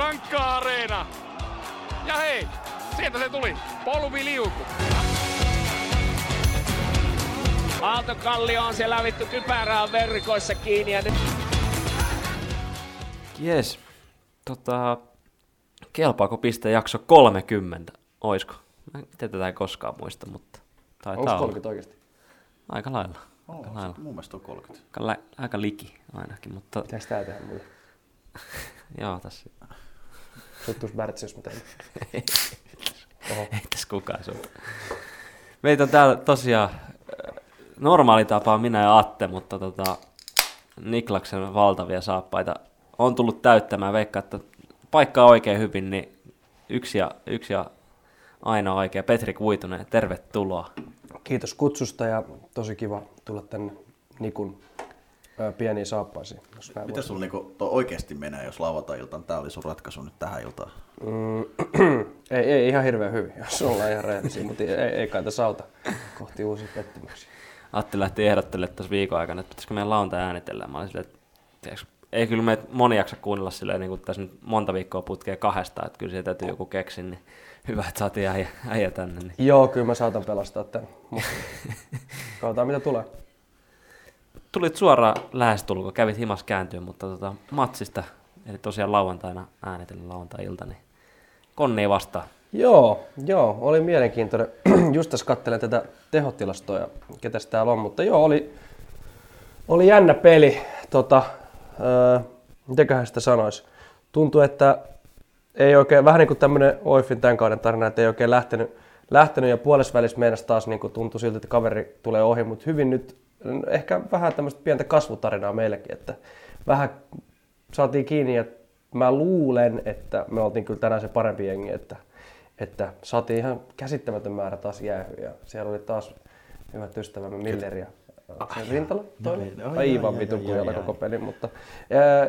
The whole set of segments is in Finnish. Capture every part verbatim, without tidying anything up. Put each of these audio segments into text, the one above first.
Rankka-areena. Ja hei, sieltä se tuli. Polviliuku. Aaltokallio on siellä vittu kypärää verkoissa kiinni. Ja nyt... Jes. Tota, kelpaako piste jakso kolmekymmentä? Oisko? Mä itse tätä ei koskaan muista, mutta taitaa Onko olla. kolmekymmentä oikeasti? Aika lailla. Oh, Aika, lailla. Mun mielestä on kolmekymmentä. Aika, lä- aika liki ainakin, mutta... Pitäis tää tehdä mulle? Joo, tässä... Tuttuus Bärtsi, jos mä teen. Ei tässä kukaan sun. Meitä on täällä tosiaan normaali tapa minä ja Atte, mutta tota, Niklaksen valtavia saappaita on tullut täyttämään. Veikkaa, että paikka on oikein hyvin, niin yksi ja, yksi ja ainoa oikea. Petri Kuitunen, tervetuloa. Kiitos kutsusta ja tosi kiva tulla tänne Nikun ää, pieniin saappaisiin. Miten sulla niinku oikeasti menee, jos lauantai-iltaan? Tää oli sun ratkaisu nyt tähän iltaan. Mm, ei, ei ihan hirveän hyvin, jos ollaan ihan rehellisiä, mutta ei, ei kai tässä auta kohti uusia pettymyksiä. Atti lähti ehdottelemaan tuossa viikon aikana, että pitäisikö meidän lauantai äänitellä. Mä olin silleen, että tiiäks, ei kyllä meitä moni jaksa kuunnella silleen, niin kuin tässä nyt monta viikkoa putkea kahdesta, että kyllä siitä täytyy joku keksi, niin hyvä, että saatiin äijä, äijä tänne. Niin. Joo, kyllä mä saatan pelastaa tämän, mutta katsotaan mitä tulee. Tulit suoraan lähestulkoon, kävit himas kääntyä, mutta tota, matsista, eli tosiaan lauantaina äänitellä lauantai-ilta, niin Konni vastaan. Joo, joo, oli mielenkiintoinen. Just tässä katselen tätä tehotilastoa ja ketäs täällä on, mutta joo, oli, oli jännä peli. Tota, öö, mitäköhän sitä sanoisi? Tuntui, että ei oikein, vähän niin kuin tämmöinen Oifin tämän kauden tarina, että ei oikein lähtenyt, lähtenyt ja puolesvälissä meinasi taas niin kuin tuntui siltä, että kaveri tulee ohi, mutta hyvin nyt ehkä vähän tämmöistä pientä kasvutarinaa meillekin, että vähän saatiin kiinni, että mä luulen, että me oltiin kyllä tänään se parempi jengi, että, että saatiin ihan käsittämätön määrä taas jäähyä ja siellä oli taas hyvät ystävämme Miller ja se Rintala toinen, no, aivan vitun kujalla koko pelin, mutta ää,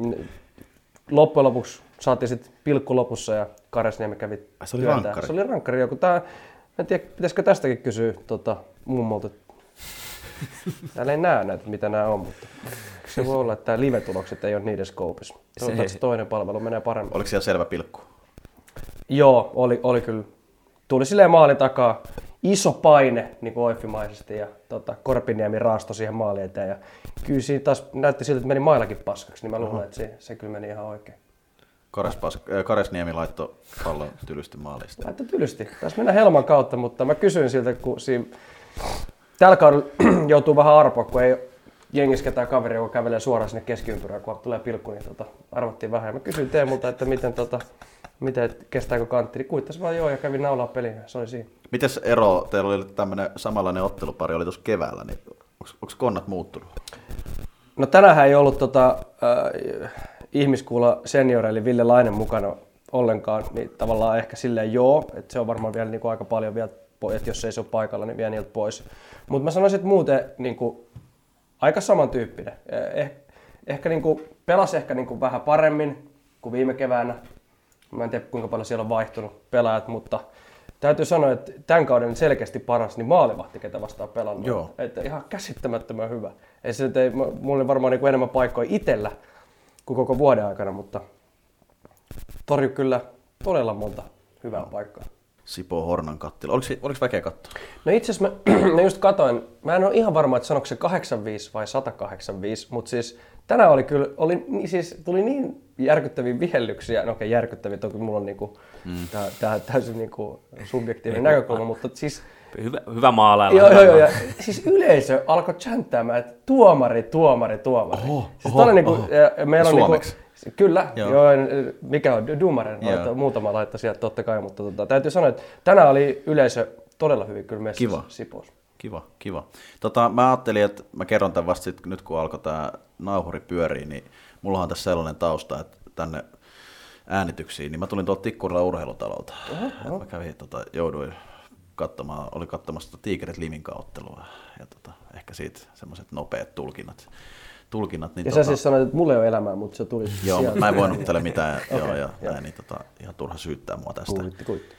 loppujen lopuksi saatiin sitten pilkku lopussa ja Karesniemi kävi se oli rankkari. Se oli rankkari joku. Tää, en tiedä, pitäisikö tästäkin kysyä tota, mummolta. Täällä ei näe näitä, mitä nämä on, mutta se voi olla, että tämä live-tulokset ei ole niiden skoopissa. Toivottavasti se toinen palvelu menee paremmin. Oliko siellä selvä pilkku? Joo, oli, oli kyllä. Tuli silleen maalin takaa iso paine niin kuin oifimaisesti ja tota, Korpiniemi raasto siihen maalin eteen. Ja kyllä siinä taas näytti siltä, että meni mailakin paskaksi, niin mä luulen, että se, se kyllä meni ihan oikein. Kares, äh, Karesniemi laittoi pallon tylysti maalista. Laittoi tylysti. Tässä mennään Helman kautta, mutta mä kysyin siltä, kun siinä tällä kaudella joutuu vähän arpoa, kun ei jengissä ketään kaveri, joka kävelee suoraan sinne keskiympyrään, kun tulee pilkku, niin tota, arvattiin vähän. Ja mä kysyin Teemulta, että miten, tota, miten kestääkö kantti, niin kuittasi vaan joo ja kävin naulaa peliin ja se oli siinä. Mites ero, teillä oli tämmöinen samanlainen ottelupari, oli tuossa keväällä, niin onko konnat muuttunut? No tänään ei ollut tota, äh, ihmiskuulla seniori eli Ville Lainen mukana ollenkaan, niin tavallaan ehkä silleen joo, että se on varmaan vielä niin kuin aika paljon vielä, että jos ei se ole paikalla, niin vie niiltä pois. Mutta mä sanoisin, että muuten niin kuin, aika samantyyppinen. Eh, ehkä niin kuin, pelasi ehkä niin kuin vähän paremmin kuin viime keväänä. Mä en tiedä kuinka paljon siellä on vaihtunut pelaajat, mutta täytyy sanoa, että tämän kauden selkeästi paras niin maalivahti, ketä vastaan pelannut. Joo. Että ihan käsittämättömän hyvä. Ei se nyt ei, mulla oli varmaan niin kuin enemmän paikkoja itsellä kuin koko vuoden aikana, mutta torjui kyllä todella monta hyvää paikkaa. Sipoo Hornan kattila. Oliko, oliko väkeä katsoa? No itse asiassa mä, mä just katoin, mä en ole ihan varma, että sanoiko se kahdeksankymmentäviisi vai sata kahdeksankymmentäviisi, mutta siis tänään oli kyllä, oli, siis, tuli niin järkyttäviä vihellyksiä, no okei okay, järkyttäviä, toki mulla on niinku, mm. tää, tää täysin niinku subjektiivinen näkökulma, mutta siis... Hyvä, hyvä maalailla. Joo, joo, joo, ja siis yleisö alkoi chanttaamaan, että tuomari, tuomari, tuomari. Oho, siis oho, niinku, oho. Ja meillä on suomeksi? Niinku, kyllä, joo. Joo, mikä on Dumaren, Joo. muutama laittoi sieltä totta kai, mutta tota, täytyy sanoa, että tänään oli yleisö todella hyvin kyllä messissä Kiva. Sipoossa. Kiva, kiva. Tota, mä ajattelin, että mä kerron tämän vasta sit, nyt kun alkoi tää nauhuri pyörii, niin mulla on tässä sellainen tausta, että tänne äänityksiin, niin mä tulin tuolta Tikkurilla urheilutalolta. Uh-huh. Mä kävin, tota, jouduin katsomaan, oli katsomassa tota Tiikerit Liminka-ottelua ja tota, ehkä siitä semmoiset nopeat tulkinnat. tulkinnat niin ja tota, sä siis sanoit, että mulla ei ole elämää, mutta se tuli joo, sieltä. mä en voinut teille mitään, okay, joo, ja joo. näin, niin tota, ihan turha syyttää mua tästä. Kuitti, kuitti.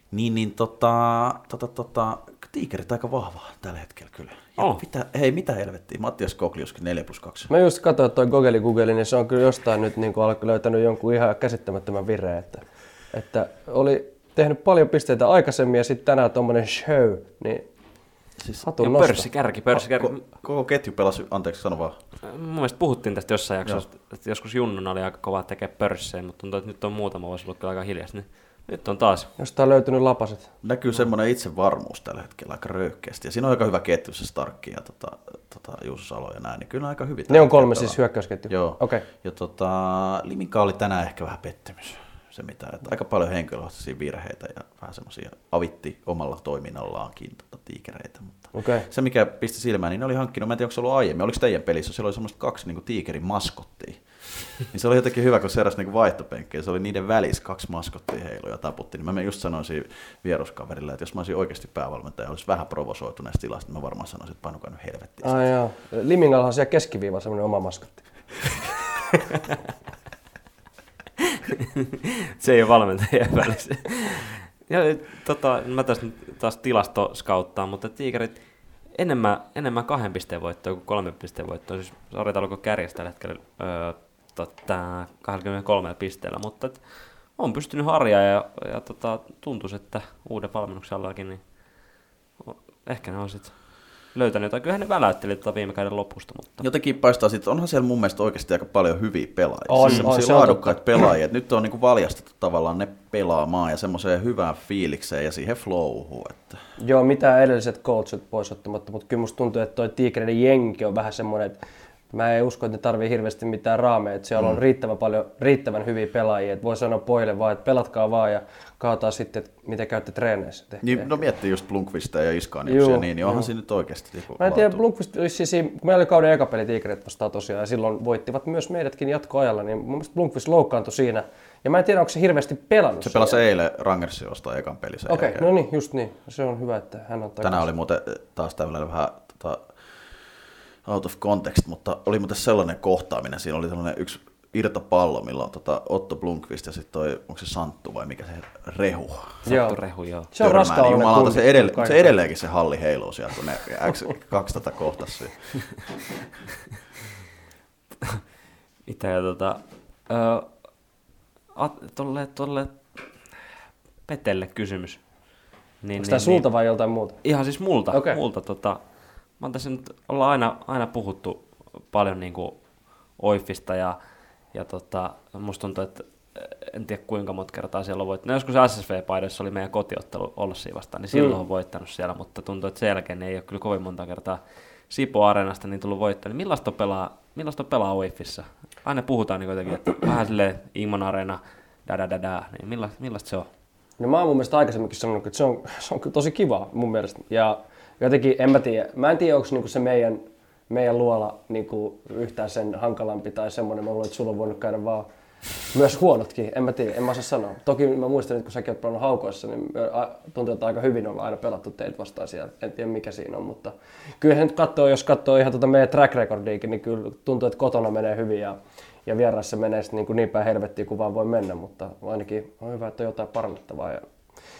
Niin, niin tota, tota, tota, Tiikerit aika vahva tällä hetkellä kyllä. Ja Oh. mitä, hei, mitä helvettiä, Mattias Kokliuskin neljä plus kaksi. Mä just katsoin, että toi Gogeli Google, niin se on kyllä jostain nyt niin kuin löytänyt jonkun ihan käsittämättömän vireen. Että, että oli tehnyt paljon pisteitä aikaisemmin ja sitten tänään tommonen show, niin Siis, hatun nosto. Pörssikärki, pörssikärki. Ko- koko ketju pelasi, anteeksi sano vaan. Mun mielestä puhuttiin tästä jossain jaksossa, että joskus Junnuna oli aika kova tekee pörssejä, mutta tuntuu, että nyt on muutama vuosi ollut kyllä aika hiljaista. Niin nyt on taas. Jostain on löytynyt lapaset. Näkyy semmoinen itsevarmuus tällä hetkellä aika röyhkeästi. Ja siinä on aika hyvä ketju, se Starkki ja tota, tota, Juuso Salo ja näin. Niin kyllä on aika hyvin. Ne on kolme siis hyökkäysketju? Joo. Okay. Ja tota, Liminka oli tänään ehkä vähän pettymys. Se mitä, että aika paljon henkilökohtaisia virheitä ja vähän semmoisia avitti omalla toiminnallaankin tota, tiikereitä. Mutta Okay. se mikä pisti silmään, niin ne oli hankkinut, mä en tiedä onko se ollut aiemmin, oliko teidän pelissä, siellä oli semmoista kaksi niin kuin tiikerin maskottia. Niin se oli jotenkin hyvä, kun se eräs niin vaihtopenkkiä, se oli niiden välissä kaksi maskottia heilu ja taputti. Niin mä just sanoin siinä vieruskaverille, että jos mä olisin oikeasti päävalmentaja, olisi vähän provosoitu näistä tilasta, niin mä varmaan sanoisin, että panukaa nyt helvettiin. Ai joo. Limingallahan on siellä keskiviiva semmoinen oma maskotti. Se ei ole valmentajien välissä. Ja, tota, mä tässä nyt taas tilasto skauttaa, mutta Tiikerit enemmän, enemmän kahden pisteen voittoa kuin kolmen pisteen voittoa. Siis Sarjata alkoi kärjessä tällä hetkellä öö, tota, kaksikymmentäkolme pisteellä, mutta et, on pystynyt harjaa ja, ja tota, tuntuisi, että uuden valmennuksen allakin niin ehkä ne on sitten löytänyt jotain. Kyllähän ne väläytteli tota viime kauden lopusta. Mutta Jotenkin paistaa sitten, onhan siellä mun mielestä oikeasti aika paljon hyviä pelaajia. On, siis on, se semmoisia on laadukkaita pelaajia. Et nyt on niinku valjastettu tavallaan ne pelaamaan ja semmoiseen hyvään fiilikseen ja siihen flowhuun. Että Joo, mitä edelliset coachit pois ottamatta, mutta kyllä musta tuntuu, että toi Tiikereiden jenki on vähän semmoinen, että mä en usko, että ne tarvii hirveästi mitään raameja, että siellä mm. on riittävän paljon, riittävän hyviä pelaajia, että voi sanoa pojille vaan, että pelatkaa vaan ja kaataan sitten, että miten käytte treeneissä. niin, no miettii just Blunkvistia ja Iskaniuksia ja niin, niin onhan siinä nyt oikeasti niinku Mä en tiedä, laatu. Blunkvist, siis, kun meillä oli kauden eka peli Tiikerit vastaan tosiaan ja silloin voittivat myös meidätkin jatkoajalla, niin mun mielestä Blunkvist loukkaantui siinä. Ja mä en tiedä, onko se hirveästi pelannut. Se pelasi eilen Rangersin vastaan ekan pelissä. Okei, okay, no niin, just niin. Se on hyvä, että hän on takaisin. Tänään oli muuten taas tämmöinen vähän tota, out of context, mutta oli muuten sellainen kohtaaminen. Siinä oli sellainen yksi irtopallo, millä on tota Otto Blunkvist ja sitten toi, onko se Santtu vai mikä se Rehu? Sattu Rehu, joo. Se on Törmää, niin jumalauta, se, edelle, se edelleen. edelleenkin se halli heiluu sieltä, kun ne X kaksitoista kohtasi. Mitä ja tota, öö, at, tolle, tolle Petelle kysymys. Niin, Onko tämä sulta vai joltain muuta? Ihan siis multa. Okei. multa tota, mä oon tässä nyt, ollaan aina, aina puhuttu paljon niinku Oifista ja, ja tota, musta tuntuu, että en tiedä kuinka monta kertaa siellä on voittanut. No, joskus S S V-paidoissa oli meidän kotiottelu Olssiin vastaan, niin silloin mm. on voittanut siellä, mutta tuntuu, että sen jälkeen ei ole kyllä kovin monta kertaa Sipo-areenasta niin tullut voittoa. Niin millaista pelaa, millaista pelaa Oifissa? Aina puhutaan niin jotenkin, että vähän silleen Imon Areena, da da da da, niin millaista, millaista se on? No mä oon mun mielestä aikaisemminkin sanonut, että se on, se on kyllä tosi kiva mun mielestä. Ja jotenkin, en mä tiedä, mä en tiedä onko niinku se meidän, meidän luola niinku yhtään sen hankalampi tai semmoinen. Mä luulen, että sulla on voinut käydä vaan myös huonotkin, en mä tiedä, en mä osaa sanoa. Toki mä muistan, että kun säkin oot pelannut Haukoissa, niin tuntuu, että aika hyvin on aina pelattu teitä vastaan siellä. En tiedä mikä siinä on, mutta kyllä nyt katsoo, jos katsoo ihan tuota meidän track recordiikin, niin kyllä tuntuu, että kotona menee hyvin ja, ja vieraissa menee sitten niin, niin päin helvettiin kuin vaan voi mennä, mutta ainakin on hyvä, että on jotain parannettavaa. Ja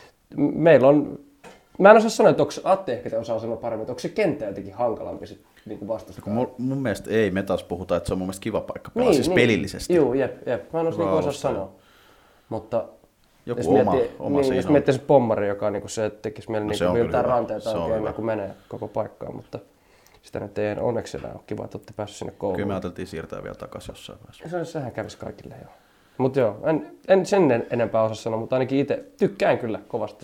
meillä on, mä en osaa sanoa, että onko Atte ehkä osaa sanoa paremmin, että onko se kenttä jotenkin hankalampi sit, niin vastustaa. Mun, mun mielestä ei, me taas puhutaan, että se on mun mielestä kiva paikka pelaa, niin, siis niin. pelillisesti. Joo, jep, jep. Mä en osaa, niin osaa sanoa. Mutta joku jos oma, miettii, oma niin, jos miettii se pommari, joka niin se tekisi meille no, niin yltää ranteita oikein ennen kuin menee koko paikkaan, mutta sitä nyt ei onneksi enää ole kiva, että olette päässyt sinne kouluun. Kyllä me ajateltiin siirtää vielä takaisin jossain vaiheessa. Se, sehän kävisi kaikille joo. Mutta joo, en, en sen enempää osaa sanoa, mutta ainakin itse tykkään kyllä kovasti.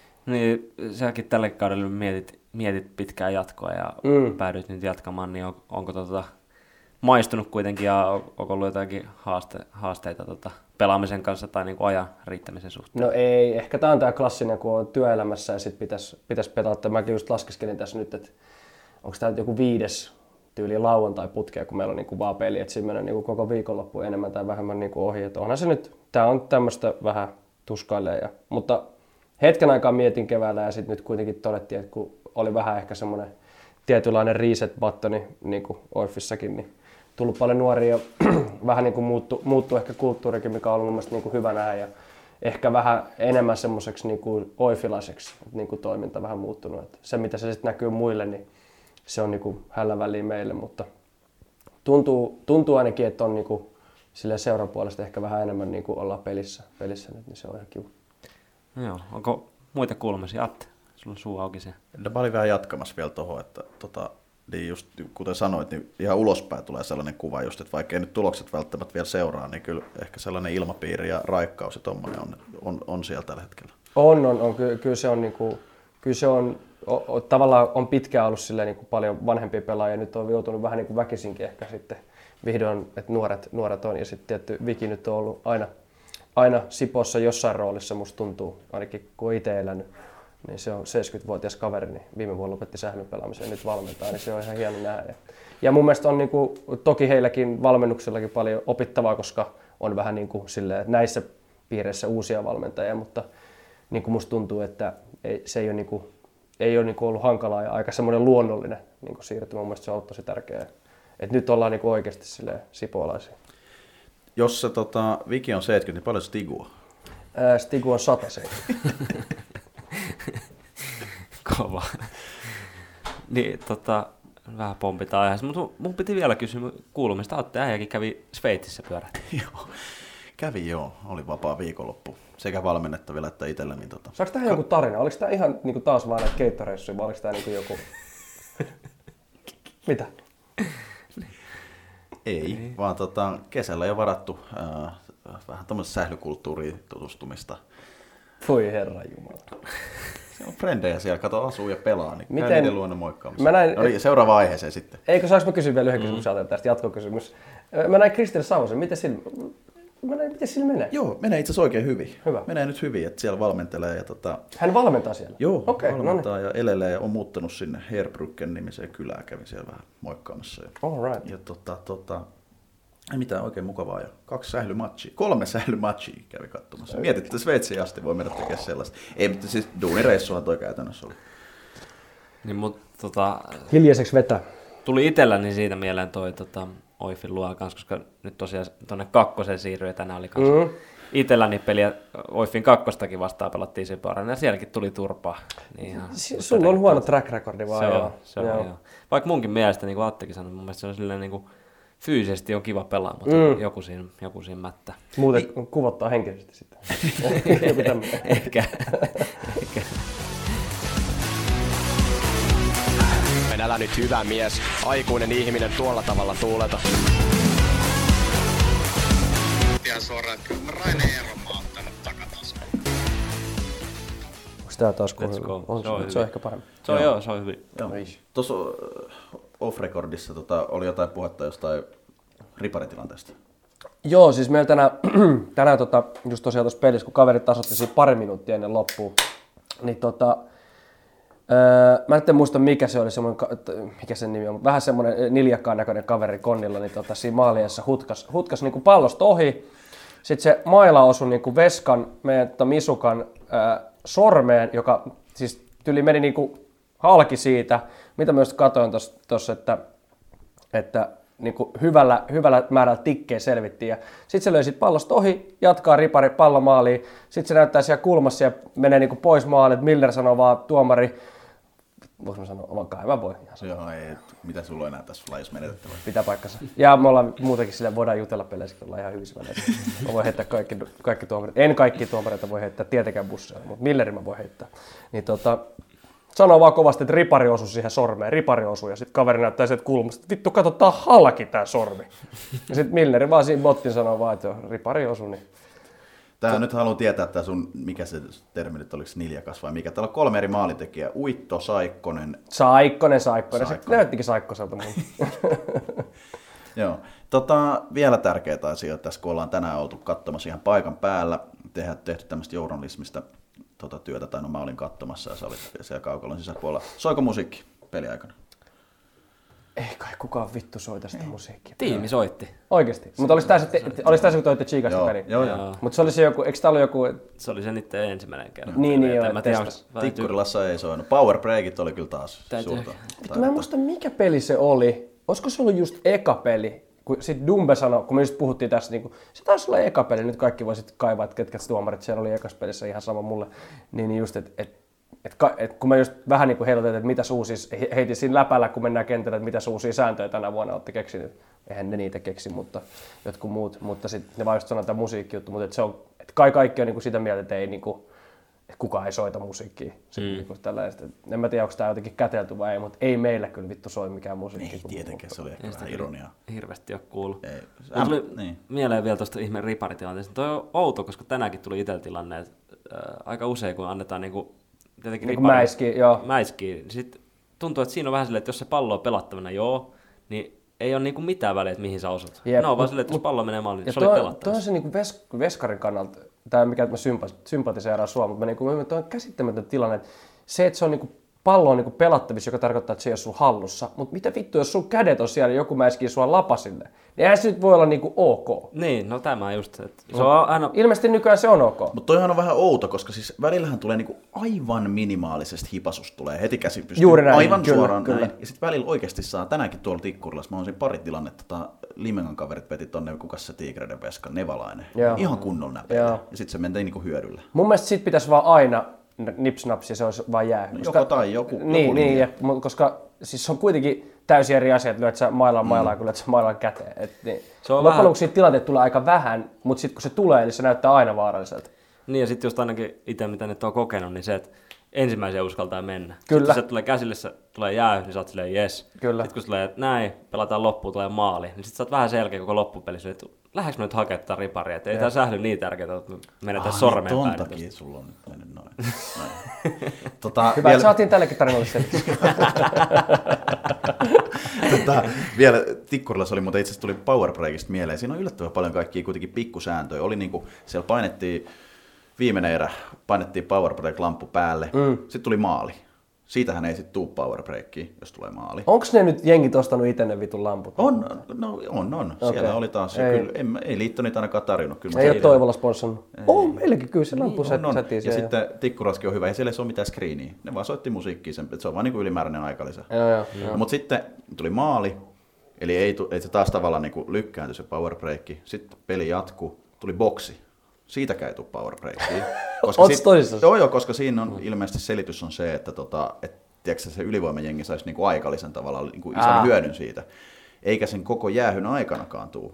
Niin, säkin tälle kaudelle mietit, mietit pitkää jatkoa ja mm. päädyit nyt jatkamaan, niin on, onko tota maistunut kuitenkin ja onko ollut jotakin haaste, haasteita tota pelaamisen kanssa tai niinku ajan riittämisen suhteen? No ei, ehkä tämä on tämä klassinen, kun on työelämässä ja sitten pitäisi pitäis pelata. Mäkin just laskeskelin tässä nyt, että onko tämä joku viides tyyli lauantai-putkea, kun meillä on niinku vaan peli, että siinä menee niinku koko viikonloppu enemmän tai vähemmän niinku ohi. Et onhan se nyt, tämä on tämmöistä vähän tuskailee. Ja, mutta hetken aikaa mietin keväällä ja sitten nyt kuitenkin todettiin, että kun oli vähän ehkä semmoinen tietynlainen reset-battoni, niin kuin Oifissakin, niin tullut paljon nuoria ja vähän niin kuin muuttu, muuttu ehkä kulttuurikin, mikä on ollut mun mielestä niin kuin hyvä nähdä. Ja, ehkä vähän enemmän semmoiseksi niin oifilaiseksi niin kuin toiminta vähän muuttunut. Et se mitä se sitten näkyy muille, niin se on niin kuin hällä väliin meille, mutta tuntuu, tuntuu ainakin, että on niin kuin sille seuran puolesta ehkä vähän enemmän niin kuin ollaan pelissä, pelissä nyt, niin se on ihan kiva. No joo, onko muita kuulumisia? Atte, sulla on suu auki se. No, mä olin vähän jatkamassa vielä tuohon, että tota, niin just kuten sanoit, niin ihan ulospäin tulee sellainen kuva just, että vaikka ei nyt tulokset välttämättä vielä seuraa, niin kyllä ehkä sellainen ilmapiiri ja raikkaus ja tommoinen on, on, on siellä tällä hetkellä. On, on, on. Ky- kyllä se on, niinku, kyllä se on o, o, tavallaan on pitkään ollut silleen, niinku paljon vanhempia pelaajia, nyt on joutunut vähän niinku väkisinkin ehkä sitten vihdoin, että nuoret, nuoret on, ja sitten tietty Viki nyt on ollut aina, aina Sipossa jossain roolissa, musta tuntuu, ainakin kun on itse elänyt, niin se on seitsemänkymmentävuotias kaveri, niin viime vuonna lopetti sählyn pelaamisen ja nyt valmentaa, niin se on ihan hieno nähdä. Ja mun mielestä on niinku, toki heilläkin valmennuksellakin paljon opittavaa, koska on vähän niin kuin silleen, että näissä piireissä uusia valmentajia, mutta niin kuin musta tuntuu, että ei, se ei ole, niin kuin, ei ole niin kuin ollut hankalaa ja aika semmoinen luonnollinen niin kuin siirtymä. Mun mielestä se on ollut tosi tärkeää. Et nyt ollaan niin kuin oikeasti silleen sipoalaisia. Jos se tota, Viki on seitsemänkymmentä, niin paljon Stigu on? Ää, Stigu on sata seitsemänkymmentä. Kova. Niin, tota, vähän pompitaan aiheessa, mutta mun piti vielä kysyä kuulumista. Atte äijäkin kävi Sveitsissä pyörähtä. Joo, kävi joo. Oli vapaa viikonloppu. Sekä valmennettavilla että itsellä. Niin tota... Saanko tähän joku tarina? Oliko tämä ihan niin kuin taas vaan näitä keittoreissuja, vai oliko tämä niin kuin joku... Mitä? Ei, Ei. vaan tota, kesällä jo varattu äh, vähän tämmöistä sählykulttuuriin tutustumista. Voi herran jumala. Se on frendejä siellä, kato asuu ja pelaa, niin miten... käy niiden luonnon moikkaamassa. Näin... No niin, seuraava aiheeseen sitten. Eikö saanko mä kysyä vielä yhden kysymyksen mm. tästä, jatkokysymys. Mä näin Kristel Savosen, miten sillä, mä näin, miten sillä menee? Joo, menee itse asiassa oikein hyvin. Hyvä. Menee nyt hyvin, että siellä valmentelee. Ja tota... Hän valmentaa siellä? Joo, okay, valmentaa no ja elelee ja on muuttanut sinne Herbrücken nimiseen kylään, kävin siellä vähän moikkaamassa. Ja, all right. ja tota, tota, ei mitään oikein mukavaa. Ja kaksi sählymatchia, kolme sählymatchia kävi katsomassa. Mietit, että Sveitsiin asti voi mennä tekemään sellaista. Ei, mutta siis duunireissuhan toi käytännössä oli. Niin, mut, tota, hiljaiseksi vetää. Tuli itselläni siitä mieleen toi tota, Oifin luo kanssa, koska nyt tosiaan tuonne kakkoseen siirryin ja tänään oli kanssa mm. itselläni peliä Oifin kakkostakin vastaan pelattiin Sipoarana ja sielläkin tuli turpaa. Niin sulla on huono track recordi vaan. Se on, joo. se on joo. Joo. Vaikka munkin mielestä, niin kuin Attekin sanoi, mun mielestä se on silleen niin kuin fyysisesti on kiva pelaa, mutta mm. joku, siinä, joku siinä mättää. Muuten ei. Kuvottaa henkisesti sitten. Ehkä. Ehkä. Älä nyt hyvä mies, aikuinen ihminen tuolla tavalla tuuleta. Ihan suoraan, että kyllä mä Raine Eeron mä oon ottanut takataskuun. Onko tää taas hyvin? On, se, on, se on ehkä parempi. Se on joo, joo se on hyvin. Tuossa off-recordissa tota, oli jotain puhetta jostain riparitilanteesta. Joo, siis meillä tänään, tänään tota, just tosiaan tuossa pelissä, kun kaverit tasoitti siinä pari minuuttia ennen loppua, niin tota, öö, mä en muista mikä se oli, semmoinen, mikä sen nimi on, mutta vähän semmoinen niljakkaan näköinen kaveri Konnilla, niin tota, siinä maaliassa hutkas, hutkas niin kuin pallosta ohi. Sitten se maila osui niin kuin Veskan, meidän tota, Misukan öö, sormeen, joka siis tyli meni niin kuin halki siitä, mitä myös katsoin tuossa, että, että niin kuin hyvällä, hyvällä määrällä tikkejä selvittiin. Ja sitten se löi sit pallosta ohi, jatkaa ripari pallo maaliin. Sitten se näyttää siellä kulmassa ja menee niin kuin pois maaliin. Miller sanoo vaan tuomari, voisi mä sanoa, oman kai mä voin. Joo, ei, mitä sulla on enää tässä lajissa menetettävää? Pitää paikkansa. Ja me ollaan muutenkin sillä, voidaan jutella peleissä, ollaan ihan hyvissä väleissä. Mä voin heittää kaikki, kaikki tuomarit. En kaikki tuomareita voi heittää, tietenkään busseilla, mutta Millerin mä voin heittää. Niin tota, sanoo vaan kovasti, että ripari osui siihen sormeen, ripari osui, ja sitten kaveri näyttää sieltä kulmasta, että vittu, kato, tää on halki tää sormi. Ja sitten Milleri vaan siinä bottin sanoo vaan, että ripari osui. Niin. Tää nyt haluan tietää, että sun, mikä se termi nyt, oliko niljakas vai mikä. Täällä on kolme eri maalintekijää, Uitto, Saikkonen. Saikkonen, Saikkonen, se näyttikin Saikkoselta mun. Joo. Tota, vielä tärkeitä asioita tässä, kun ollaan tänään oltu katsomassa ihan paikan päällä, tehdä, tehty tämmöistä journalismista tota työtä, tai no mä olin katsomassa ja sä olit siellä kaukalon sisäpuolella. Soiko musiikki peliaikana? Ei kai kukaan vittu soita sitä musiikkia. Tiimi soitti. Oikeesti? Mutta olisi tässä kun toitte Chiikasta peli? Joo, joo. Mutta se oli se joku, eikö tää ollut joku... Se oli se niiden ensimmäinen kerta. Niin, niin joo, testas. Tikkurilassa ei soinut. Power breakit oli kyllä taas suurta. Mä en muista mikä peli se oli. Olisiko se ollut just eka peli, kun sit Dumbe sanoi, kun me just puhuttiin tässä, niin kuin, se taisi olla eka peli, nyt kaikki voisit kaivaa, että ketkä tuomarit siellä oli ekas pelissä, ihan sama mulle, niin, niin just, että et, et, et, kun mä just vähän niin kuin heilutin, että mitä uusia, heitin siinä läpällä, kun mennään kentällä, että mitä uusia sääntöjä tänä vuonna olette keksinyt, eihän ne niitä keksi, mutta jotkut muut, mutta sitten ne vaan just sanoo tämä musiikkijuttu, mutta et se on, että kai kaikki on niin kuin sitä mieltä, että ei niin kuin, kukaan ei soita musiikkia. Mm. Niin en mä tiedä, onko tämä jotenkin kätelty vai ei, mutta ei meillä kyllä vittu soi mikään musiikki. Ei tietenkään, se oli ehkä vähän ironiaa. Hirveästi ole kuullut. Ei. Äh, tuli niin. mieleen vielä tuosta ihmeen riparitilanteesta. Toi on outo, koska tänäänkin tuli itsellä tilanne, että äh, aika usein kun annetaan niinku, tietenkin niin ripari, mäiskiä, joo. mäiskiä, niin sit tuntuu, että siinä on vähän silleen, että jos se pallo on pelattavana, joo, niin ei ole niinku mitään väliä, että mihin sä osut. Jep, no on vaan silleen, että jos pallo menee maaliin, niin se oli pelattavassa. Tuo on se niinku ves, veskarin kannalta, tämä mikä mä sympatiseeraan sua, mutta niinku, tuo on käsittämätön tilanne, että se, että se on niinku, pallo on niinku pelattavissa, joka tarkoittaa, että se ei ole sun hallussa, mutta mitä vittu, jos sun kädet on siellä ja joku mäiskii sua lapasille, niin eihän se nyt voi olla niinku ok. Niin, no tämä just, että se on aina... Ilmeisesti nykyään se on ok. Mutta toihan on vähän outo, koska siis välillähän tulee niinku aivan minimaalisesti hipasus tulee heti käsi pystyyn. Juuri näin, aivan kyllä, suoraan kyllä. näin. Ja sitten välillä oikeasti saa, tänäänkin tuolla Tikkurilassa, mä olisin pari tilannetta, tota, Limengan kaverit veti tonne, kukas se Tigreiden veska, Nevalainen. Joo. Ihan kunnolla näpeillä. Ja sitten se mentiin niinku hyödyllä. Mun mielestä sit pitäisi vaan aina nipsnaps ja se olisi vaan jää. No, koska, joko tai joku. Niin, joku niin ja, koska siis on kuitenkin täysin eri asia, että lyöt sä mailaan mailaan, mm. kun lyöt sä mailaan käteen. Et, niin. Loppujen lopuksi siitä tilanteet tulee aika vähän, mutta sitten kun se tulee, niin se näyttää aina vaaralliselta. Niin ja sitten just ainakin itse mitä nyt on kokenut, niin se, että ensimmäisiä uskaltaa mennä. Kyllä. Sitten kun se tulee käsille, se tulee jää, niin sä oot silleen jes. Kyllä. Sitten kun se tulee, että näin, pelataan loppuun, tulee maali, niin sitten sä oot vähän selkeä koko loppupelissä, että lähdekö me nyt hakemaan tätä riparia, että ei tää sähly niin tärkeää, että me menetään ah, sormeen niin päin. Ton takia sulla on nyt mennyt noin. tota, hyvä, vielä... että saatiin tällekin tarinalle selitys. tota, vielä Tikkurilassa oli, mutta itse asiassa tuli Powerbreakista mieleen. Siinä on yllättävän paljon kaikkia kuitenkin pikkusääntöjä. Oli niinku, siellä painettiin viimeinen erä, painettiin Powerbreak-lamppu päälle, mm. sitten tuli maali. Siitähän ei sitten tuu Powerbreakia, jos tulee maali. Onko ne nyt jengit ostanut itse ne vitun lamput? On, no, on, on. Okay. Siellä oli taas, ei, kyllä, en, ei liitto niitä ainakaan tarjonnut. Kyllä ei ole Toivolla sponssannut. On, meilläkin kyllä se lamppu niin, on, sätiin. Ja sitten Tikkuraskin on hyvä, ei siellä ei ole mitään screeniä. Ne vaan soitti musiikkia, sen, se on vaan niin kuin ylimääräinen aikalisä. No, mutta sitten tuli maali, eli ei, ei se taas tavallaan niin kuin lykkääntyi se Powerbreak. Sitten peli jatkuu, tuli boksi. Siitäkään ei tule Powerbreakia. Oletko tosissaan? Joo, joo, koska siinä on ilmeisesti selitys on se, että tota, et, tiedätkö, se ylivoimajengi saisi niinku aikallisen tavalla niinku ison hyödyn siitä. Eikä sen koko jäähyn aikanakaan tule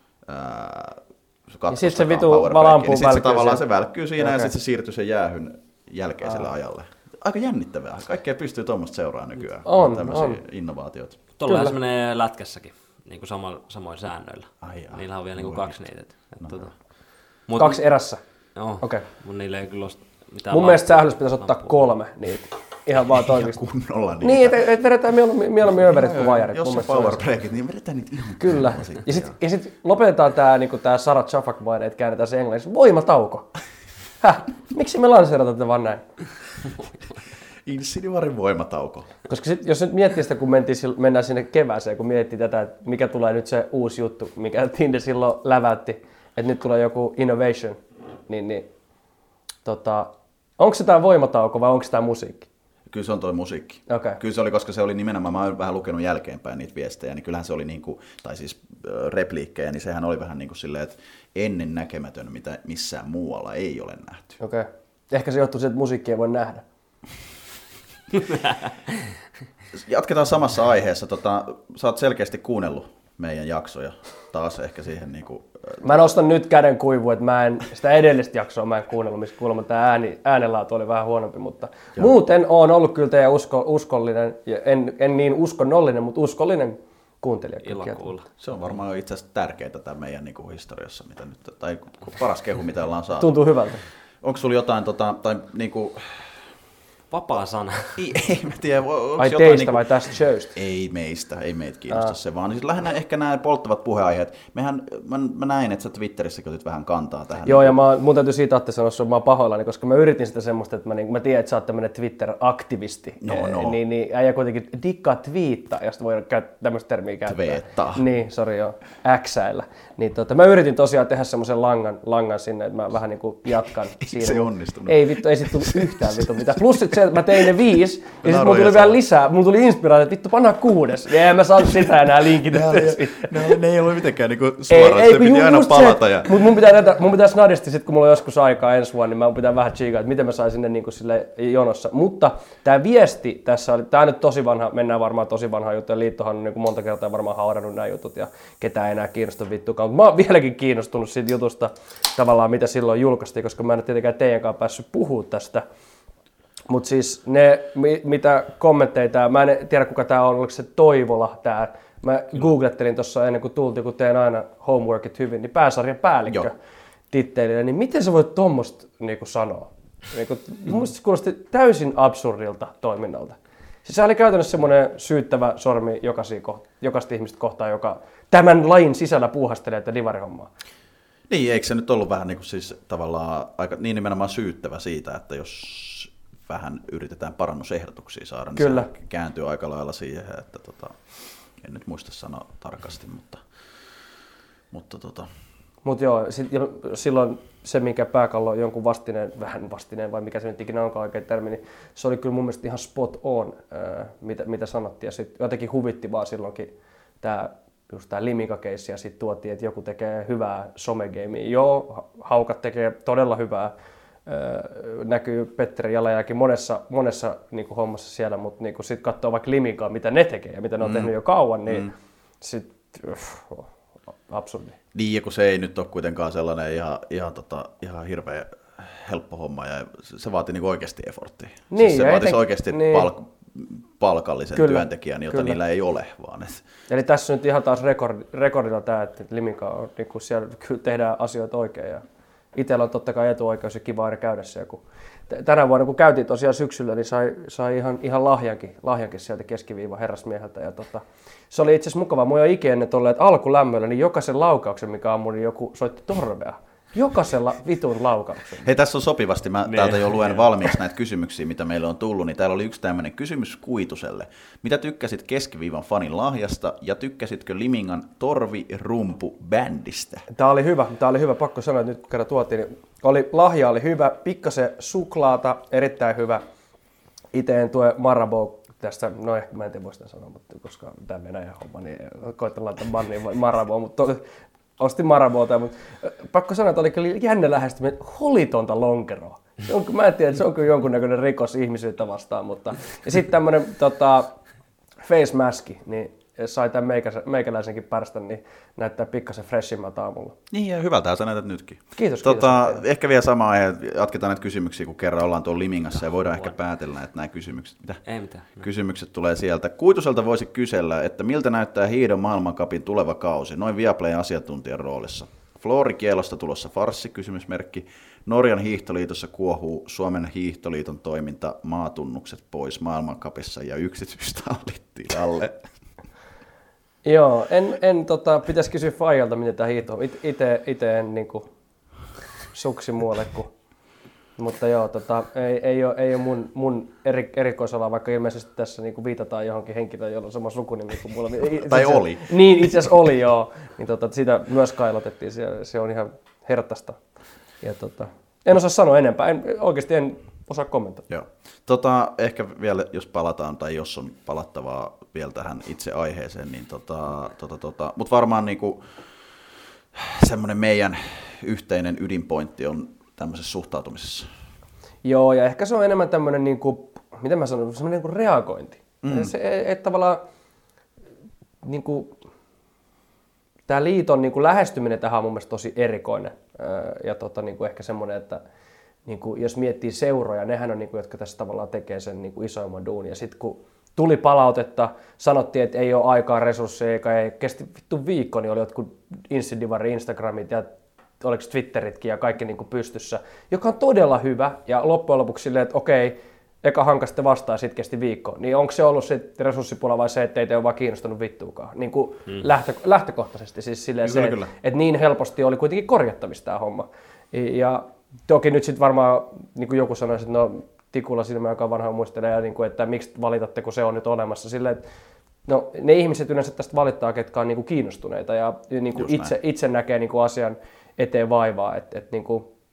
ja sitten se vitu lampu niin sitten se tavallaan se välkkyy siinä okay. Ja sitten se siirtyy sen jäähyn jälkeiselle Aa. ajalle. Aika jännittävää. Kaikkea pystyy tuommoista seuraa nykyään. On, tämmöisiä on. innovaatioita. Tuollahan se menee lätkässäkin, niin kuin samo, samoin säännöillä. Ai, ai, niillä on vielä niin kuin kaksi niitä. No. Tuota. Mut, kaksi erässä? Joo, okay. Mun niillä ei kyllä ole mitään. Mun mielestä sählyssä pitäisi ottaa kolme niitä. Ihan vaan toimista. Ihan kunnolla niitä. Niin, että et vedetään mieluummin, mieluummin överit kuin vajarit. Jos on powerbreakit, niin vedetään niitä ihan kyllä. Ja sitten ja sit lopetetaan tää, niinku tää Sarah Chafak-maine, että käännetään se englanniksi. Voimatauko. Häh? Miksi me lanseerataan tätä vaan näin? Insinuarin voimatauko. Koska sit, jos nyt miettii sitä, kun mentiin, mennään sinne kevääseen, kun miettii tätä, että mikä tulee nyt se uusi juttu, mikä Tinde silloin läväytti, että nyt tulee joku innovation, niin, niin tota, onko se tämä voimatauko vai onko tämä musiikki? Kyllä se on toi musiikki. Okay. Kyllä se oli, koska se oli nimenomaan, mä oon vähän lukenut jälkeenpäin niitä viestejä, niin kyllähän se oli niinku, tai siis repliikkejä, niin sehän oli vähän niin kuin silleen, että ennen näkemätön, mitä missään muualla ei ole nähty. Okei. Okay. Ehkä se johtuu siitä, että musiikkia ei voi nähdä. Jatketaan samassa aiheessa. Tota, sä oot selkeästi kuunnellut meidän jaksoja taas ehkä siihen niinku... Mä nostan nyt käden kuivu, että mä en, sitä edellistä jaksoa mä en kuunnellut, missä kuulemma tää ääni, äänenlaatu oli vähän huonompi, mutta Joo. muuten oon ollut kyllä teidän usko, uskollinen, ja en, en niin uskonnollinen, mutta uskollinen kuuntelija. Ilo kuulla. Se on varmaan itse asiassa tärkeää tämän meidän niinku historiassa, mitä nyt, tai paras kehu, mitä ollaan saatu. Tuntuu hyvältä. Onko sulla jotain, tota, tai niinku... Vapaa sana. Ei, ei mä tiedä. Ai teistä niinku... vai tästä showsta? Ei meistä, ei meitä kiinnosta Aa. se vaan. Siis lähinnä ehkä nämä polttavat puheaiheet. Mehän, mä, mä näin, että sä Twitterissäkin otit vähän kantaa tähän. Joo, ja mä, mun täytyy siitä Atte sanoa, että mä oon pahoillani, koska mä yritin sitä semmoista, että mä, niin, mä tiedän, että sä oot tämmönen Twitter-aktivisti. No, no. Niin, niin äijä kuitenkin dikkaa twiittaa, josta voi käyttää tämmöistä termiä käyttää. Twiittaa. Niin, sori joo, äksäillä. Niin, tota, mä yritin tosiaan tehdä semmoisen langan, langan sinne, että mä vähän niin kuin jatkan Eikö siinä. se onnistunut? Ei vittu, ei sit tullut yhtään vittu mitään. Plus sit se, se, että mä tein ne viisi, ja sitten mulla tuli vielä lisää. Mulla tuli inspiraatio, että vittu, pannaan kuudes. Ja en mä saanut sitä enää linkitettyä. Ne, ne ei ollut mitenkään niinku suoraan, ei, ei, se piti ju, aina palata. Ja... Mut mun pitää, näitä, mun pitää snadisti, sit kun mulla on joskus aikaa ensi vuonna, niin mä pitää vähän tsiikaa, että miten mä sain sinne niinku sille jonossa. Mutta tää viesti tässä oli, tää on nyt tosi vanha, mennään varmaan tosi vanha juttu, ja Liittohan on niinku monta kertaa varmaan haudannut nämä jutut, ja ketään ei enää kiinnosta vittukaan. Mutta mä oon vieläkin kiinnostunut siitä jutusta, tavallaan mitä silloin julkaistiin, koska mä en ole tietenkään teidän kanssa päässyt puhumaan tästä. Mutta siis ne, mitä kommentteja, mä en tiedä kuka tää on, oliko se Toivola tää. Mä googlettelin tuossa ennen kuin tultiin, kun teen aina homeworkit hyvin, niin pääsarjan päällikkö Joo. tittelillä. Niin miten sä voit tommoista niinku sanoa? Niinku, musta se kuulosti täysin absurdilta toiminnalta. Siis se oli käytännössä semmoinen syyttävä sormi jokaista ihmistä kohtaan, joka tämän lajin sisällä puuhastelee tätä divarihommaa. Niin, eikö se nyt ollut vähän niin kuin siis tavallaan aika, niin nimenomaan syyttävä siitä, että jos vähän yritetään parannusehdotuksia saada, niin Kyllä. se kääntyy aika lailla siihen, että tota, en nyt muista sanoa tarkasti, mutta, mutta tota. Mut joo, sit, silloin se, minkä pääkallo jonkun vastineen, vähän vastineen vai mikä se nyt ikinä onkaan oikein termi, niin se oli kyllä mun mielestä ihan spot on, ää, mitä, mitä sanottiin. Ja sit jotenkin huvitti vaan silloinkin tää, just tää Limika-keissi ja sit tuotiin, että joku tekee hyvää somegamea. Joo, Haukat tekee todella hyvää. Ää, näkyy Petteri Jalanjälki monessa, monessa niinku hommassa siellä, mutta niinku sit katsoo vaikka Limikaa, mitä ne tekee ja mitä ne on mm. tehnyt jo kauan, niin mm. sit uff, absurdi. Niin, ja kun se ei nyt ole kuitenkaan sellainen ihan, ihan, tota, ihan hirveän helppo homma, ja se vaatii niin oikeasti efforttia. Niin, siis se vaatisi eten... oikeasti niin. palk- palkallisen Kyllä. työntekijän, jota Kyllä. niillä ei ole. Vaan et... Eli tässä nyt ihan taas rekord, rekordilla tämä, että Limika on, niin kun siellä tehdään asioita oikein. Ja itsellä on totta kai etuoikeus ja kiva aina käydä siellä. Kun tänä vuonna, kun käytiin tosiaan syksyllä, niin sai, sai ihan, ihan lahjankin, lahjankin sieltä keskiviivan herrasmieheltä. Ja tota, se oli itse asiassa mukavaa. Mun jo ikinnet olleet alkulämmöllä, niin jokaisen laukauksen, mikä ammui, niin joku soitti torvea. Jokaisella vitun laukauksen. Hei, tässä on sopivasti. Mä niin. täältä jo luen valmiiksi näitä kysymyksiä, mitä meille on tullut. Niin täällä oli yksi tämmöinen kysymys Kuituselle. Mitä tykkäsit keskiviivan fanin lahjasta ja tykkäsitkö Limingan torvirumpu-bändistä? Tää oli hyvä. Tää oli hyvä. Pakko sanoa, että nyt kun kerran tuotiin, niin oli, lahja oli hyvä. Pikkasen suklaata, erittäin hyvä. Itse en tue Marabou tästä, no ehkä mä en tiedä voi sitä sanoa, mutta koska tämä Venäjän homma, niin koitan laittaa banniin Marabou, mutta to, ostin Marabouta, mutta pakko sanoa, että oli kyllä jännä lähestyminen, holitonta lonkeroa. Se on, mä en tiedä, että se on kyllä jonkunnäköinen rikos ihmisyyttä vastaan, mutta ja sitten tämmönen tota, face maski, niin sai tämän meikäläisen, meikäläisenkin pärstän, niin näyttää pikkasen freshimmalta aamulla. Niin, ja hyvältä sä näytät nytkin. Kiitos, tota, kiitos. Ehkä vielä sama aihe, jatketaan näitä kysymyksiä, kun kerran ollaan tuolla Limingassa, ja voidaan ehkä päätellä, että nämä kysymykset, mitä? Ei mitään. Kysymykset tulee sieltä. Kuituselta voisi kysellä, että miltä näyttää hiidon maailmancupin tuleva kausi, noin Viaplayn asiantuntijan roolissa. Floorikielosta tulossa farssi, kysymysmerkki. Norjan hiihtoliitossa kuohuu Suomen hiihtoliiton toiminta, maatunnukset pois maailmancupissa ja yksityistallit tilalle. Joo, en, en tota, pitäisi kysyä Fajalta, miten tämä hiihto on. Ite, ite en niinku suksi muualle kuin. Mutta joo, tota, ei, ei ole, ei ole mun, mun eri, erikoisala, vaikka ilmeisesti tässä niinku viitataan johonkin henkilöön, jolla on sama sukunimi kuin mulla. Niin, tai itse, oli. Niin, itse asiassa oli joo. Niin, tota, sitä myös kailotettiin, se, se on ihan hertaista. Ja, tota, en osaa sanoa enempää, en, oikeasti en osaa kommentoida. Joo. Tota, ehkä vielä, jos palataan, tai jos on palattavaa vielä tähän itse aiheeseen, niin tota, tota, tota, mutta varmaan niinku, semmoinen meidän yhteinen ydinpointti on tämmöisessä suhtautumisessa. Joo, ja ehkä se on enemmän tämmöinen, niinku, miten mä sanon, semmoinen niinku reagointi. Mm. Se, et tavallaan, niinku, tämä liiton niinku lähestyminen tähän on mun mielestä tosi erikoinen. Ja tota, niinku ehkä semmoinen, että niinku, jos miettii seuroja, nehän on, niinku, jotka tässä tavallaan tekee sen niinku, isoimman duunin. Ja sitten kun tuli palautetta, sanottiin, että ei ole aikaa, resursseja, eikä ei kesti vittu viikko, niin oli jotkut Insidivari, Instagramit ja oliko Twitteritkin ja kaikki niin kuin pystyssä, joka on todella hyvä. Ja loppujen lopuksi silleen, että okei, eka hanka sitten vastaa ja sitten kesti viikko. Niin onko se ollut se resurssipula vai se, että teitä ei ole vaan kiinnostunut vittuukaan? Niin kuin hmm. lähtö, lähtökohtaisesti siis silleen kyllä, se, kyllä. Että, että niin helposti oli kuitenkin korjattavissa tämä homma. Ja toki nyt sitten varmaan, niin kuin joku sanoisi, että no tikulla silmä, joka vanha muistelee, ja niin kuin, että miksi valitatte, kun se on nyt olemassa. Silleen, että no, ne ihmiset yleensä tästä valittaa, ketkä on niin kuin kiinnostuneita ja niin kuin itse, itse näkee niin kuin asian eteen vaivaa. Et, et, niin kuin,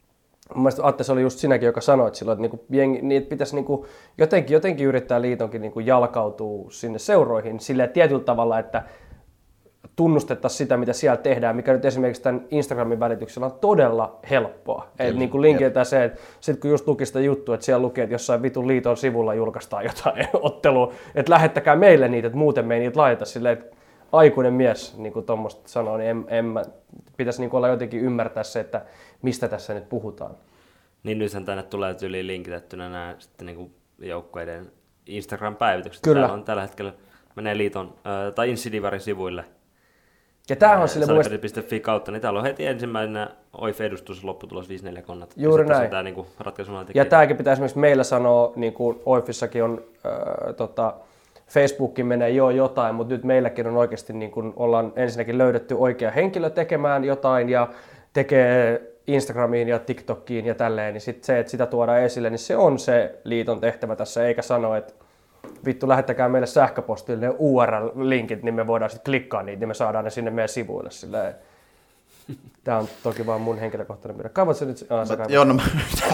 Mun mielestä Atte, se oli just sinäkin, joka sanoit silloin, että niinku jengi, niitä pitäisi niinku jotenkin, jotenkin yrittää liitonkin niinku jalkautua sinne seuroihin silleen tietyllä tavalla, että tunnustettaisiin sitä, mitä siellä tehdään, mikä nyt esimerkiksi tämän Instagramin välityksellä on todella helppoa. Että niin kuin linkitään se, että sit kun just luki sitä juttua, että siellä lukee, että jossain vitun liiton sivulla julkaistaan jotain ottelua, että lähettäkää meille niitä, että muuten me ei niitä laita silleen, että aikuinen mies, niin kuin tuommoista sanoo, niin en, en mä, pitäisi niin kuin olla jotenkin ymmärtää se, että mistä tässä nyt puhutaan. Niin nythän tänne tulee tyyliin linkitettynä nämä sitten niin kuin joukkueiden Instagram-päivitykset. Kyllä. Täällä on tällä hetkellä, menee liiton äh, tai Insidivarin sivuille. Ja tämähän on sille Salibändi piste fi kautta, niin täällä on heti ensimmäisenä O I F-edustus, lopputulos viisi neljä konnat. Juuri ja näin. Tämä niin ratkaisuna Ja tämäkin pitää esimerkiksi meillä sanoa, niin kuin O I Fissakin on, äh, tota, Facebookin menee jo jotain, mutta nyt meilläkin on oikeasti, niin kuin ollaan ensinnäkin löydetty oikea henkilö tekemään jotain ja tekee Instagramiin ja TikTokiin ja tälleen, niin sit se, että sitä tuodaan esille, niin se on se liiton tehtävä tässä, eikä sano, että vittu lähettäkää meille sähköpostille ne U R L-linkit, niin me voidaan sitten klikkaa niitä, niin me saadaan ne sinne meidän sivuille. Silleen. Tää on toki vaan mun henkilökohtainen mieltä. Kaivat se nyt? Ah, Mä, joo, no mä...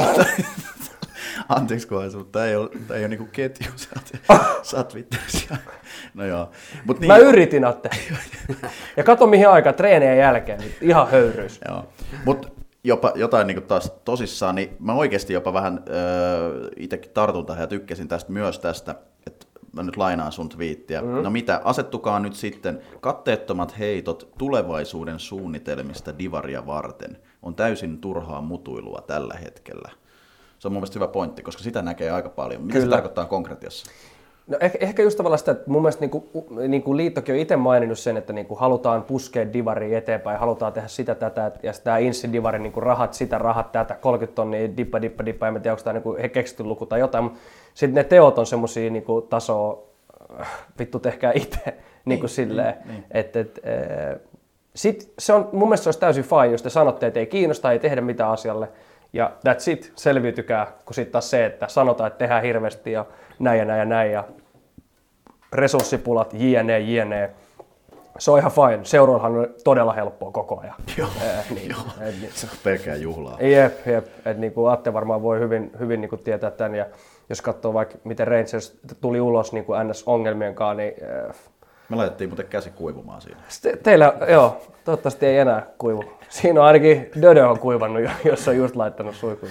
Anteeksi kohdassa, mutta tää ei ole, tää ei ole niinku ketju, sä oot, sä oot vittuisia. No joo. Mut niin, mä yritin, Atte. Ja kato mihin aikaan, treenien jälkeen, ihan höyryys. Joo, mut jopa jotain niinku taas tosissaan, niin mä oikeasti jopa vähän öö, itsekin tartun tähän ja tykkäsin tästä myös tästä, että mä nyt lainaan sun twiittiä. Mm-hmm. No mitä, asettukaa nyt sitten katteettomat heitot tulevaisuuden suunnitelmista divaria varten. On täysin turhaa mutuilua tällä hetkellä. Se on mun mielestä hyvä pointti, koska sitä näkee aika paljon. Mitä Kyllä. se tarkoittaa konkretiassa? No ehkä, ehkä just tavallaan sitä, että mun mielestä niinku, niinku liittokin on itse maininnut sen, että niinku halutaan puskea divaria eteenpäin, halutaan tehdä sitä tätä, ja sitä Insi-divarin niinku rahat, sitä rahat, tätä, kolmekymmentä tonnia, dippa, dippa, dippa, en tiedä, onko tämä niinku he keksitty luku tai jotain, mutta sitten ne teot on semmosia niinku tasoa, vittu tehkää itse, niinku silleen, niin. että et, e, sit se on, mun mielestä se olisi täysin fine, jos te sanotte, että ei kiinnosta, ei tehdä mitään asialle, ja that's it, selviytykää, kun sitten taas se, että sanotaan, että tehdään hirveästi ja näin ja näin ja näin ja resurssipulat, jne, jne. Se on ihan fine. Seuroillahan on todella helppoa koko ajan. Joo, eh, niin, joo. Et, niin, se on pelkää juhlaa. Jep, jep. Et, niin kuin Atte varmaan voi hyvin, hyvin niin kuin tietää tämän. Ja jos katsoo vaikka miten Rangers tuli ulos niin kuin N S-ongelmien kanssa, niin eh, me laitettiin muuten käsi kuivumaan siinä. Te, teillä, joo, toivottavasti ei enää kuivu. Siinä on ainakin Dödö on kuivannut, jos on just laittanut suihkuun.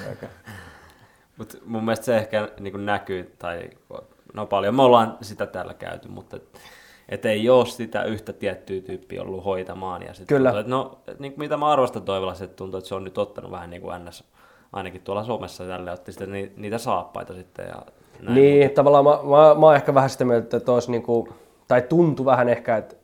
Mut mun mielestä se ehkä niin näkyy, tai no paljon me ollaan sitä täällä käyty, mutta et, et ei ole sitä yhtä tiettyä tyyppiä ollut hoitamaan. Ja sit Kyllä. Tuntuu, että no, et, niin, mitä mä arvostan Toivolassa, että tuntuu, että se on nyt ottanut vähän niin kuin N S, ainakin tuolla somessa tälle, otti sitten ni, niitä saappaita sitten. Ja näin. Niin, mutta tavallaan mä, mä, mä oon ehkä vähän sitä mieltä, että olisi niinku, tai tuntui vähän ehkä, että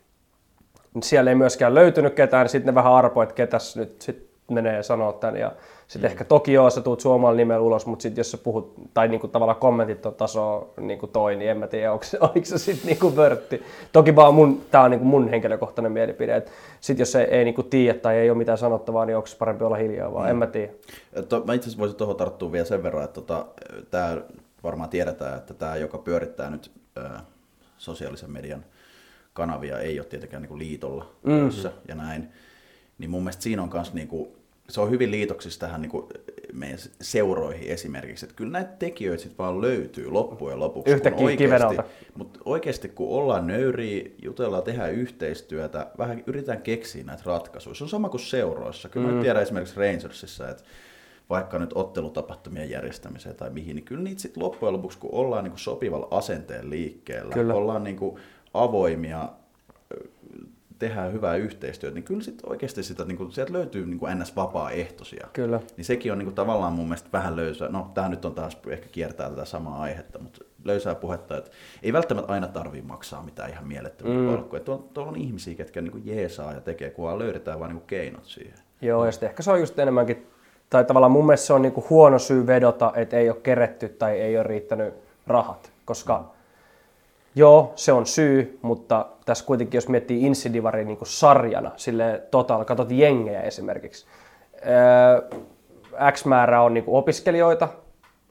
siellä ei myöskään löytynyt ketään, sitten ne vähän arpoi, että ketäs nyt sit menee ja sanoo tämän. Ja sitten mm. ehkä toki joo, sä tuut suomalla nimellä ulos, mutta sitten jos sä puhut, tai niinku tavallaan kommentit on tasoa niinku toi, niin en mä tiedä, onko, oliko se sitten niinku vörtti. Toki vaan mun, tää on niinku mun henkilökohtainen mielipide, että sitten jos ei, ei niinku tiedä tai ei ole mitään sanottavaa, niin onko se parempi olla hiljaa vaan, mm. en mä tiedä. To, mä itse asiassa voisin tuohon tarttua vielä sen verran, että tota, tää varmaan tiedetään, että tämä, joka pyörittää nyt ää, sosiaalisen median kanavia, ei ole tietenkään niinku liitolla työssä mm-hmm. ja näin. Niin mun mielestä siinä on kans niinku, se on hyvin liitoksissa tähän niinku meidän seuroihin esimerkiksi, että kyllä näitä tekijöitä sit vaan löytyy loppujen lopuksi. Yhtäkkiä kivenalta. Mutta oikeasti kun ollaan nöyriä, jutellaan, tehdään yhteistyötä, vähän yritetään keksiä näitä ratkaisuja. Se on sama kuin seuroissa. Kyllä mm. mä tiedän esimerkiksi Rangersissa, että vaikka nyt ottelutapahtumien järjestämiseen tai mihin, niin kyllä niitä sitten loppujen lopuksi, kun ollaan niinku sopivalla asenteen liikkeellä, kyllä. ollaan niinku avoimia, tehdään hyvää yhteistyötä, niin kyllä sit oikeasti sitä, niin kuin, sieltä löytyy niin kuin N S-vapaaehtoisia. Kyllä. Niin sekin on niin kuin, tavallaan mun mielestä vähän löysää. No, tämä nyt on taas ehkä kiertää tätä samaa aihetta, mutta löysää puhetta, että ei välttämättä aina tarvitse maksaa mitään ihan mielettömän mm. palkkoja. Tuolla, tuolla on ihmisiä, ketkä niin kuin jeesaa ja tekee, kunhan löydetään vaan niin kuin keinot siihen. Joo, ja sitten ehkä se on just enemmänkin, tai tavallaan mun mielestä se on niin kuin huono syy vedota, että ei ole keretty tai ei ole riittänyt rahat, koska mm. joo, se on syy, mutta tässä kuitenkin, jos miettii Insidivaria niin kuin sarjana, silleen total, katsot jengejä esimerkiksi, öö, X määrä on niin kuin opiskelijoita,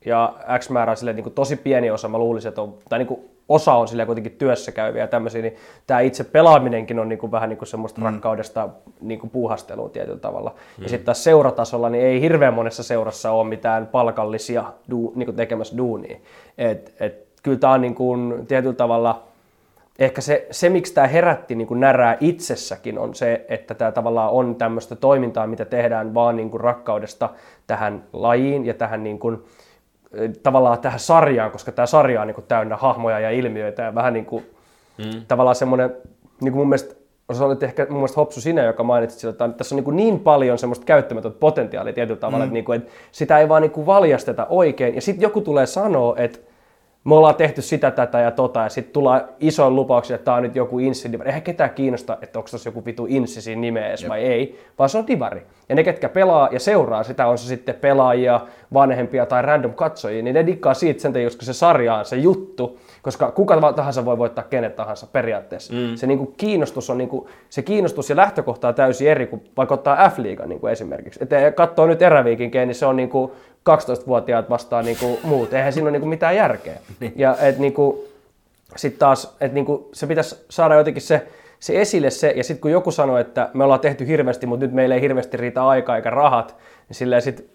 ja X määrä silleen, niin kuin tosi pieni osa, mä luulisin, että on, tai niin kuin osa on silleen kuitenkin työssä käyviä ja tämmöisiä, niin tämä itse pelaaminenkin on niin kuin vähän niin kuin semmoista mm. rakkaudesta niin kuin puuhastelua tietyllä tavalla. Mm. Ja sitten taas seuratasolla niin ei hirveän monessa seurassa ole mitään palkallisia duu, niin kuin tekemässä duunia. Et, et, kyllä tämä on niin kuin tietyllä tavalla, ehkä se, se miksi tämä herätti niin kuin närää itsessäkin on se, että tämä tavallaan on tämmöistä toimintaa, mitä tehdään vaan niin kuin rakkaudesta tähän lajiin ja tähän niin kuin, tavallaan tähän sarjaan, koska tämä sarja on niin kuin täynnä hahmoja ja ilmiöitä ja vähän niin kuin mm. tavallaan semmoinen, niin kuin mun mielestä, sä olit ehkä mun mielestä Hopsu sinä, joka mainitsit sillä, että tässä on niin, kuin niin paljon semmoista käyttämätöntä potentiaalia tietyllä tavalla, mm. että, niin kuin, että sitä ei vaan niin kuin valjasteta oikein ja sitten joku tulee sanoa, että me ollaan tehty sitä, tätä ja tota, ja sitten tulee isoin lupauksia, että tämä on nyt joku insidivari. Eihän ketään kiinnosta, että onko tässä joku vitu insi siinä nimeessä vai ei, vaan se on divari. Ja ne, ketkä pelaa ja seuraa sitä, on se sitten pelaajia, vanhempia tai random katsojia, niin ne dikkaa siitä sen takia, koska se sarja on se juttu, koska kuka tahansa voi voittaa kenet tahansa periaatteessa. Mm. Se niinku kiinnostus on niinku, se kiinnostus ja lähtökohta on täysin eri kuin vaikka ottaa F-liigan niinku esimerkiksi. Että katsoo nyt eräviikinkeen, niin se on niinku kaksitoistavuotiaat vastaan niinku muut. Eihän siinä ole niinku mitään järkeä. Ja et niinku, sit taas, et niinku, se pitäisi saada jotenkin se, se esille se, ja sitten kun joku sanoo, että me ollaan tehty hirveästi, mutta nyt meillä ei hirveästi riitä aikaa eikä rahat, niin silleen sit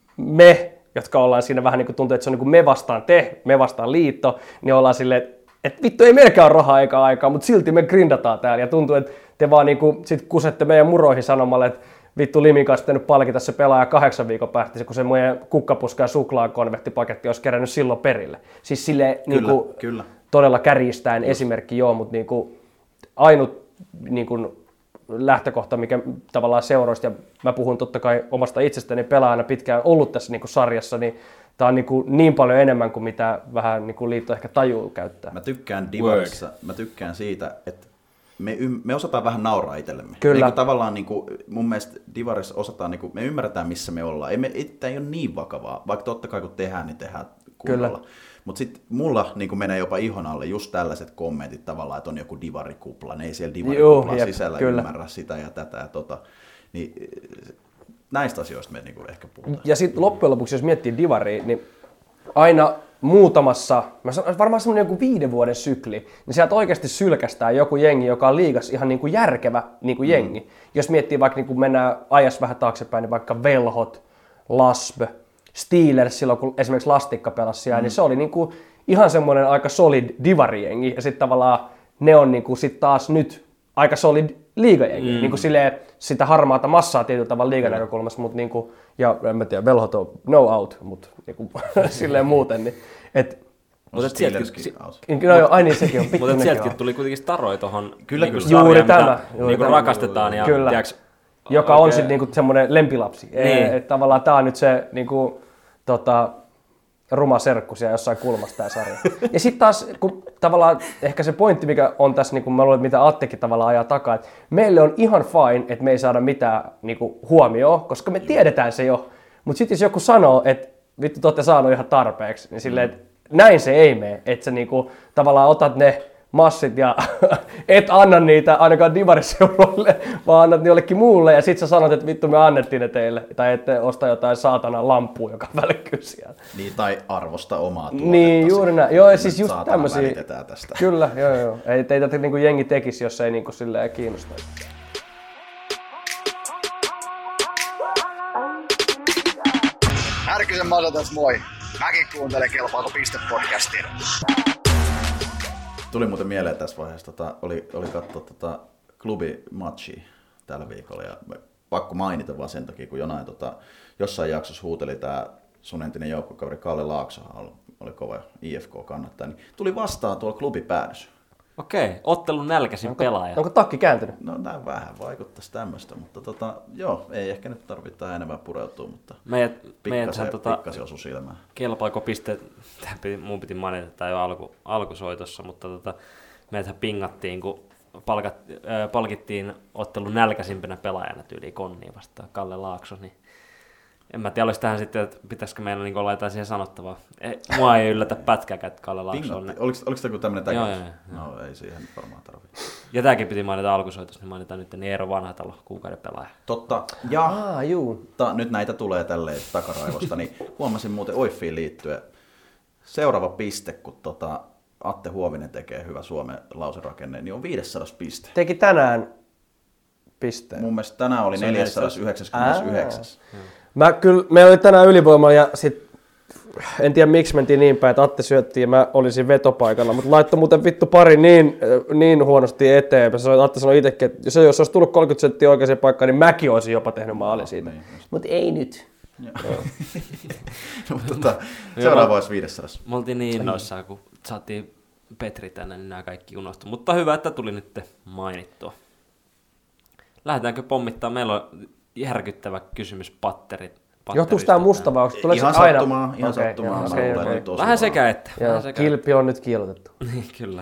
me, jotka ollaan siinä vähän niin kuin tuntuu, että se on niin kuin me vastaan te, me vastaan liitto, niin ollaan silleen, että et vittu ei meilläkään ole rahaa eikä aikaa, mutta silti me grindataan täällä, ja tuntuu, että te vaan niin kuin sit kusette meidän muroihin sanomalle, että vittu Limin kanssa pitänyt palkita se pelaaja kahdeksan viikon päästä, kun se meidän kukkapuska ja suklaakonvehtipaketti olisi kerännyt silloin perille. Siis silleen kyllä, niin kuin, kyllä. todella kärjistäen esimerkki joo, mutta niin kuin, ainut niin kuin, lähtökohta, mikä tavallaan seurausta, ja mä puhun totta kai omasta itsestäni pelaajana pitkään ollut tässä niin kuin sarjassa, niin tää on niin, kuin niin paljon enemmän kuin mitä vähän niin kuin liitto ehkä tajuu käyttää. Mä tykkään Divarissa, mä tykkään siitä, että me, ym, me osataan vähän nauraa itsellemme. Kyllä. Niin kuin tavallaan niin kuin, mun mielestä Divarissa osataan, niin kuin, me ymmärretään missä me ollaan. Ei, me, ei, ei ole niin vakavaa, vaikka totta kai kun tehdään, niin tehdään kunnolla. Mutta sitten mulla niin menee jopa ihon alle just tällaiset kommentit tavallaan, että on joku divarikupla. Ne ei siellä divarikuplan sisällä kyllä. ymmärrä sitä ja tätä ja tota. Niin, näistä asioista me niin ehkä puhutaan. Ja sitten loppujen lopuksi, jos miettii divaria, niin aina muutamassa, mä sanon, varmaan semmoinen joku viiden vuoden sykli, niin sieltä oikeasti sylkästään joku jengi, joka on liigassa ihan niin kuin järkevä niin kuin jengi. Mm. Jos miettii vaikka niin kuin mennään ajassa vähän taaksepäin, niin vaikka Velhot, Lasb, Steelers silloin, kun esimerkiksi Lastikka pelasi siellä, mm. niin se oli niinku ihan semmoinen aika solid divarijengi. Ja sitten tavallaan ne on niinku sit taas nyt aika solid liigajengi. Mm. Niinku silleen sitä harmaata massaa tietyllä tavalla liigan mm. näkökulmasta, mutta niinku, ja en mä tiedä, Velhot on no out, mutta niinku, silleen muuten. Niin, et, mutta sieltäkin no joo, ai niin, sekin on Mutta sieltäkin tuli kuitenkin staroi tuohon kyllä, niinku kyllä. Juuri sarjaan, tämä. mitä niinku rakastetaan. Ja, kyllä. Tiiäks, joka okay. on sitten niinku semmoinen lempilapsi. Niin. Et tavallaan tää on nyt se niinku, tota, ruma serkku siellä jossain kulmassa tää sarja. Ja sitten taas, kun tavallaan ehkä se pointti, mikä on tässä, niin kun mä luulen, mitä Attekin tavallaan ajaa takaa, että meille on ihan fine, että me ei saada mitään niin kuin, huomioon, koska me tiedetään se jo. Mutta sitten jos joku sanoo, että vittu te olette saanut ihan tarpeeksi, niin silleen, että näin se ei mene. Että sä niin kuin, tavallaan otat ne massit ja et anna niitä ainakaan divariseuroille, vaan annat ne jollekin muulle ja sit sä sanot, että vittu me annettiin ne teille. Tai ette osta jotain saatana lampua, joka välkkyy siellä. Niin, tai arvosta omaa tuotetta. Niin, juuri näin. Joo, siis just saatana tämmösiä. Tästä. Kyllä, joo joo. Ei, ei tätä niinku jengi tekisi, jos ei niinku silleen kiinnosta. Härkysen Masa tässä moi. Mäkin kuuntelen Kelpaako Piste-podcastia. Tuli muuten mieleen tässä vaiheessa, tota, oli, oli katsoa tota klubimatchia tällä viikolla ja pakko mainita vaan sen takia, kun jonain tota, jossain jaksossa huuteli tämä sun entinen joukkokaveri Kalle Laaksohan oli, oli kova I F K-kannattaja, niin tuli vastaan tuolla klubipäädys. Okei, ottelun nälkäisin onko, pelaaja. Onko takki kääntynyt? No näin vähän vaikuttaisi tämmöistä, mutta tota, joo, ei ehkä nyt tarvitse tähän enemmän pureutua, mutta meidät, pikkasen, tota, pikkasen osui silmään. Kelpaako piste, mun piti mainita tämä jo alku, alkusoitossa, mutta tota, meidäthän pingattiin, kun palkat, äh, palkittiin ottelun nälkäisimpänä pelaajana tyyliin Konniin vastaan Kalle Laakso, niin En mä tiedä, olisi tähän sitten, että pitäisikö meillä niin olla jotain siihen sanottavaa. Ei, mua ei yllätä pätkääkään, että Kalle Laakso on. Oliko, oliko tämä joku tämmöinen tägäys? Joo, joo, No ei siihen varmaan tarvitse. Ja tämäkin piti mainita alkusoitossa, niin mainitaan nyt niin Eero Vanhatalo, kuukauden pelaaja. Totta. Ja Ah, juu. ta, nyt näitä tulee tälleen takaraivosta, niin huomasin muuten Oiffiin liittyen seuraava piste, kun tota Atte Huovinen tekee hyvä Suomen lauserakenne, niin on viisisataa piste. Teki tänään pisteen. Mun mielestä tänään oli neljäsataayhdeksänkymmentäyhdeksän. Mä kyllä, meillä oli tänään ylivoimalla ja sit en tiedä miksi mentiin niin päin, että Atte syötti ja mä olisin vetopaikalla, mutta laittoi muuten vittu pari niin, niin huonosti eteen. Atte sanoi itsekin, että jos, jos olisi tullut kolmekymmentä senttiä oikeaan paikkaan, niin mäkin olisin jopa tehnyt maalin siitä. Niin, mutta ei nyt. tota, seuraava olisi viisisataa. Me oltiin niin innoissaan, kun saatiin Petri tänne, niin nämä kaikki unohtui. Mutta hyvä, että tuli nyt mainittua. Lähdetäänkö pommittaa? Meillä on järkyttävä kysymys patteri. Johtuuko tämä musta vai onko Ihan aina? sattumaa, ihan okay, sattumaa. Joo, Okay, okay, okay. Vähän sekä että. Joo, Vähän sekä kilpi on nyt kiilotettu. niin, kyllä.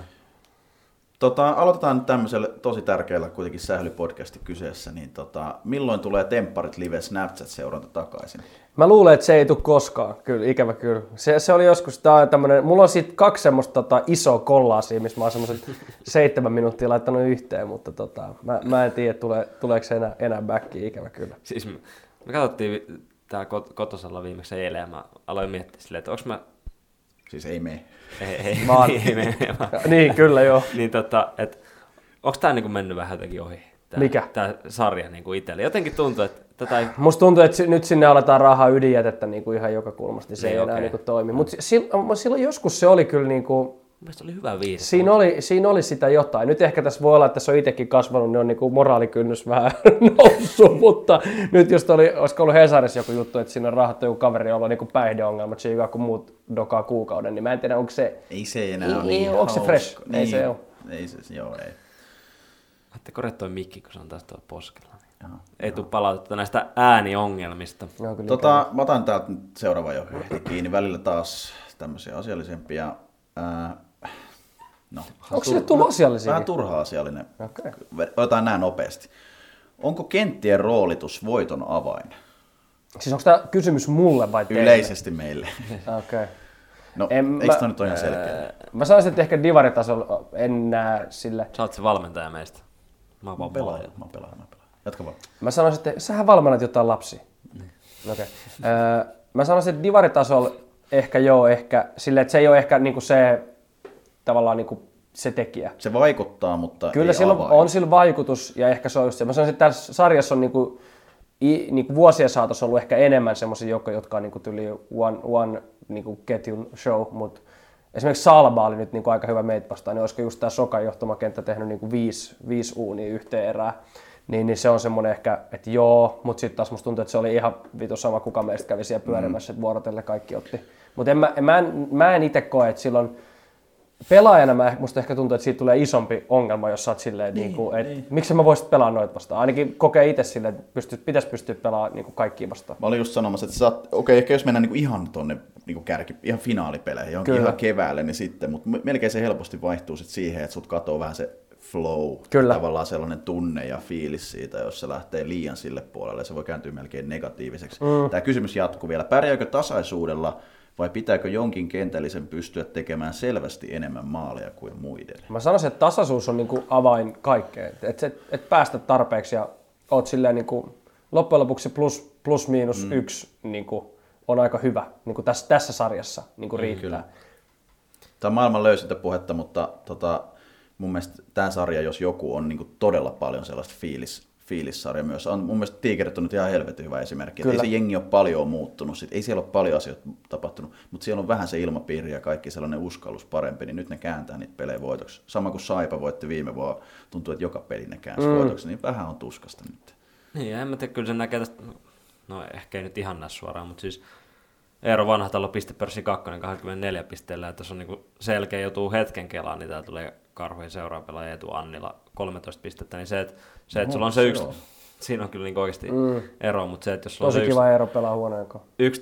Tota, aloitetaan nyt tämmöisellä tosi tärkeällä kuitenkin sählypodcasti kyseessä, niin tota, milloin tulee Tempparit Live Snapchat-seuranta takaisin? Mä luulen, että se ei tule koskaan, kyllä, ikävä kyllä. Se, se oli joskus tämmönen, mulla on siitä kaksi semmoista tota, isoa kollaasia, missä mä oon semmoiset seitsemän minuuttia laittanut yhteen, mutta tota, mä, mä en tiedä, tule, tuleeko se enää, enää backiin, ikävä kyllä. Siis me, me katsottiin tää Kotosalla viimeksi eilen ja mä aloin miettiä silleen, että onko mä... Siis ei mene. Ei, ei, Vaan. ei mene. Niin, kyllä joo. niin tota, että onko tää niinku mennyt vähän jotenkin ohi? Tää, Mikä? Tää sarja niinku itselle. Jotenkin tuntuu, että tätä ei... Musta tuntuu, että nyt sinne aletaan rahaa ydinjätettä niin kuin ihan joka kulmasti, se Niin, ei enää okei. niin kuin toimi. Mutta silloin, silloin joskus se oli kyllä, niin kuin, Mielestäni oli hyvä viisi. siinä, oli, siinä oli sitä jotain. Nyt ehkä tässä voi olla, että se on itsekin kasvanut, niin on niin kuin moraalikynnys vähän noussut, mutta nyt just oli, olisiko ollut Hesarissa joku juttu, että siinä on rahattu joku kaveri, jolla on niin kuin päihdeongelmat, se joka kun muut dokaa kuukauden, niin mä en tiedä, onko se... Ei se enää Ei, ole ei, niin onko se hauska. fresh? Ei Niin. se ole. Ei se, joo ei. Ajattelin korjattua mikki, kun se on taas tuolla poskella. Jaha. Ei tule palautetta näistä ääniongelmista. No, kyllä Tota, mä otan täältä nyt seuraava jo heti kiinni. Välillä taas tämmöisiä asiallisempia. Ää, no, Onko sille tullut asiallisia? Vähän turha asiallinen. Okei. Otetaan nää nopeasti. Onko kenttien roolitus voiton avain? Siis onko tämä kysymys mulle vai teille? Yleisesti meille. Okei. Okay. No, En eikö mä- toi nyt ole ihan selkeä? Mä sanoisin, että ehkä divaritasolla en näe sille. Sä oot se valmentaja meistä. Mä oon vaan Pelaaja, pelaaja. mä pelaajan, mä pelaajan. Jatka vaan. Mä sanoisin, että sähän valmennat jotain lapsia. Okei. Okay. Öö, mä sanoisin, että divaritasolla ehkä joo, ehkä sille, että se ei ole ehkä niinku se tavallaan niinku se tekijä. Se vaikuttaa, mutta Kyllä ei sillä avain. on sillä vaikutus ja ehkä se on just se. Mä sanoisin, että tässä sarjassa on niinku, i, niinku vuosien saatossa ollut ehkä enemmän semmoisia joukkoja, jotka on niinku tyli one, one niinku ketjun show, mutta esimerkiksi Salba oli nyt niinku aika hyvä meitä vastaan, niin olisiko just tämä Sokan johtomakenttä tehnyt niinku viisi, viisi uunia yhteen erään. Niin, niin se on semmoinen ehkä, että joo, mutta sitten taas musta tuntuu, että se oli ihan vitu sama, kuka meistä kävi siellä pyörimässä, että vuorotelle kaikki otti. Mutta en, mä, mä en, mä en itse koe, että silloin pelaajana mä, musta ehkä tuntuu, että siitä tulee isompi ongelma, jos sä oot silleen, niin, niin, että niin. Miksi mä voisit pelaa noita vastaan. Ainakin kokee itse silleen, että pystyt, pitäisi pystyä pelaamaan niin kaikkiin vastaan. Mä olin just sanomassa, että sä saat, okei, okay, ehkä jos mennään niinku ihan tonne niinku kärki, ihan finaalipeleihin, johonkin Kyllä. ihan keväälle, niin sitten, mutta melkein se helposti vaihtuu sit siihen, että sut katoo vähän se flow, Kyllä. tavallaan sellainen tunne ja fiilis siitä, jos se lähtee liian sille puolelle, se voi kääntyä melkein negatiiviseksi. Mm. Tämä kysymys jatkuu vielä. Pärjääkö tasaisuudella vai pitääkö jonkin kentällisen pystyä tekemään selvästi enemmän maaleja kuin muiden? Mä sanoisin, että tasaisuus on niinku avain kaikkeen. Että et, et päästä tarpeeksi ja oot silleen niinku, loppujen lopuksi plus, plus miinus mm. yksi niinku, on aika hyvä niinku tässä, tässä sarjassa niinku riittää. Kyllä. Tämä on maailman löysintä puhetta, mutta tota, mun mielestä tämä sarja, jos joku, on niinku todella paljon sellaista fiilis, fiilissarja myös. On, mun mielestä Tigerit on nyt ihan helvetin hyvä esimerkki. Ei se jengi ole paljon muuttunut, sit, ei siellä ole paljon asioita tapahtunut, mutta siellä on vähän se ilmapiiri ja kaikki sellainen uskallus parempi, niin nyt ne kääntää niitä pelejä voitoksi. Sama kuin Saipa voitti viime vuonna, tuntuu, että joka peli ne käänsi mm. voitoksi, niin vähän on tuskasta nyt. Niin, en mä tiedä, kyllä se näkee tästä, no ehkä ei nyt ihan näe suoraan, mutta siis Eero Vanhatalo pistepörssi kakkonen kaksikymmentäneljä pisteellä, että jos on niinku selkeä joutuu hetken kelaan, niin täällä tulee Karhujen seuraava pelaaja Eetu Annila kolmetoista pistettä, niin se, että, se, että sulla on se, se yksi, on. Siinä on kyllä niin oikeasti mm. ero, mutta se, että jos sulla tosi on se kiva yksi, Eero pelaa huoneen yksi,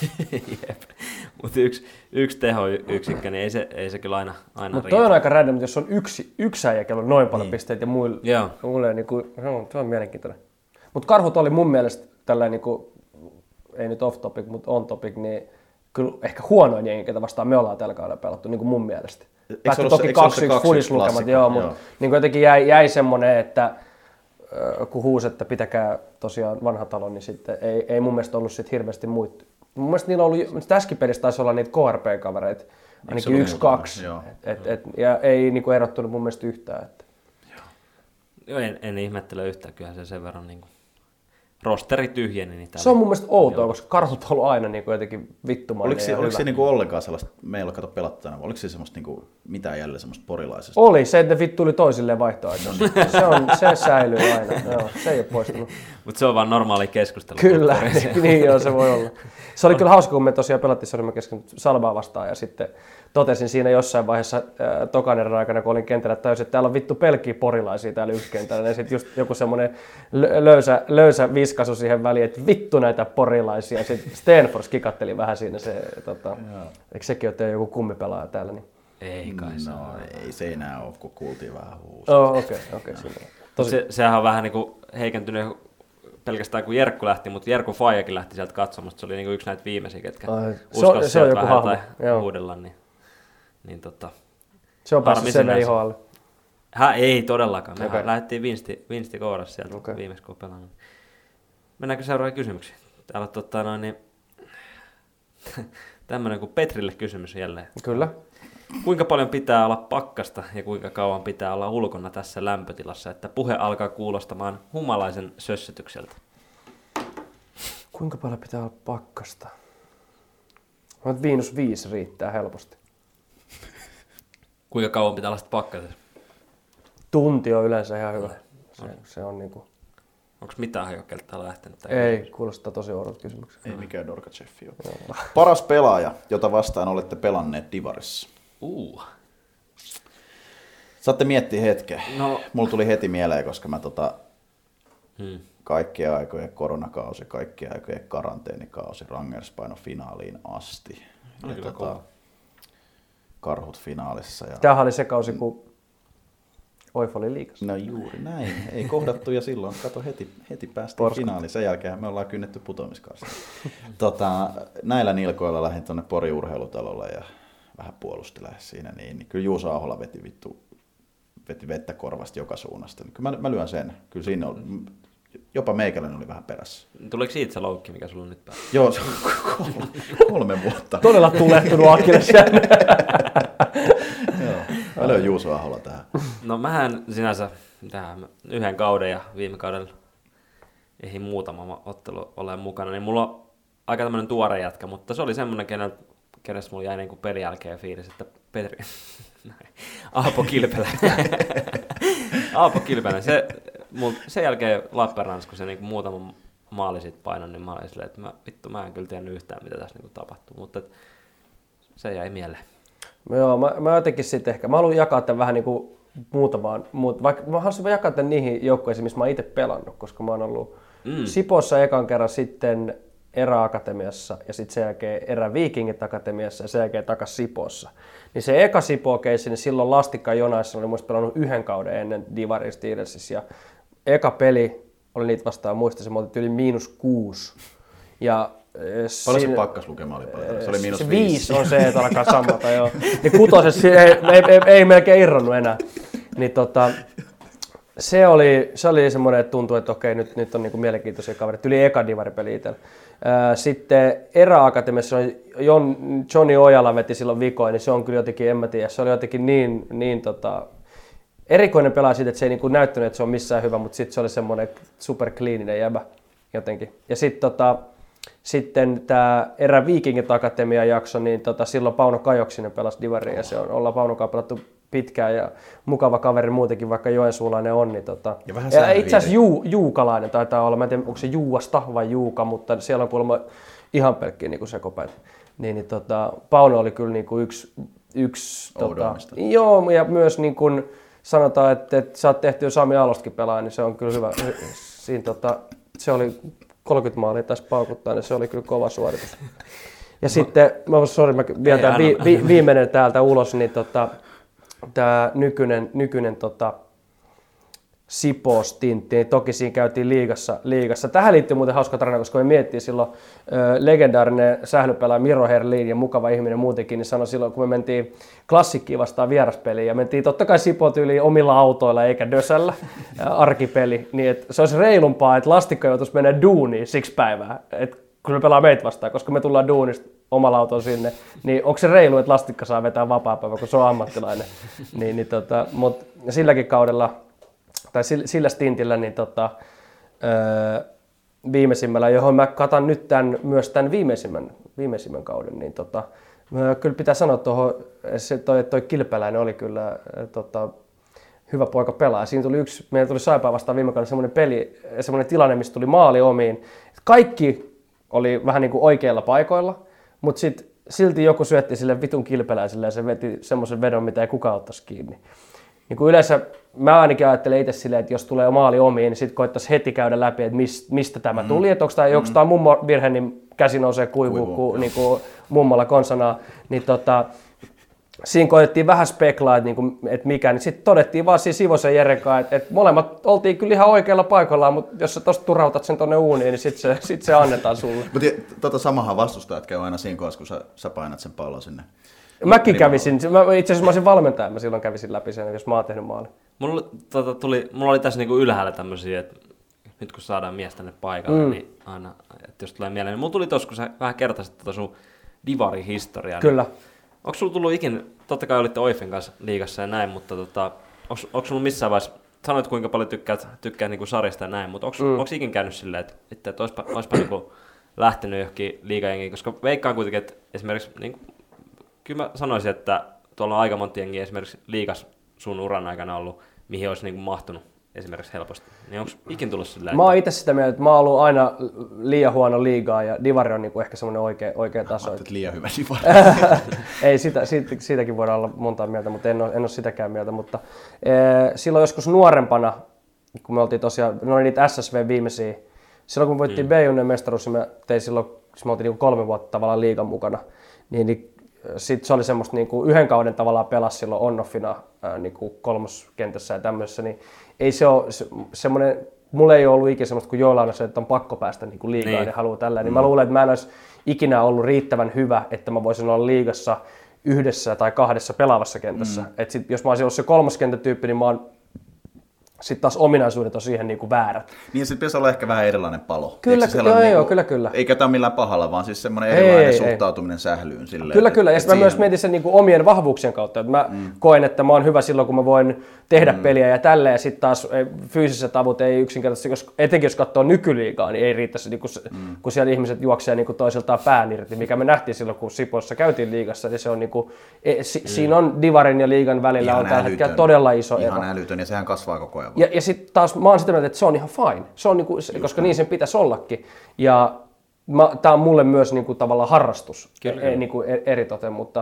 mutta yksi, yksi tehoyksikkö, niin ei se, ei se kyllä aina, aina Mutta riitä. toi on aika random, mutta jos on yksi, yksi äijä, kello on noin paljon niin. pisteitä ja muille, Joo. muille niin kuin, no, se on mielenkiintoinen. Mutta Karhut oli mun mielestä tällainen, niin kuin, ei nyt off topic, mutta on topic, niin kyllä ehkä huonoin jengi, ketä vastaan me ollaan tällä kaudella pelattu, niin kuin mun mielestä. Päätti toki kaksi yksi fudislukemat, joo, mutta niin jotenkin jäi, jäi semmoinen, että kun huusi, että pitäkää tosiaan vanha talo, niin sitten ei, ei mun mielestä ollut sit hirveästi muita. Mun mielestä niillä on ollut, tässäkin pelissä taisi olla niitä K R P-kavereita, ainakin yksi, kaksi, et, et, ja ei niinku erottunut mun mielestä yhtään. Että. Joo, en, en ihmettele yhtään, kyllähän se sen verran niinku rosteri tyhjeni. Niin se on mun mielestä outoa, koska Karhut on ollut aina niinku jotenkin vittumainen. Oliko, se, oliko se niinku ollenkaan sellaista, me ei ole kato pelattuna, oliko se semmoista niinku, mitään jälleen semmoista porilaisesta? Oli, se, että ne vittu tuli toisilleen vaihtoehtoisesti. se, on, se säilyy aina, joo, se ei ole poistunut. Mutta se on vaan normaali keskustelu. Kyllä, niin joo, se voi olla. Se oli kyllä hauska, kun me tosiaan pelattiin Sorima kesken Salbaa vastaan ja sitten totesin siinä jossain vaiheessa äh, tokan erän aikana, kun olin kentällä, että täysin, että täällä on vittu pelkkiä porilaisia täällä ykkentällä. Ja sitten just joku semmoinen löysä, löysä viskasu siihen väliin, että vittu näitä porilaisia. Sitten Stenfors kikatteli vähän siinä se, tota, eikö sekin ole joku kummipelaaja täällä? Niin. Ei kai se no, ole. ei se enää ole, kun kuultiin vähän huusia. Oh, okei, okei. Okay, se, sehän on vähän niin kuin heikentynyt pelkästään kun Jerkku lähti, mutta Jerkku Faijakin lähti sieltä katsomasta. Se oli niin kuin yksi näitä viimeisiä, ketkä uskalsivat sieltä vähän jotain huudella. Niin, niin tota, se on päässyt sen I H L. Hä, ei todellakaan. Me okay. lähdettiin vinsti, vinsti kourassa sieltä okay. viimeksi kun pelannut. Mennäänkö seuraavaan kysymyksiin? Täällä on tota, noin, niin, tämmöinen kuin Petrille kysymys jälleen. Kyllä. Kuinka paljon pitää olla pakkasta ja kuinka kauan pitää olla ulkona tässä lämpötilassa, että puhe alkaa kuulostamaan humalaisen sössytykseltä? Kuinka paljon pitää olla pakkasta? Miinus viisi riittää helposti. Kuinka kauan pitää olla pakkasessa? Tunti on yleensä ihan hyvä. Se, se on niinku... Onko mitään hajokelta täällä lähtenyt? Ei, kysymys? Kuulostaa tosi oudolta kysymyksen. Ei mikään Dorkacheffi ole. Paras pelaaja, jota vastaan olette pelanneet Divarissa? Uh. Saatte miettiä hetken. No. Mulla tuli heti mieleen, koska mä tota... Hmm. Kaikkien aikojen koronakausi, kaikkien aikojen karanteenikausi, Rangers paino finaaliin asti. Ja tota, Karhut finaalissa. Ja... Tämähän oli se kausi, kun Oif oli liigassa. No juuri näin. Ei kohdattu ja silloin, kato, heti, heti päästiin finaaliin. Sen jälkeen me ollaan kynnetty putoamiskarsina. tota, näillä nilkoilla lähdin tuonne Porin urheilutalolle ja vähän puolusti lähes siinä. Niin, niin kyllä Juuso Ahola veti, vittu, veti vettä korvasta joka suunnasta. Kyllä mä, mä lyön sen. Kyllä siinä oli... Jopa meikäläinen oli vähän perässä. Tuleeko siitä se loukki, mikä sulla on nyt päällä? Joo, se on kolme, kolme vuotta. Todella tulehtunut Akilles. Joo, mä löin Juuso Ahola tähän. No mähän sinänsä tähän yhden kauden ja viime kaudella ei muutama ottelu ole mukana, niin mulla on aika tämmönen tuore jätkä, mutta se oli semmonen, kenessä mulla jäi niinku pelin jälkeen fiilis, että Petri... Aapo Kilpelä. Aapo Kilpelä, se... Mut sen jälkeen Lappeenrannassa, kun se niinku muutama maali sit painoi, niin mä olin silleen, että mä, vittu, mä en kyllä tiennyt yhtään, mitä tässä niinku tapahtuu, mutta se jäi mieleen. Joo, mä, mä jotenkin sitten ehkä, mä haluan jakaa tämän vähän niinku muutamaan, muut, vaikka mä haluaisin jakaa tämän niihin joukkueisiin, missä mä oon itse pelannut, koska mä oon ollut mm. Sipossa ekan kerran, sitten Erä-akatemiassa ja sitten sen jälkeen Erä-Viikingit akatemiassa ja sen jälkeen takas Sipossa. Niin se eka Sipo-keissi, niin silloin Lastikka Jonaissa oli muista pelannut yhden kauden ennen Divarin Steelersissa ja eka peli oli niitä vastaan, muistaisin, me oltiin yli miinus kuusi. Ja paljon se pakkaslukema oli paljon? Se oli miinus se viisi. viisi on se, että alkaa sammata, joo. Niin kutosessa ei, ei, ei, ei melkein irronnut enää. Niin tota, se oli, se oli semmoinen, että tuntui, että okei, nyt, nyt on niinku mielenkiintoisia kavereita. Yli eka divaripeli itsellä. Sitten Erä-akatemiassa Jon, Johnny Ojala veti silloin vikoin, niin se on kyllä jotenkin, en mä tiedä, se oli jotenkin niin, niin tota, erikoinen pelaaja siitä, että se ei niinku näyttänyt, että se on missään hyvä, mutta sitten se oli semmoinen superkliininen jäbä jotenkin. Ja sitten tota, sitten tämä Erä-Viikingit akatemian jakso, niin tota, silloin Pauno Kajoksinen pelasi divaria ja se on, ollaan Paunokaan pelattu pitkään ja mukava kaveri muutenkin, vaikka Joensuulainen on. Niin tota, ja vähän ja itse asiassa Juu, Juukalainen taitaa olla, mä en tiedä onko se Juuasta vai Juuka, mutta siellä on kuulemma ihan pelkkiä niin sekopäitä. Niin, niin tota, Pauno oli kyllä niin kuin yksi, yksi tota, joo, ja myös niin kuin sanotaan, että, että sä oot tehty jo Sami Alostakin pelaaja, niin se on kyllä hyvä. Siinä, tota, se oli kolmekymmentä maalia taisi paukuttaa, niin se oli kyllä kova suoritus. Ja no, sitten, mä, sorry, mä vielä tämän vi, vi, viimeinen täältä ulos, niin tota, tämä nykyinen, nykyinen tota, Sipoo-stintti, niin toki siinä käytiin liigassa, liigassa. Tähän liittyy muuten hauska tarina, koska me miettii silloin ö, legendaarinen sählypelaaja Miro Herlin ja mukava ihminen muutenkin, niin sanoi silloin, kun me mentiin klassikkiin vastaan vieraspeliin ja mentiin totta kai Sipoo-tyyliin omilla autoilla eikä dösällä, arkipeli, niin et se olisi reilumpaa, että lastikko joutuisi mennä duuniin siksi päivää, että kun me pelaa meitä vastaan, koska me tullaan duunista omalla autolla sinne, niin onko se reilu, että lastikka saa vetää vapaapäivä, kun se on ammattilainen. niin, niin tota, mutta silläkin kaudella, tai sillä stintillä, niin tota, öö, viimeisimmällä, johon mä katan nyt tämän, myös tämän viimeisimmän, viimeisimmän kauden, niin tota, kyllä pitää sanoa tuohon, että toi, toi Kilpeläinen oli kyllä tota, hyvä poika pelaa. Siinä tuli yksi, meillä tuli Saipaa vastaan viime kaudella semmoinen peli, semmoinen tilanne, missä tuli maali omiin. Kaikki oli vähän niin kuin oikeilla paikoilla, mutta sitten silti joku syötti sille vitun Kilpeläiselle ja se veti semmoisen vedon, mitä ei kukaan ottaisi kiinni. Niin kuin yleensä mä ainakin ajattelen itse silleen, että jos tulee maali omiin, niin sitten koittaisi heti käydä läpi, että mistä, mistä tämä mm. tuli. Että onko tämä, mm. tämä mummo virhe, niin käsi nousee kuivuun kuin, niin kuin mummolla konsanaa. Niin tota, siinä koitettiin vähän speklaa, että, niin kuin, että mikä. Niin sitten todettiin vaan siinä Sivosen Jeren kanssa, että, että molemmat oltiin kyllä ihan oikealla paikallaan, mutta jos sä tosta turautat sen tonne uuniin, niin sitten se, sit se annetaan sulle. Mutta tota samahan vastustajat käy aina siinä kohdassa, kun sä, sä painat sen pallon sinne. Mäkin kävisin, mä, itse asiassa mä olisin valmentaja, mä silloin kävisin läpi sen, jos mä oon tehnyt maalin. Mulla, tota, tuli, mulla oli tässä niinku ylhäällä tämmöisiä, että nyt kun saadaan mies tänne paikalle, mm. niin aina, että jos tulee mieleen, niin mulla tuli tossa, kun sä vähän kertaisit tota sun divari-historiaa. Kyllä. Niin, onko sulla tullut ikinä, totta kai olitte Oifin kanssa liigassa ja näin, mutta tota, onko sulla missään vaiheessa, sanoit kuinka paljon tykkäät, tykkäät niinku sarjasta ja näin, mutta onko mm. ikinä käynyt silleen, että, että, että olisipa, olisipa niinku lähtenyt johonkin liigajengiin, koska veikkaan kuitenkin, että esimerkiksi niinku, kyllä mä sanoisin, että tuolla on aika monta jengiä esimerkiksi liigas sun uran aikana ollut, mihin olisi niinku mahtunut esimerkiksi helposti. Niin onko ikin tullut sillä? Mä oon itse sitä mieltä, että mä oon ollut aina liian huono liigaa ja divari on niinku ehkä semmoinen oikea, oikea taso. Mä liian hyvä divari. Ei, sitä, siitä, siitäkin voidaan olla montaa mieltä, mutta en ole, en ole sitäkään mieltä. Mutta, ee, silloin joskus nuorempana, kun me oltiin tosiaan, ne oli niitä S S V viimeisiä, silloin kun me voittiin mm. B-juniorin mestaruus, niin me tein silloin, siis me oltiin niinku kolme vuotta tavallaan liigan mukana, niin, niin sitten se oli semmoista niinku yhden kauden tavallaan pelasi silloin on-offina niinku kolmoskentässä ja tämmöisessä, niin ei se ole se, semmoinen, mulla ei ole ollut ikinä semmoista kuin joillain on se, että on pakko päästä niinku liigaan niin. ja haluaa tällä, niin mm. mä luulen, että mä en olisi ikinä ollut riittävän hyvä, että mä voisin olla liigassa yhdessä tai kahdessa pelaavassa kentässä. Mm. Et sit, jos mä olisin ollut se kolmoskentätyyppi, niin mä oon sitten taas ominaisuudet on siihen niinku väärät. Niin sitten pitäisi olla ehkä vähän erilainen palo. Kyllä, joo, niinku, joo, kyllä, kyllä. Eikä tämä millään pahalla, vaan siis semmoinen erilainen ei, suhtautuminen ei. sählyyn. Silleen, kyllä, et, kyllä. Et, ja sitten mä myös mietin sen niinku omien vahvuuksien kautta. Että mä mm. koen, että mä oon hyvä silloin, kun mä voin tehdä mm. peliä ja tälleen. Ja sitten taas fyysiset avut ei yksinkertaisesti, etenkin jos katsoo nykyliigaa, niin ei riittäisi, niin kun, mm. kun siellä ihmiset juoksee niin toisiltaan pään irti, mikä me nähtiin silloin, kun Sipossa käytiin liigassa. Niin se on niin kuin, e, si, mm. Siinä on divarin ja liigan välillä ihan on tällä hetkellä todella iso ero. Ihan älytön, ja sehän kasvaa koko ajan. Ja, ja sitten taas mä oon sitä mieltä, että se on ihan fine, se on niinku, koska niin sen pitäisi ollakin. Ja tämä on mulle myös niinku tavallaan harrastus e, niinku eritoten, mutta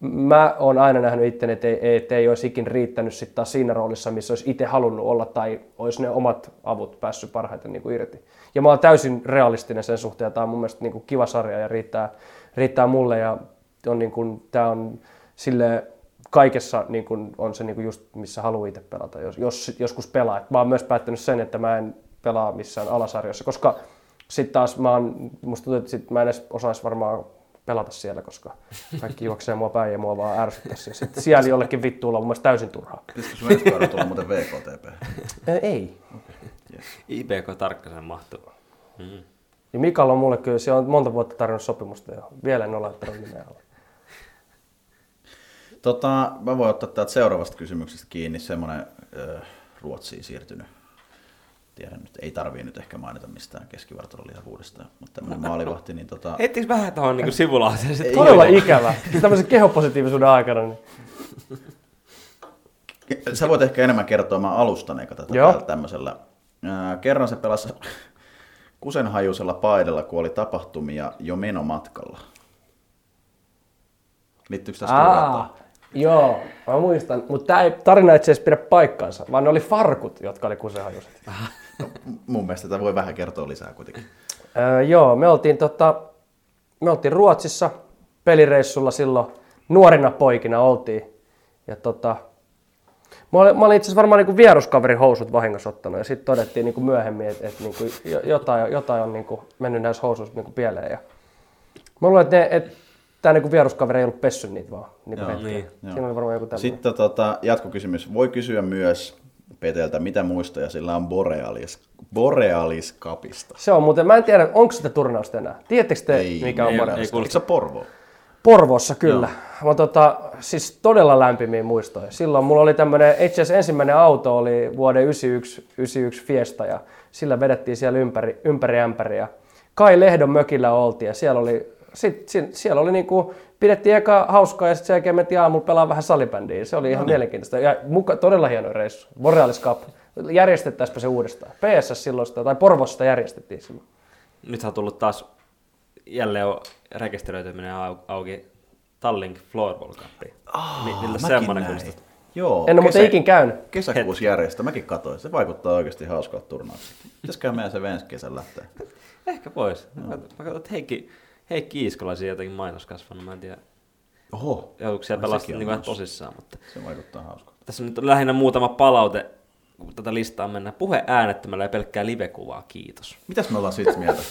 mä oon aina nähnyt itteni, että ei, et ei olisi ikin riittänyt sit taas siinä roolissa, missä olisi itse halunnut olla tai olisi ne omat avut päässyt parhaiten niinku irti. Ja mä oon täysin realistinen sen suhteen, ja tämä on mun mielestä niinku kiva sarja ja riittää, riittää mulle. Ja on niinku, tää on silleen, kaikessa niin kun on se niin kun just missä haluaa itse pelata, jos, jos joskus pelaa. Et mä oon myös päättänyt sen, että mä en pelaa missään alasarjoissa, koska sitten taas mä oon, musta tuntuu, että sit mä en edes osaisi varmaan pelata siellä, koska kaikki juoksee mua päin ja mua vaan ärsyttäisi. Sitten siellä jollekin vittuulla on mun mielestä täysin turhaa. Pitäisikö sun ensi kaudella tulla muuten V K T P? Ei. Yes. I B K Tarkkasen mahtuu. Mm. Ja Mikael on mulle kyllä, se on monta vuotta tarjonnut sopimusta ja vielä en ole laittanut nimeä alle. Tota, mä voin ottaa täältä seuraavasta kysymyksestä kiinni, semmoinen äh, Ruotsiin siirtynyt. Tiedän nyt, ei tarvii nyt ehkä mainita mistään keskivartalolihavuudesta, mutta tämmöinen maalivahti, niin tota... Heittiinkö vähän tuohon niin sivulauteen? Todella ikävä. Tämmöisen kehopositiivisuuden aikana. Niin... Sä voit ehkä enemmän kertoa, mä alustan eikä tätä täällä tämmöisellä. Äh, kerran se pelasi kusenhajuisella paidalla, kun oli tapahtumia jo menomatkalla. Liittyykö tässä turvataan? Joo, mä muistan, mutta tämä tarina ei itse asiassa pidä paikkaansa, vaan ne oli farkut, jotka oli kusenhajuiset. No, mun mielestä tätä voi vähän kertoa lisää kuitenkin. Öö, joo, me oltiin, tota, me oltiin Ruotsissa pelireissulla silloin, nuorina poikina oltiin. Ja tota, Mä olin, mä olin itse asiassa varmaan niinku vieruskaverin housut vahingossa ottanut ja sitten todettiin niinku myöhemmin, että et niinku jotain, jotain on niinku mennyt näissä housuissa niinku pieleen. Ja mä luulen, että et, tämä niinku vieruskaveri ei ollut pessy niitä vaan. Niinku Joo, niin, Siinä oli varmaan joku tämmöinen. Sitten tota, jatkokysymys. Voi kysyä myös Peteltä, mitä muistoja sillä on Borealis, Borealis Cupista? Se on muuten, mä en tiedä, onko sitä turnausta enää. Tiedättekö te, Ei, mikä on ei, Borealis? ei kuulu. Eikö se Porvoo? Porvoossa kyllä. Mä tota, siis todella lämpimiä muistoja. Silloin mulla oli tämmönen, itse asiassa ensimmäinen auto oli vuoden yhdeksänkymmentäyksi, yhdeksänkymmentäyksi Fiesta ja sillä vedettiin siellä ympäri, ympäri ämpäri. Ja Kai Lehdon mökillä oltiin ja siellä oli, sit, sit, siellä oli niinku, pidettiin eka hauskaa ja sitten sen jälkeen mentiin aamulla pelaa vähän salibändiä. Se oli ihan no niin. mielenkiintoista ja muka, todella hieno reissu. Borealis Cup. Järjestettäisiinpä se uudestaan. P S S silloin sitä, tai Porvosta järjestettiin silloin. Nyt on tullut taas jälleen rekisteröityminen auki Tallink Floorball Cup. Ah, Millä semmoinen kuulostaa? Joo, En ole muuten ikin käynyt. Kesäkuussa järjestä, mäkin katsoin. Se vaikuttaa oikeasti hauskalta turnaukselta. Pitäisikö meidän se ensi kesän lähteä? Ehkä vois. No. Mä katsoin, että Heikki, Heikki Iiskola siinä jotenkin mainos kasvanut. Mä en tiedä, Oho. joutuiko siellä pelastaa niin kuin tosissaan. Mutta se vaikuttaa hauskalta. Tässä nyt on lähinnä muutama palaute, kun tätä listaa mennään. Puhe äänettömällä ja pelkkää live-kuvaa, kiitos. Mitäs me ollaan siitä mieltä?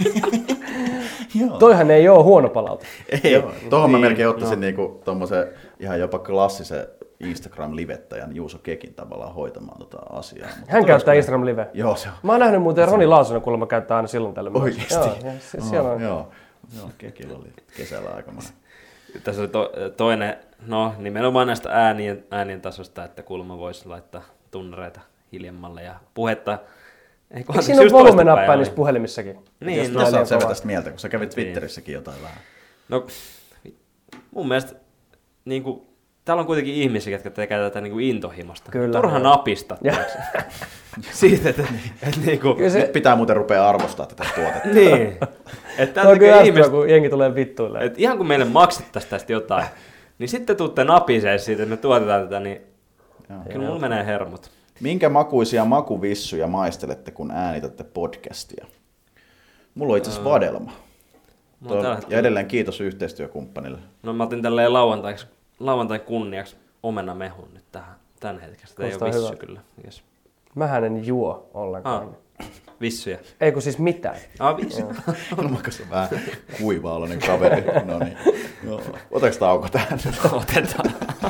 Toihan ei ole huono palaute. Ei, tuohon mä melkein ottaisin no. niinku tommosen ihan jopa klassisen Instagram-livettäjän Juuso Kekin tavallaan hoitamaan tota asiaa. Hän käyttää Instagram-live? Joo, se on. Mä oon nähnyt muuten Roni Laasonen, kuulemma käyttää aina silloin tällöin. Oikeesti? Joo, se, Oho, siellä on. Joo, joo, Kekillä oli kesällä aikamoinen. Tässä oli to, toinen, no nimenomaan näistä äänien, äänien tasosta, että kuulemma voisi laittaa tunnereita hiljemmalle ja puhetta. Ei, Eikö siinä ole volumenappäin niissä puhelimissakin? Niin, mitä sä oot sen tästä mieltä, kun sä kävit Twitterissäkin jotain vähän? No, mun mielestä niin kuin, täällä on kuitenkin ihmisiä, jotka tekee tätä niin kuin intohimosta. Kyllä. Turha napista. Siitä, että, että niin kuin, se... Nyt pitää muuten rupea arvostaa tätä tuotetta. Niin. Että on kyllä ihmiset... kun jengi tulee vittuille. Että ihan kun meille maksettaisiin tästä jotain, niin sitten tuutte napiseen siitä, että me tuotetaan tätä, niin joo. Kyllä mulla menee hermot. Minkä makuisia makuvissuja maistelette, kun äänitätte podcastia? Mulla on itse asiassa vadelma. Tuo, ja edelleen kiitos yhteistyökumppanille. No mä otin tälleen lauantaiksi, lauantain kunniaksi omenamehun nyt tähän, tämän hetkessä. Ei ole vissy hyvä. Kyllä. Yes. Mähän en juo ollenkaan. Ah, vissyjä. Ei kun siis mitään. Ah, vissyjä. No mä katson vähän kuiva-oloinen kaveri. No niin. Joo. Otaks tauko tähän? Otetaan.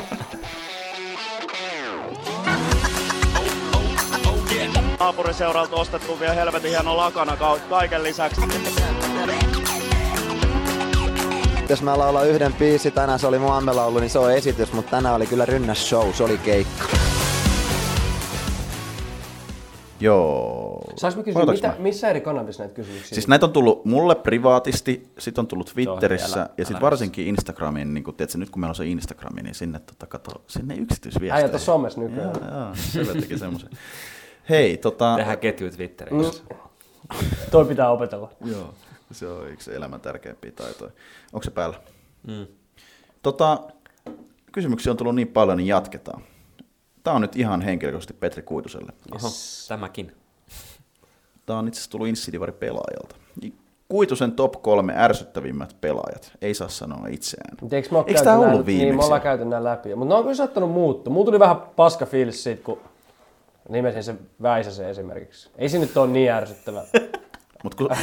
Naapuriseuralta ostettu vielä helvetin hieno lakana kaiken lisäksi. Jos mä laulan yhden biisi, tänään se oli mun ammelaulu, niin se on esitys, mutta tänään oli kyllä rynnäs show, se oli keikka. Joo. Saanko mä kysyä, mitä, missä eri kanavissa näitä kysymyksiä? Siis näitä on tullut mulle privaatisti, sit on tullut Twitterissä älä, ja sit varsinkin Instagramiin, niin kun, tiedätkö, nyt kun meillä on se Instagrami, niin sinne, tota, kato, sinne yksityisviestejä. Äijät on somessa nykyään. Joo, joo, se teki semmoisen. Hei, tota... Tehdään ketju Twitterissä. Mm. Toi pitää opetella. Joo, se on yksi elämän tärkeimpiä taitoja. Onko se päällä? Mm. Tota, kysymyksiä on tullut niin paljon, niin jatketaan. Tämä on nyt ihan henkilökohtaisesti Petri Kuituselle. Oho, tämäkin. Tämä on itse asiassa tullut Insidivari pelaajalta. Kuitusen top kolme ärsyttävimmät pelaajat. Ei saa sanoa itseään. Eikö mä Eikö tämä ollut viimeksi? Niin, me ollaan käyty nämä läpi. Mutta ne on kyllä saattanut muuttua. Mulla tuli vähän paska fiilis siitä, kun nimesin sen Väisäsen esimerkiksi. Ei se nyt ole niin ärsyttävä. Mut kun,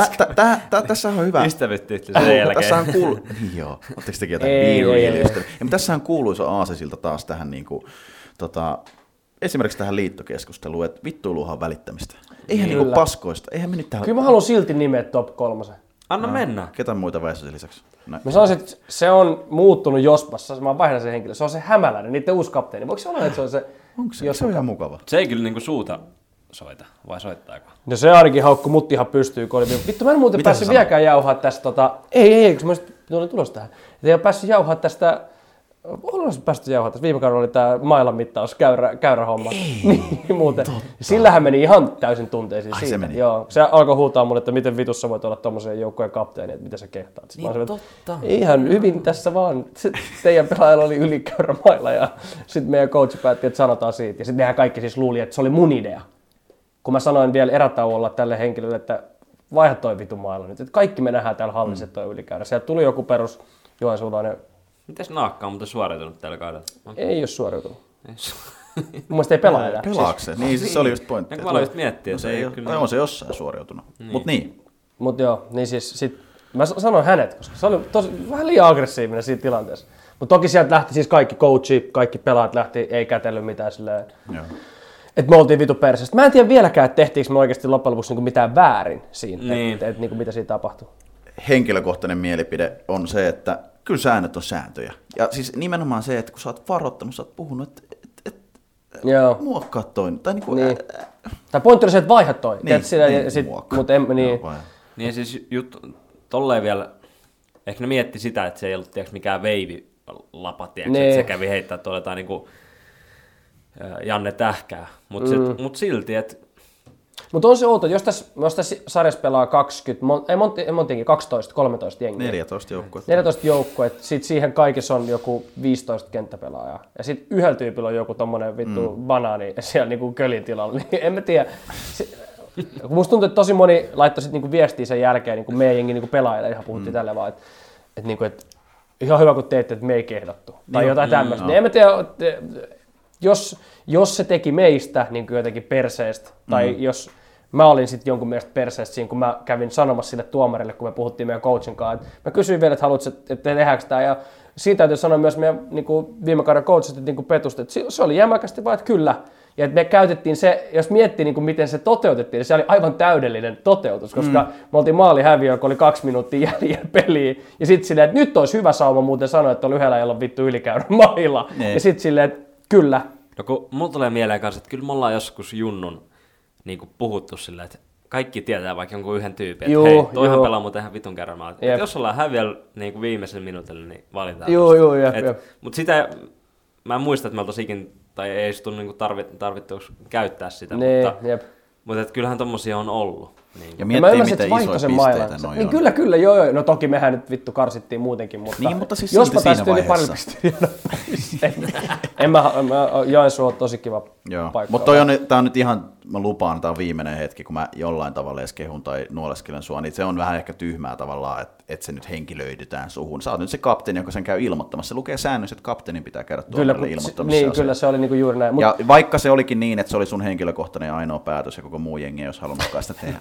tässä on hyvä. Ystävyttyy sen jälkeen. Tässähän kuuluu, niin joo, ootteko tekin jotain be-real-ystäviä? Tässähän kuuluisa aasesilta taas tähän niinku, tota, esimerkiksi tähän liittokeskusteluun, että vittuiluhan välittämistä. Eihän niinku paskoista, eihän me nyt tähän... Kyllä mä haluan silti nimeä top kolmosen. Anna no, mennä. Ketä muita Väisäsen lisäksi? No. Mä sanoisin, että se on muuttunut Jospassa, mä vaihdan sen henkilö. Se on se Hämäläinen, niiden uusi kapteeni. Voiko se olla, että se on se... Onko se? Se on ihan mukava. Se ei kyllä niinku suuta soita, vai soittaako? No se ainakin haukku mutti ihan pystyy. Vittu, mä en muuten päässyt vieläkään jauhaa tästä, tota... Ei, ei, ei, kun mä olin tulossa tähän. Et ei ole päässyt jauhaa tästä... Olen päässyt jauhaa tästä. Viime kaudella oli tää mailan mittaus, käyrä, käyrä homma. Niin, muuten. Sillähän meni ihan täysin tunteisiin Ai, siitä. Se, meni. Joo, se alkoi huutaa mulle, että miten vitussa voit olla tommosen joukkojen kapteeni, että mitä sä kehtaat. Sitten niin, mä sanoin, että ihan hyvin tässä vaan. Sitten teidän pelaajalla oli ylikäyrä maila ja sitten meidän coach päätti, että sanotaan siitä. Ja sitten nehän kaikki siis luuli, että se oli mun idea. Kun mä sanoin vielä erätauolla tälle henkilölle, että vaihda toi vitu mailla nyt. Että kaikki me nähdään täällä hallissa, että toi ylikäyrä. Sieltä tuli joku perus joensuulainen. Mites Naakka on muuten suoriutunut tällä kaudella? Ei ole suoriutunut. Ei. Mun mielestä ei pelaa enää. Pelaako se? Niin, siis se oli just pointti. Mä aloin just miettiä. No, se ei, kyllä... Tai on se jossain suoriutunut. Niin. Mut niin. Mut joo, niin siis sit, mä sanoin hänet, koska se oli tosi, vähän liian aggressiivinen siinä tilanteessa. Mutta toki sieltä lähti siis kaikki coachi, kaikki pelaat lähti, ei kätellyt mitään silleen. Joo. Että me oltiin vitu perseestä. Mä en tiedä vieläkään, että tehtiinkö me oikeasti loppujen lopuksi niinku mitään väärin siinä, niin. että et, niinku mitä siinä tapahtui. Henkilökohtainen mielipide on se, että kyllä säännöt on sääntöjä. Ja siis nimenomaan se, että kun sä oot varoittanut, sä oot puhunut, että et, et, muokkaa toi. Tai, niinku, niin. ä, tai pointti on se, että vaihda toi. Niin, sitä, niin, sit, mut en, niin. No, niin siis jut, tolleen vielä, ehkä ne mietti sitä, että se ei ollut tiiäks, mikään veivilapa, niin. että se kävi heittää tuolla jotain niinku Janne Tähkää, mutta mm. mut silti, että... Mutta on se outo, jos tässä, jos tässä sarjassa pelaa kaksikymmentä, mon, ei monti, montiinkin kaksitoista kolmetoista jengiä. neljätoista joukkuetta. neljätoista joukkuetta, sitten siihen kaikissa on joku viisitoista kenttäpelaajaa. Ja sitten yhdellä tyypillä on joku tommonen vittu mm. banaani siellä niinku kölin tilalla, niin en mä tiedä. Se, musta tuntuu, että tosi moni laittoi sit niinku viestiä sen jälkeen niinku meidän jengin niinku pelaajille, ihan puhuttiin mm. tälle vaan, että et niinku, et, ihan hyvä kun teitte, että me ei kehdattu. Tai niin, jotain mm, tämmöistä. No. Niin en mä tiedä, jos, jos se teki meistä niin jotenkin perseestä, tai mm. jos mä olin sitten jonkun mielestä perseestä siinä, kun mä kävin sanomassa sille tuomarille, kun me puhuttiin meidän coachin kanssa, että mä kysyin vielä, että haluatko, että tehdäänkö tämä, ja siitä täytyy sanoa myös meidän niin kuin viime kauden coachista niin Petusta, että se oli jämäkästi vaan, että kyllä, ja että me käytettiin se, jos miettii niin kuin miten se toteutettiin, niin se oli aivan täydellinen toteutus, koska mm. me oltiin maalihäviöllä, kun oli kaksi minuuttia jäljellä peliä, ja sitten silleen, että nyt olisi hyvä sauma muuten sanoa, että oli yhdellä jolla vittu ylikäydä mailla, ja sitten silleen, että kyllä. No kun mulla tulee mieleen kanssa, että kyllä me ollaan joskus Junnun niin kuin puhuttu silleen, että kaikki tietää vaikka jonkun yhden tyypin, että hei, toihan pelaa muuten ihan vitun kerran. Että jos ollaan häviöllä niin kuin viimeisen minuutille, niin valitaan. Joo, joo, jep, jep. Mutta sitä, mä en muista, että me oltaisiin ikin, tai ei edes tullut niin tarvit, tarvittuksi käyttää sitä, nee, mutta, jep. mutta että kyllähän tommosia on ollut. Niin. Ja miettii, ja miten isoja pisteitä noi niin on. Kyllä, kyllä, joo, joo. No toki mehän nyt vittu karsittiin muutenkin, mutta, niin, mutta siis jospa tästä yli pari pistettä. en, en mä, mä Joensuu on tosi kiva joo. paikka. Mutta tää on nyt ihan, mä lupaan, tää on viimeinen hetki, kun mä jollain tavalla edes kehun tai nuoleskelen sua, niin se on vähän ehkä tyhmää tavallaan, että et se nyt henkilöidytään suhun. Sä oot nyt se kapteeni, joka sen käy ilmoittamassa. Se lukee säännössä, että kapteenin pitää käydä tuomarille ilmoittamassa. Niin, kyllä se oli niinku juuri näin. Ja mut... vaikka se olikin niin, että se oli sun henkilökohtainen ja ainoa päätös ja koko muu jengi ei olisi halunnutkaan sitä tehdä.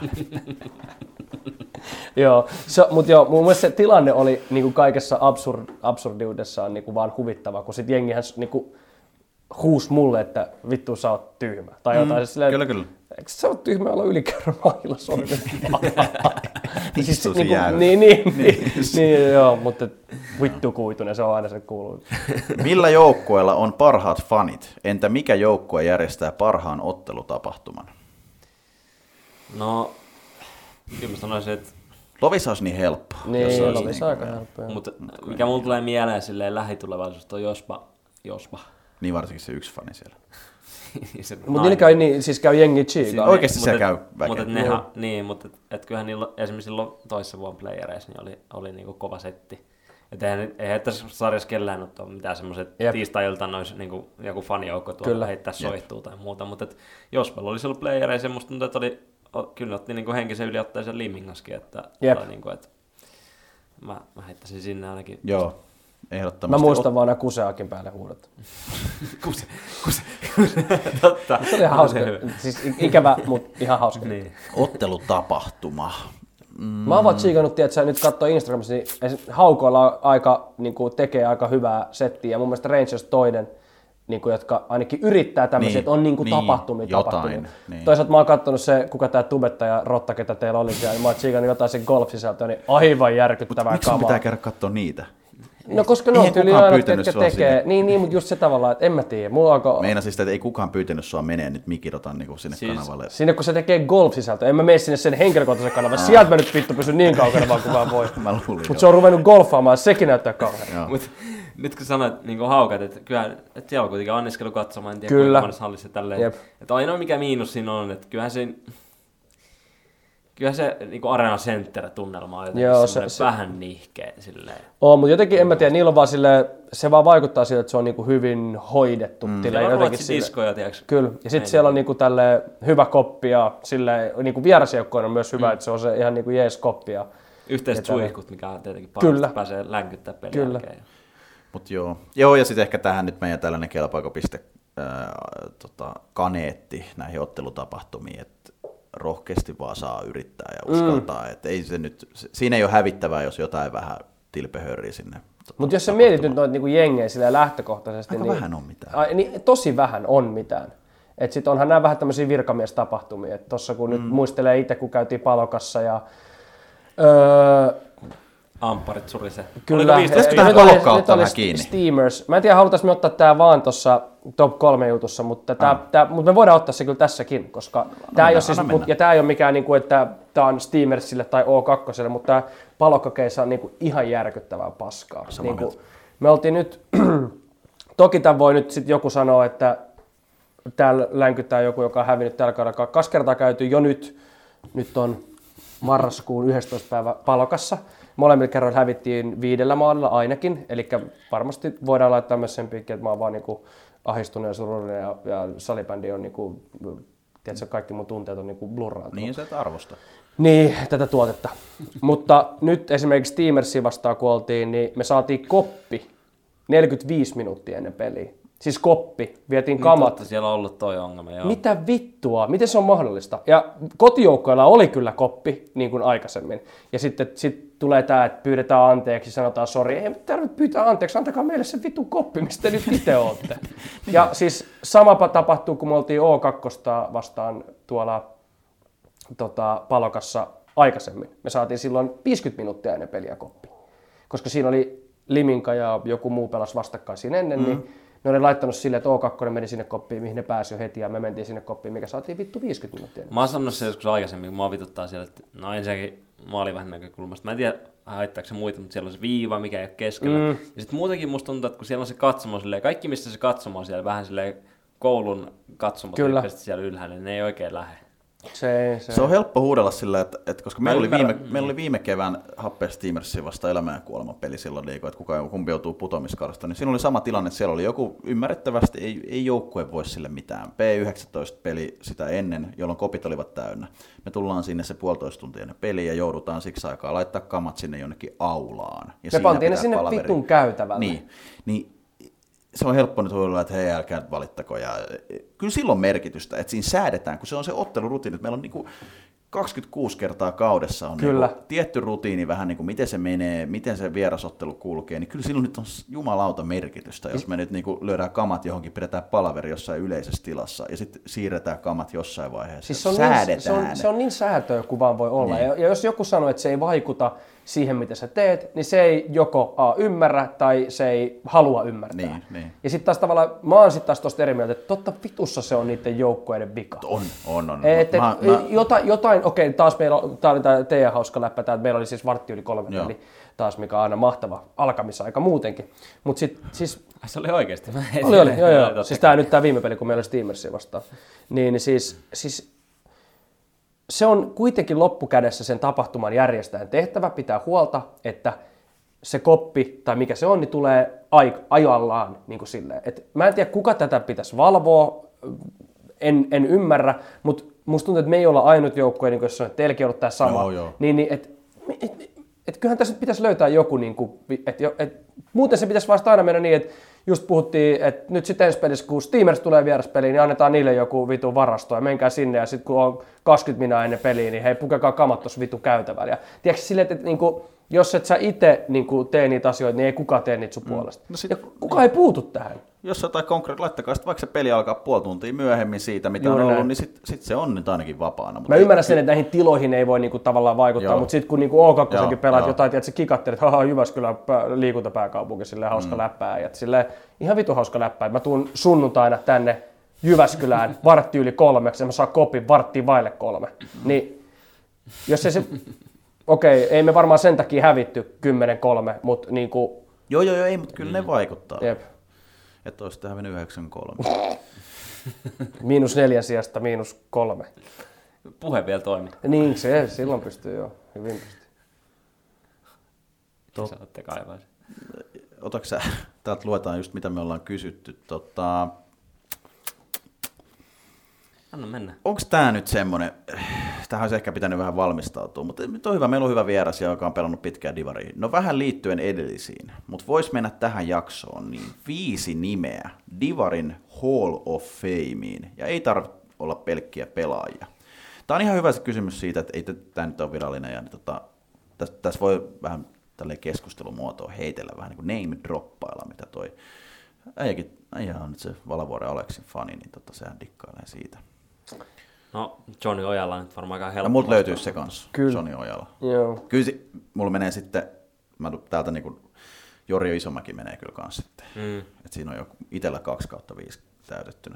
Joo, mutta joo, mun mielestä se tilanne oli niinku kaikessa absurd, absurdiudessaan niinku vaan huvittava, kun sit jengihän niinku huusi mulle, että vittu sä oot tyhmä. Tai jotain mm, silleen, kyllä, kyllä. Eikö sä oot tyhmä olla ylikäyrä mailla soitettu? siis, niinku, niin, niin, niin, niin, joo, mutta vittu kuitunen, se on aina se kuuluu. Millä joukkueella on parhaat fanit? Entä mikä joukkue järjestää parhaan ottelutapahtuman? No... Kyllä mä sanoisin, että... Lovisa olisi niin helppo. Niin, Lovisa aika helppo. Mutta mikä mulla tulee mieleen silleen lähitulevaisuudesta on Jospa. Jospa. Niin varsinkin se yksi fani siellä. Mutta niillä käy, niin, siis käy jengi chiikaa. Siis oikeasti siellä käy väkeä. Mutta nehän, niin, mutta et, et kyllähän niillä esimerkiksi silloin toissa vuonna playereissa niin oli, oli niinku kova setti. Että eihän, eihän tässä sarjassa kellään ole mitään semmoiset tiistai-iltaan olisi niinku joku fanijoukko tuolla heittää soittua tai muuta. Mutta Jospalla oli silloin playereissa semmoista tuntuu, että oli... Kyllä otti niinku henkisen yliotteisen Limingaskin, että, niinku, että mä, mä heittäisin sinne ainakin. Joo, ehdottomasti. Mä muistan ot... vaan nämä Kuseakin päälle huudot. kuse, kuse, kuse, totta. Se oli ihan hauska, siis ikävä, mutta ihan hauska. Niin. Ottelutapahtuma. Mm. Mä oon vaan tsiikannut, että sä nyt katsoo Instagramissa, niin Haukoilla aika, niin kuin, tekee aika hyvää settiä ja mun mielestä Rangers toinen. Niin kuin, jotka ainakin yrittää tämmöisiä, niin, että on niin kuin niin, tapahtumia tapahtumia. Niin. Toisaalta mä oon katsonut se, kuka tää tubettaja Rotta, ketä teillä oli siellä, niin mä oon tsiikannut jotain sen golf-sisältöä, niin aivan järkyttävää kamaa. Miksi sun pitää käydä katsoa niitä? No koska ne on tyyli aina, ketkä tekee. Sinne. Niin, niin, mutta just se tavallaan, että en mä tiedä. Mulla onko... Meinasin sitä, että ei kukaan pyytänyt sua menee nyt mikirotan niin sinne siis, kanavalle. Sinne kun se tekee golf-sisältöä, en mä mene sinne sen henkilökohtaisen kanavalle. Sieltä mä nyt vittu pysyn niin kaukana vaan kuin vaan voi. Mutta se on ruvennut golfaamaan, sekin näyttää kauhean. Nyt kun sanoit niin haukat, että kyllä että siellä on kuitenkin anniskelu katsomaan, en tiedä kuinka monessa hallissa tälleen. Että ainoa mikä miinus siinä on, että kyllähän se, kyllähän se niin Arena Center -tunnelma on jotenkin Joo, se, se, vähän nihkeä. Silleen. On, mutta jotenkin en mä tiedä, niillä on vaan silleen, se vaan vaikuttaa siltä, että se on niin hyvin hoidettu. Mm. Siellä on ruotsidiskoja, tiedätkö? Kyllä, ja sitten siellä on niin tälle hyvä koppi ja niin vierasjoukkoina on myös hyvä, mm. että se on se ihan niin jees koppi. Yhteiset suihkut, mikä on tietenkin parasta, pääsee länkyttää pelin Kyllä. jälkeen. Mut joo. joo, ja sitten ehkä tähän nyt meidän tällainen kelpaakopiste ää, tota, kaneetti näihin ottelutapahtumiin, että rohkeasti vaan saa yrittää ja uskaltaa. Mm. Et ei se nyt, siinä ei ole hävittävää, jos jotain vähän tilpehöriä sinne. Mutta jos sä mietit nyt noita niinku jengejä silleen lähtökohtaisesti, aika niin, vähän on mitään. A, niin tosi vähän on mitään. Et sit onhan nämä vähän tämmöisiä virkamiestapahtumia. Et tossa kun mm. nyt muistelee itse, kun käytiin Palokassa ja öö, ampparit surise. Kyllä. Pitäisikö tähän kolokkautta vähän kiinni? Steamers. Mä en tiedä, halutaanko me ottaa tää vaan tuossa top kolme jutussa, mutta, tää, ah. tää, mutta me voidaan ottaa se kyllä tässäkin, koska anna tää ei ole siis, mut, ja tää ei ole mikään niinku, että tää on Steamersille tai O kaksi, mutta tää Palokkakeissa on niinku ihan järkyttävää paskaa. Niinku, me oltiin nyt, toki tämän voi nyt sit joku sanoa, että täällä länkyttää joku, joka on hävinnyt tällä kaudella. Kaksi kertaa käyty jo nyt, nyt on marraskuun yhdestoista päivä Palokassa. Molemmilla kerroilla hävittiin viidellä maalilla ainakin, eli varmasti voidaan laittaa myös sen piikkiin, että mä oon vaan niinku ahistunut ja surullinen ja, ja salibändi on niinku, tiedätkö, kaikki mun tunteet on niinku blurraantunut. Niin, sä et arvosta. Niin, tätä tuotetta. Mutta nyt esimerkiksi Steamersia vastaan kun oltiin, niin me saatiin koppi neljäkymmentäviisi minuuttia ennen peliä. Siis koppi, vietiin kamat. Totta, siellä on ollut toi ongelma, joo. Mitä vittua? Miten se on mahdollista? Ja kotijoukkoilla oli kyllä koppi, niin kuin aikaisemmin. Ja sitten sit tulee tää, että pyydetään anteeksi, sanotaan sori. Ei tarvitse pyytää anteeksi, antakaa meille se vittu koppi, mistä te nyt itse ootte. Ja siis samapa tapahtuu, kun me oltiin O kaksi vastaan tuolla tota, Palokassa aikaisemmin. Me saatiin silloin viisikymmentä minuuttia ennen peliä koppi. Koska siinä oli Liminka ja joku muu pelas vastakkain siinä ennen, mm. niin ne oli laittanut silleen, että O kaksi meni sinne koppiin, mihin ne pääsi jo heti, ja me mentiin sinne koppiin, mikä saatiin vittu viisikymmentä minuuttia. Mä oon sanonut se joskus aikaisemmin, kun mua vituttaa siellä, että no ensinnäkin maalivahdin näkökulmasta. Mä en tiedä, haittaako se muita, mutta siellä on se viiva, mikä ei ole keskellä. Mm. Ja sitten muutenkin musta tuntuu, että kun siellä on se katsomo, silleen, kaikki missä se katsomo on siellä, vähän silleen koulun katsomot siellä ylhäällä, niin ne ei oikein lähde. Se, se. se on helppo huudella sillä, että, että koska meillä oli, viime, meillä oli viime kevään Happea Steamersia vasta elämän ja kuoleman peli silloin liikoa, että kuka, kumpi joutuu putoamiskarsta, niin siinä oli sama tilanne, että siellä oli joku ymmärrettävästi, ei, ei joukkue voi sille mitään. P yhdeksäntoista peli sitä ennen, jolloin kopit olivat täynnä. Me tullaan sinne se puolitoista tuntia ennen peliä ja joudutaan siksi aikaa laittaa kamat sinne jonnekin aulaan. Ja me pantiin ne sinne palaveri. Vitun käytävälle. Niin, niin se on helppo nyt huudella, että hei, älkää nyt valittako. Ja kyllä silloin merkitystä, että siinä säädetään, kun se on se ottelurutiini, että meillä on niinku kaksikymmentäkuusi kertaa kaudessa on niinku tietty rutiini vähän, niinku miten se menee, miten se vierasottelu kulkee, niin kyllä silloin nyt on jumalauta merkitystä, jos me nyt niinku lyödään kamat johonkin, pidetään palaveri jossain yleisessä tilassa ja sitten siirretään kamat jossain vaiheessa. Siis se, on niin, se, on, se on niin säätöä kuin vaan voi olla. Niin. Ja, ja jos joku sanoo, että se ei vaikuta siihen, mitä sä teet, niin se ei joko A, ymmärrä tai se ei halua ymmärtää. Niin, niin. Ja sitten taas tavallaan, mä oon sitten taas tosta eri mieltä, että totta vitussa se on niiden joukkueiden vika. On, on, on. Et, et, mä, mä... Jotain, jotain, okei, taas meillä, tää oli tää teidän hauska läppä, tää, että meillä oli siis vartti yli kolme peli taas, mikä on aina mahtava alkamisaika muutenkin. Mut sit, siis... Se oli oikeesti. Oli, oli, joo, joo. Siis tää nyt tää viime peli, kun meillä oli Steamersia vastaan. Niin, niin siis... siis se on kuitenkin loppukädessä sen tapahtuman järjestäjän tehtävä pitää huolta, että se koppi tai mikä se on, niin tulee ajallaan niin kuin silleen. Et mä en tiedä, kuka tätä pitäisi valvoa, en, en ymmärrä, mutta musta tuntuu, että me ei olla ainut joukkue, niin jos on, että teilläkin on ollut tämä sama. Joo, joo. Niin, niin et, et, et kyllähän tässä pitäisi löytää joku, niin kuin, et, et, muuten se pitäisi vasta aina mennä niin, että just puhuttiin, että nyt sitten ensi pelissä, kun Steamers tulee vieraspeliin, niin annetaan niille joku vitu varasto ja menkää sinne ja sitten kun on kaksikymmentä minaa ennen peliä, niin hei, pukekaa kamat tuossa vitu käytävällä. Ja tiedätkö silleen, että niinku, jos et sä itse niinku, tee niitä asioita, niin ei kukaan tee niitä sun puolesta. No sit, ja kukaan niin. ei puutu tähän. Jos jotain konkreettista, laittakaa sitten vaikka se peli alkaa puoli tuntia myöhemmin siitä, mitä Juuri on ollut, näin. niin sitten sit se on nyt ainakin vapaana. Mä ymmärrän sen, että näihin tiloihin ei voi niinku, tavallaan vaikuttaa, joo. mutta sitten kun niinku O kaksi pelaat jotain, tiedät, sä kikattelet, että haha, Jyväskylän liikuntapääkaupunki, silleen hauska mm. läppää, ja silleen, ihan vitu hauska läppää, että mä tuun sunnuntaina tänne Jyväskylään vartti yli kolmeksi, ja mä saan kopin varttiin vaille kolme. Niin, jos ei se, okei, okay, ei me varmaan sen takia hävitty kymmenen kolme, mutta niinku... Joo, joo, joo, ei, mutta kyllä mm. ne vaikuttaa. Jep. Että olisi tähän mennyt yhdeksän kolme. Miinus neljän sijasta miinus kolme. Puhe vielä toimii. Niin, se silloin pystyy jo. Hyvin pystyy. Saatte kaivaa. Otatko sä, täältä luetaan just mitä me ollaan kysytty. Tota... Anna mennä. Onko tää nyt semmonen, tähän olisi ehkä pitänyt vähän valmistautua, mutta nyt on hyvä, meillä on hyvä vieras, joka on pelannut pitkään divariin. No vähän liittyen edellisiin, mutta vois mennä tähän jaksoon, niin viisi nimeä divarin Hall of Fameen, ja ei tarvitse olla pelkkiä pelaajia. Tämä on ihan hyvä se kysymys siitä, että ei tämä nyt ole virallinen, ja niin tota, tässä täs voi vähän tälleen keskustelumuotoa heitellä, vähän niin kuin name-droppailla, mitä toi äijäkin, äijä on nyt se Valavuoren Aleksin fani, niin tota, sehän dikkailee siitä. No, Johnny Ojala nyt varmaan aika helppo. Ja multa löytyy se kanssa, Kyllä. Johnny Ojala. Joo. Kyllä se, mulla menee sitten, mä täältä niinku, Jori Isomäki menee kyllä kanssa sitten. Mm. Et siinä on jo itsellä kaksi kautta viisi täytettynä.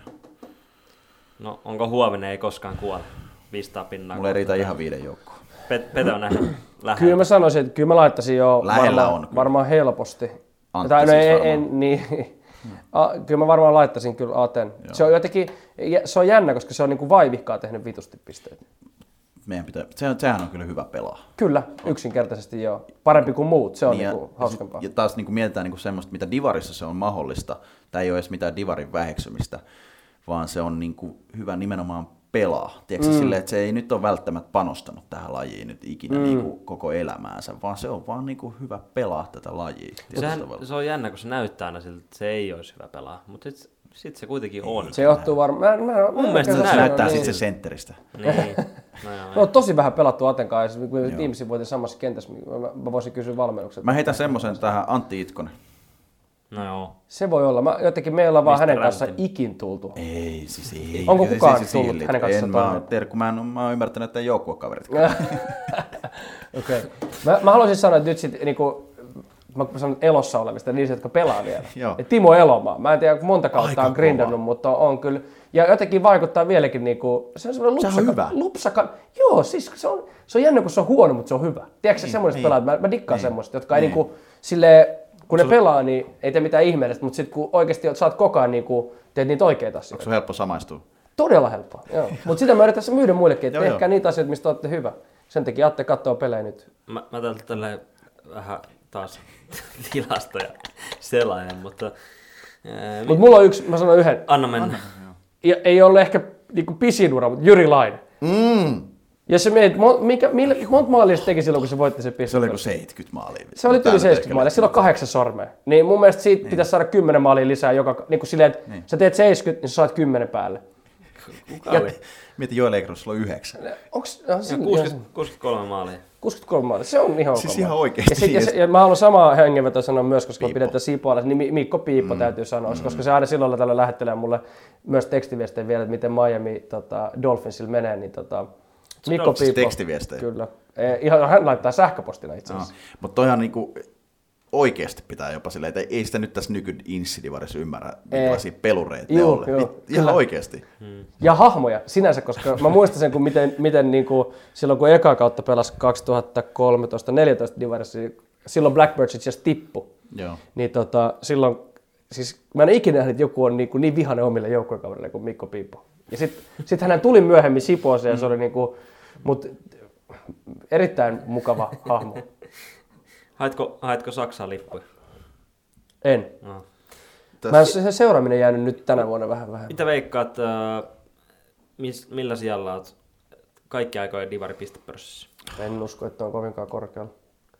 No, onko Huovinen ei koskaan kuole? viisisataa pinnaa. Mulla ei riitä ihan viiden joukkoon. Pet- Pete on nähnyt lähellä. Kyllä mä sanoisin, että kyllä mä laittaisin jo Lähellä varmaan, on kyllä. varmaan helposti. Antti Tai, no, siis en, varmaan. en, niin, A, kyllä mä varmaan laittaisin kyllä Aten. Joo. Se on jotenkin, se on jännä, koska se on niinku vaivihkaa tehnyt vitusti pisteitä. Meidän pitää, se, sehän on kyllä hyvä pelaa. Kyllä, yksinkertaisesti joo. Parempi kuin muut, se on Niin, niinku ja, hauskempaa. ja taas niin kuin mietitään niin kuin semmoista, mitä divarissa se on mahdollista. Tämä ei ole edes mitään divarin väheksymistä, vaan se on niin kuin hyvä nimenomaan pelaa. Tiedätkö mm. silleen, että se ei nyt ole välttämättä panostanut tähän lajiin nyt ikinä mm. niin kuin koko elämäänsä, vaan se on vaan niin kuin hyvä pelaa tätä lajia. Sehän, se on jännä, kun se näyttää aina siltä, että se ei olisi hyvä pelaa, mutta sitten sit se kuitenkin on. Se johtuu varmaan... Mä, mä, Mun mä mielestä se Se näyttää niin. sitten se sentteristä. Niin. No, joo, No, on tosi vähän pelattu Aten kanssa, ja viimeisin vuoteen samassa kentässä, mä, mä voisin kysyä valmennukset. Mä heitän semmoisen tähän Antti Itkonen. no joo. Se voi olla. Mä, jotenkin meillä on vaan Mistä hänen kanssaan räntin? ikin tultu. Ei, siis ei. Onko Se- kukaan se- se- tullut silti. hänen kanssaan En mä, toimeen? Terkku, mä, en, mä oon ymmärtänyt, että ei joukkuekaverit. Okei. Mä, mä haluaisin sanoa, että nyt sit niinku, mä sanon elossa olevista, niistä, jotka pelaa vielä. Joo. Et Timo Elomaa. Mä en tiedä, monta kautta Aika on grindannut, kova. mutta on kyllä. Ja jotenkin vaikuttaa vieläkin niinku, se on semmoinen Sehän lupsaka. on hyvä. lupsaka. Joo, siis se on, se on jännä, kun se on huono, mutta se on hyvä. Tiedätkö Niin, semmoiset niin. pelaajat, mä, mä dikkaan Niin. semmoista, jotka ei Niin. niinku, silleen, kun ne pelaa, niin ei tee mitään ihmeellistä, mutta sitten kun oikeasti saat koko ajan niinku, teet niitä oikeita Onko asioita. se helppo samaistua? Todella helppoa, joo. Mutta sitä mä yritän se myydä muillekin, että Joo, tehkää joo. niitä asioita, mistä olette hyvä. Sen takia Atte katsoo pelejä nyt. Mä, mä täältä tälleen vähän taas tilastoja sellainen, mutta... Ää, Mutta mulla on yksi, mä sanon yhden. Anna mennä. Ja ei ole ehkä niinku pisin ura, mutta Jyri Laine. Mm. Ja se mietit, mo- mikä, millä, monta maalia se teki silloin, kun se voitti se piste? Se oli kuin seitsemänkymmentä maalia. Se oli Tää yli nyt seitsemänkymmentä ehkä maalia, sillä on kahdeksan sormea. Niin mun mielestä siitä niin. pitäisi saada kymmenen maalia lisää, joka, niin kuin silleen, että Niin. sä teet seitsemänkymmentä, niin sä saat kymmenen päälle. Kuka Ja- oli? Mieti Joel Ekrus, sulla on yhdeksän. Onks, no, se, kuusikymmentä, kuusikymmentäkolme maalia. kuusikymmentäkolme maalia, se on ihan ok. Siis ihan oikeesti. Ja, sit, ja, se, ja mä haluan samaa hengenvetoa sanoa myös, koska Piippo. me pidetään Sipoilla, niin Mi- Mikko Piippo mm. täytyy sanoa, mm. koska se aina silloin tällä lähettelee mulle myös tekstiviestejä vielä, että miten Miami tota, Dolphinsilla menee, niin tota, Mikko Dolphins Piippo. tekstiviestejä? Kyllä. Eh, ihan, hän laittaa sähköpostina itse No, asiassa. mutta toihan niinku oikeasti pitää jopa silleen, että ei sitä nyt tässä nyky-insidivarissa ymmärrä, minkälaisia pelureita ne Juu, on. juu, Ihan kyllä. oikeasti. Ja hahmoja sinänsä, koska mä muistan sen, kun miten, miten niin kuin, silloin kun eka kautta pelasi kaksituhattakolmetoista neljätoista divarissa, silloin Blackbirds itse asiassa tippu. Joo. Niin tota, silloin, siis mä en ikinä nähnyt, että joku on niin, kuin niin vihainen omille joukkuekaverille kuin Mikko Piippo. Ja sitten sit hän tuli myöhemmin Sipooseen ja se oli niin kuin, mut erittäin mukava hahmo. Haetko, haetko Saksaan lippuja? En. No. Mä se seuraaminen jäänyt nyt tänä vuonna vähän vähän. Mitä veikkaat, äh, mis, millä sijalla olet kaikki aikojen divari-pistepörssissä? En usko, että on kovinkaan korkealla.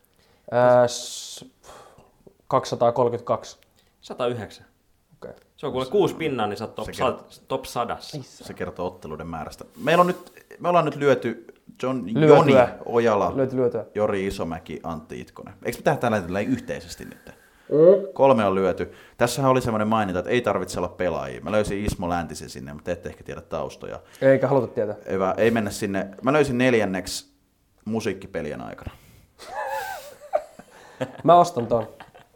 Ää, s- kaksisataakolmekymmentäkaksi. sata yhdeksän. Okay. Se on kuule kuusi pinnaa, niin sä oot top, Se sa- top sadassa. Se kertoo otteluiden määrästä. Meillä on nyt, me ollaan nyt lyöty John, Lyötyä. Joni Ojala, Lyöty lyötyä. Jori Isomäki, Antti Itkonen. Eikö me tähän tällä hetkellä yhteisesti nyt? Mm. Kolme on lyöty. Tässähän oli semmoinen maininta, että ei tarvitse olla pelaajia. Mä löysin Ismo Läntisen sinne, mutta ette ehkä tiedä taustoja. Eikä haluta tietää. Hyvä, ei mennä sinne. Mä löysin neljänneksi musiikkipelien aikana. Mä ostan ton.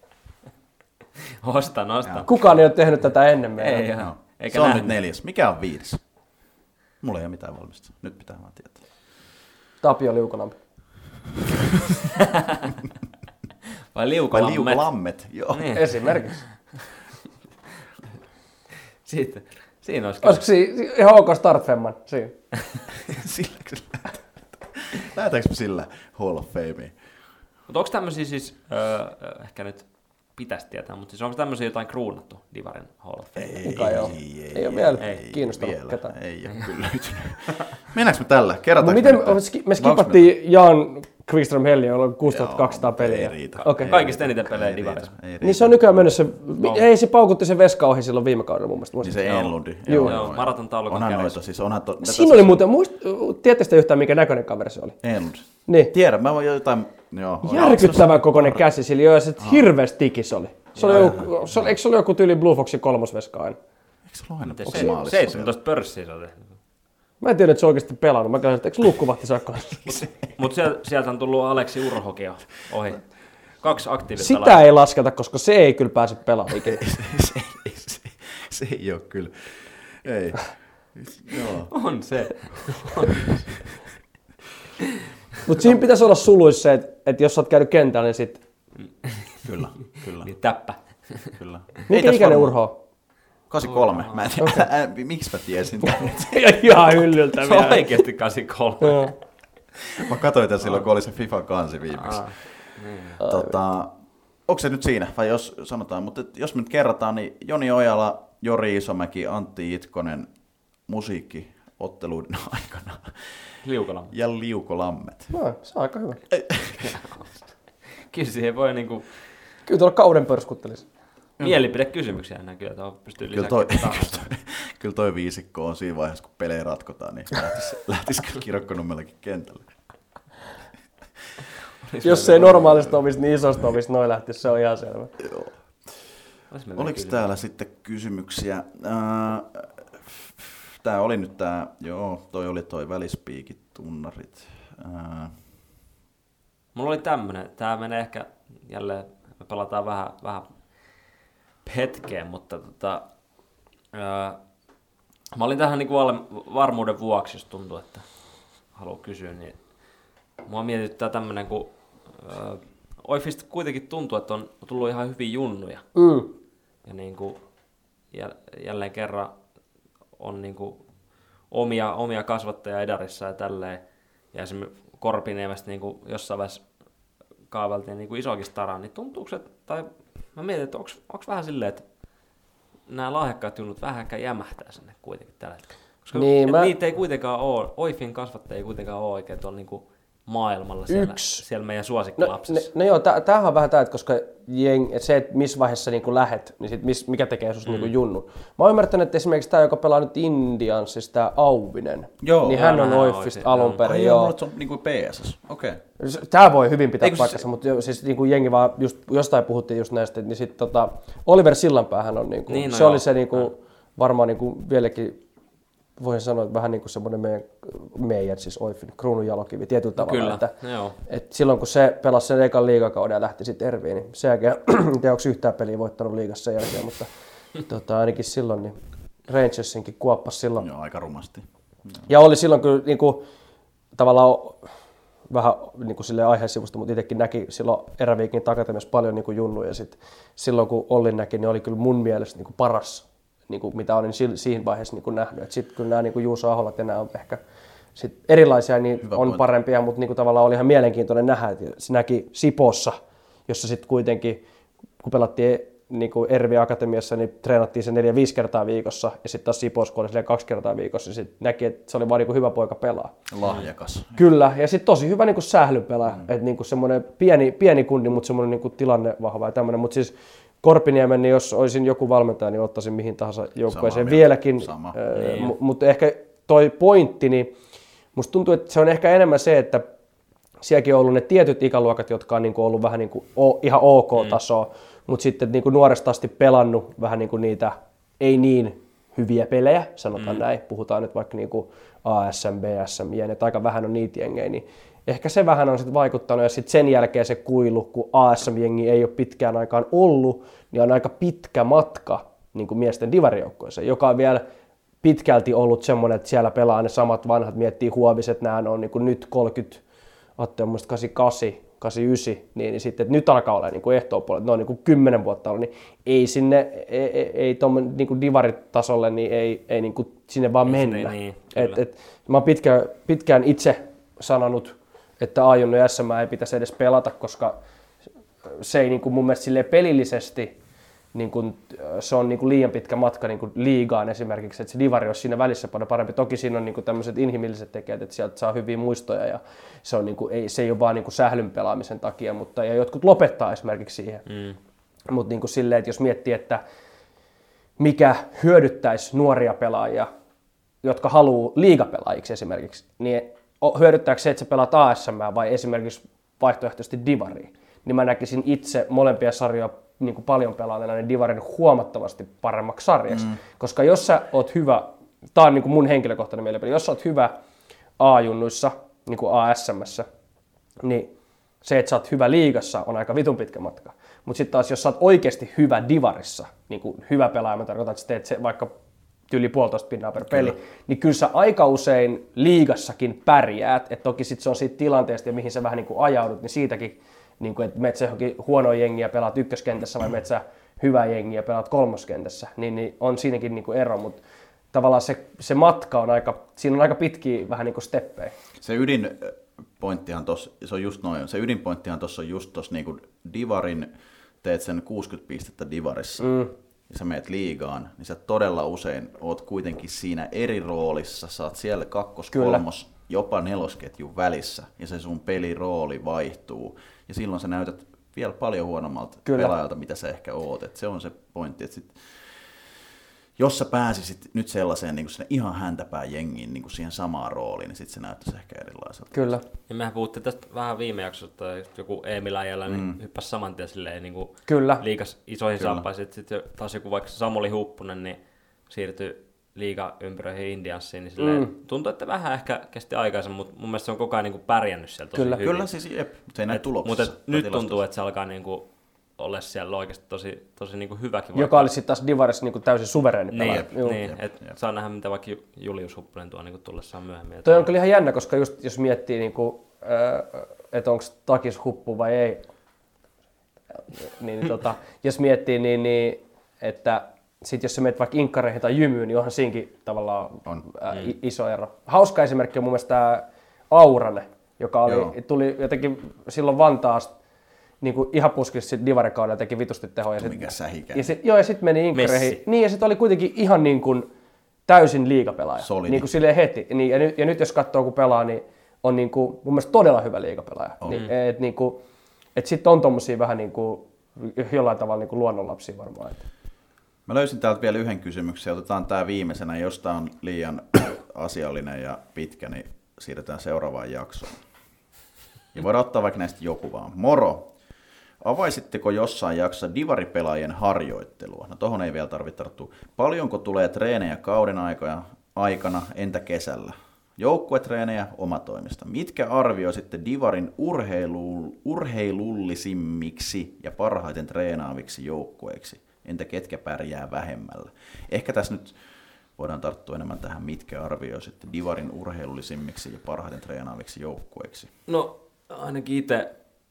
Ostan, ostan. Kukaan ei ole tehnyt tätä ennen meitä. Ei, No. eikä Se on nähnyt. nyt neljäs. Mikä on viides? Mulla ei ole mitään valmista. Nyt pitää vaan tietää. Tapio Liukolampi. Vai Vai liukolammet? liukolammet? Joo. Niin. Esimerkiksi. Sitten, siinä olisi kyllä. Olisiko siinä ihan ok startfemman? Siinä. Silläkö se lähdetään? Lähdetäänkö me sillä Hall of Fameen? Mutta onko tämmöisiä siis, öö, ehkä nyt pitäisi tietää, mutta siis onko tämmöisiä jotain kruunattu Divarin Hall of Fame? Ei, ei, ei, ei, ei ole vielä ei, kiinnostanut vielä. ketään. Ei ole kyllä löytynyt. Mennäänkö me tällä? Kerrotaanko miten me, me, me skipattiin Jan Quickström Helli, jolla on kuusituhattakaksisataa peliä. Ei riitä. Okay. Kaikista eniten pelejä Divarissa. Niin se on nykyään mennyt se, no. Ei se paukutti se veska ohi silloin viime kaudella mun mielestä. Niin se Enlundi. Joo, joo, maraton taulukon kärjessä. Siis onhan to, siinä oli muuten, muist, tiedätte yhtään minkä näköinen kaveri se oli? Enlund. Niin. Tiedän, mä voin jotain, joo. Järkyttävän kokoinen käsi sillä, joo, ja se hirveästi tikis oli. Se oli joku, se, eikö se oli joku tyyli Blue Foxin kolmosveska aina? Eikö se ole aina optimaalissa? seitsemäntoista pörssiä se oli. Mä en tiedä, että se oikeasti pelannut. Mä käyn, että eikö Luukkuvahti saa kanssa? Mutta sieltä, sieltä on tullut Aleksi Urhokia ohi. Kaksi aktiivista sitä lailla. Ei lasketa, koska se ei kyllä pääse pelaamaan ikinä. se, se, se, se ei ole kyllä. Ei. Joo. On se. Mutta siinä pitäisi olla suluissa se, että, että jos sä oot käynyt kentällä, niin sit... Kyllä, kyllä. Niin täppä. Kyllä. Mikä ikäinen Urho on? kahdeksankymmentäkolme. Mä en tiedä, okay. ä, miksi mä tiesin tämän. Ihan hyllyltä. Se on oikeasti kahdeksankymmentäkolme. Mä katsoin tämän silloin, kun oli se FIFA kansi viimeksi. Ah, niin. tota, onko se nyt siinä? Vai jos sanotaan, mutta jos me nyt kerrotaan, niin Joni Ojala, Jori Isomäki, Antti Itkonen, musiikki otteluiden aikana. Liukolammet. Ja Liukolammet. No, se on aika hyvä. Kyllä siihen voi niinku... Kyllä tuolla kauden pörskuttelisi. Mielipidekysymyksiä enää kyllä, tuohon pystyy kyllä toi, kyllä, toi, kyllä toi viisikko on siinä vaiheessa, kun pelejä ratkotaan, niin lähtisi, lähtisi kyllä Kirkkonummellakin kentälle. Jos se ei normaalista omista, niin isosta omista noin lähtisi, se on ihan selvä. Joo. Oliko täällä sitten kysymyksiä? Tää oli nyt tää, joo, toi oli toi välispiikit, tunnarit. Ää... Mulla oli tämmönen, tää menee ehkä jälleen, me pelataan vähän, vähän hetkeen, mutta tota, ää, mä olin tähän niinku alle varmuuden vuoksi, jos tuntuu, että haluan kysyä, niin mua mietityttää tämmönen, kun ää, Oifista kuitenkin tuntuu, että on tullut ihan hyviä junnuja. Mm. Ja niinku, jälleen kerran on niinku omia, omia kasvattajia Edarissa ja tälleen. Ja esimerkiksi Korpiniemestä niinku jossain vaiheessa kaaveltiin niinku isokin stara, niin tuntuuko se, tai mä mietin, että onko vähän silleen, että nämä lahjakkaat junnut vähänkään jämähtää sinne kuitenkin tällä hetkellä. Koska niin, mä... niitä ei kuitenkaan ole, Oifin kasvattajia ei kuitenkaan ole oikein tuolla niinku maailmalla siellä, siellä meidän suosikkilapsissa. No, no, no joo, tämähän on vähän tämä, että koska jeng, se, että missä vaiheessa niin lähet, niin sit mis, mikä tekee sinusta mm. niin junnu. Mä oon ymmärtänyt, että esimerkiksi tämä, joka pelaa nyt Indiansissa, tämä Auvinen, joo, niin hän on Oifista alun perin. Ai joo, se on niin kuin P S S, okei. Okay. Tämä voi hyvin pitää Eikö paikkansa, se... mutta siis niin kuin jengi vaan, just, jostain puhuttiin just näistä, niin sitten tota, Oliver Sillanpäähän on, niin kuin, niin, no se joo. oli se niin kuin, varmaan niin kuin vieläkin, voisin sanoa, että vähän niin kuin semmoinen meidän, meidän siis Oifin kruununjalokivi tietyllä tavalla. Kyllä, että, joo. että silloin kun se pelasi sen ekan liigakauden ja lähti sitten Erviin, niin sen jälkeen, en tiedä onko yhtään peliä voittanut liigassa sen jälkeen, mutta tota, ainakin silloin niin Rangersinkin kuoppasi silloin. Joo, aika rumasti. Joo. Ja oli silloin kyllä niin kuin, tavallaan vähän niin kuin silleen aihesivusta, mutta itsekin näki silloin Eräviikin Akatemiassa paljon niin kuin junnuja. Ja sit silloin kun Olli näki, niin oli kyllä mun mielestä niin kuin paras. Niin kuin, mitä olin siinä vaiheessa niin kuin nähnyt. Sitten kyllä nämä niin kuin Juuso Aholat ja nämä on ehkä sit erilaisia, niin hyvä on point. Parempia, mutta niin kuin tavallaan oli ihan mielenkiintoinen nähdä, että se näki Sipossa, jossa sitten kuitenkin, kun pelattiin niin kuin Ervi Akatemiassa, niin treenattiin se neljä viisi kertaa viikossa, ja sitten taas Sipossa, kun oli kaksi kertaa viikossa, niin sitten näki, että se oli vaan niin kuin hyvä poika pelaa. Lahjakas. Kyllä, ja sitten tosi hyvä niin kuin sählynpelaaja, mm. että niin kuin semmoinen pieni, pieni kundi, mutta semmoinen niin kuin tilanne vahva ja tämmöinen, mutta siis Korpiniemen, niin jos olisin joku valmentaja, niin ottaisin mihin tahansa joukkueeseen vieläkin. Sama. Äh, m- mutta ehkä toi pointti, niin musta tuntuu, että se on ehkä enemmän se, että sielläkin on ollut ne tietyt ikäluokat, jotka on niinku ollut vähän niinku o- ihan ok-tasoa, mm. mutta sitten niinku nuoresta asti pelannut vähän niinku niitä ei niin hyviä pelejä, sanotaan mm. näin. Puhutaan nyt vaikka niinku A S M, B S M, että aika vähän on niitä jengejä, niin ehkä se vähän on sitten vaikuttanut, ja sitten sen jälkeen se kuilu, kun A S M-jengi ei ole pitkään aikaan ollut, niin on aika pitkä matka niin kuin miesten divarijoukkoissa, joka on vielä pitkälti ollut semmoinen, että siellä pelaa ne samat vanhat, miettii Huoviset, nämä on niin kuin nyt kolmekymmentä, Atte on muista kahdeksankymmentäkahdeksan, kahdeksankymmentäyhdeksän, niin, niin sitten, että nyt alkaa olla niin kuin ehtoopuolella, ne on niin kuin kymmenen vuotta ollut, niin ei sinne, ei, ei, ei tuommoinen niin kuin divaritasolle, niin ei, ei niin kuin sinne vaan mennä. Niin, et, et, mä oon pitkään, pitkään itse sanonut, että A-junnu ja S M ei pitäisi edes pelata, koska se ei niin kuin mun mielestä silleen pelillisesti niin kuin, se on niin kuin liian pitkä matka niin kuin liigaan esimerkiksi, että se divari olisi siinä välissä paljon parempi. Toki siinä on niin kuin tämmöiset inhimilliset tekijät, että sieltä saa hyviä muistoja ja se, on niin kuin, ei, se ei ole vaan niin kuin sählyn pelaamisen takia, mutta ja jotkut lopettaa esimerkiksi siihen. Mm. Mutta niin kuin silleen, että jos miettii, että mikä hyödyttäisi nuoria pelaajia, jotka haluaa liigapelaajiksi esimerkiksi, niin hyödyttääkö se, että sä pelaat A S M vai esimerkiksi vaihtoehtoisesti divariin, niin mä näkisin itse molempia sarjoja niin kuin paljon pelaajana, niin divarin huomattavasti paremmaksi sarjaksi. Mm. Koska jos sä oot hyvä, tää on niin kuin mun henkilökohtainen mielipide, jos sä oot hyvä A-junnuissa, niin kuin A S M:ssä, niin se, että sä oot hyvä liigassa, on aika vitun pitkä matka. Mutta sitten taas, jos sä oot oikeasti hyvä divarissa, niin kuin hyvä pelaaja, mä tarkoitan, että sä teet se vaikka yli puolitoista pinnaa per peli, kyllä. Niin kyllä sä aika usein liigassakin pärjäät, että toki sitten se on siitä tilanteesta ja mihin sä vähän niin kuin ajaudut, niin siitäkin, niin kuin, että meet sä johonkin huonoa jengiä pelaat ykköskentässä vai meet sä hyvää jengiä pelaat kolmoskentässä, niin, niin on siinäkin niin kuin ero, mutta tavallaan se, se matka on aika, siinä on aika pitkiä vähän niin kuin steppejä. Se ydinpointtihan tuossa, se on just noin, se ydinpointtihan tuossa on just tuossa niin kuin divarin, teet sen kuusikymmentä pistettä divarissa, mm. ja sä meet liigaan, niin sä todella usein oot kuitenkin siinä eri roolissa, sä oot siellä kakkos, Kyllä. kolmos, jopa nelosketjun välissä, ja se sun pelirooli vaihtuu, ja silloin sä näytät vielä paljon huonommalta Kyllä. pelaajalta, mitä sä ehkä oot, et se on se pointti, että sit, jos sä pääsisit nyt sellaiseen niin sinne ihan häntäpään jengiin niin siihen samaan rooliin, niin sitten se näyttäisi ehkä erilaiselta. Kyllä. Ja mehän puhuttiin tästä vähän viime jaksosta, joku Emil Ajala mm. niin hyppäsi saman tien silleen niin kuin liigas isoihin saappaisiin. Sitten taas joku vaikka Samuli Huppunen niin siirtyi liigaympyröihin Indianssiin, niin silleen, mm. tuntuu, että vähän ehkä kesti aikaisemmin, mutta mun mielestä se on koko ajan niin kuin pärjännyt siellä tosi Kyllä. hyvin. Kyllä siis jep, se ei näy tuloksissa. Mutta nyt tuntuu, että se alkaa niin kuin olla siellä oikeasti tosi, tosi niin kuin hyväkin. Joka oli sitten taas divarissa niin kuin täysin suvereeni pelaaja. Niin, niin että saa nähdä, mitä vaikka Julius Huppunen tuo niin kuin tullessaan myöhemmin. Toi on kyllä ihan jännä, koska just jos miettii, niin kuin, että onko takis huppu vai ei, niin tota, jos miettii, niin, niin että sit jos sä menet vaikka inkkareihin tai jymyyn, niin onhan siinäkin tavallaan on. Ää, mm. iso ero. Hauska esimerkki on mun mielestä tämä Aurane, joka oli, tuli jotenkin silloin Vantaasta, niin kuin ihan puskissa sitten divarikaudella teki vitusti tehoja. Mikä sähikä. Ja sit, joo, ja sitten meni inkkareihin. Niin, ja sitten oli kuitenkin ihan niin kuin täysin liigapelaaja. Solidi. Niin kuin silleen heti. Niin, ja, nyt, ja nyt jos katsoo, kun pelaa, niin on niin kuin, mun mielestä todella hyvä liigapelaaja. Oh. Niin, et, niin kuin, et sitten on tommosia vähän niin kuin, jollain tavalla niin kuin luonnonlapsia varmaan. Että. Mä löysin täältä vielä yhden kysymyksen. Otetaan tämä viimeisenä. Jos tämä on liian asiallinen ja pitkä, niin siirretään seuraavaan jaksoon. Ja voidaan ottaa vaikka näistä joku vaan. Moro! Avaisitteko jossain jaksossa divaripelaajien harjoittelua? No tohon ei vielä tarvitse tarttua. Paljonko tulee treenejä kauden aikana, entä kesällä? Joukkuetreenejä omatoimista. Mitkä arvioisitte divarin urheilu, urheilullisimmiksi ja parhaiten treenaaviksi joukkueiksi? Entä ketkä pärjää vähemmällä? Ehkä tässä nyt voidaan tarttua enemmän tähän, mitkä arvioisitte divarin urheilullisimmiksi ja parhaiten treenaaviksi joukkueiksi. No ainakin itse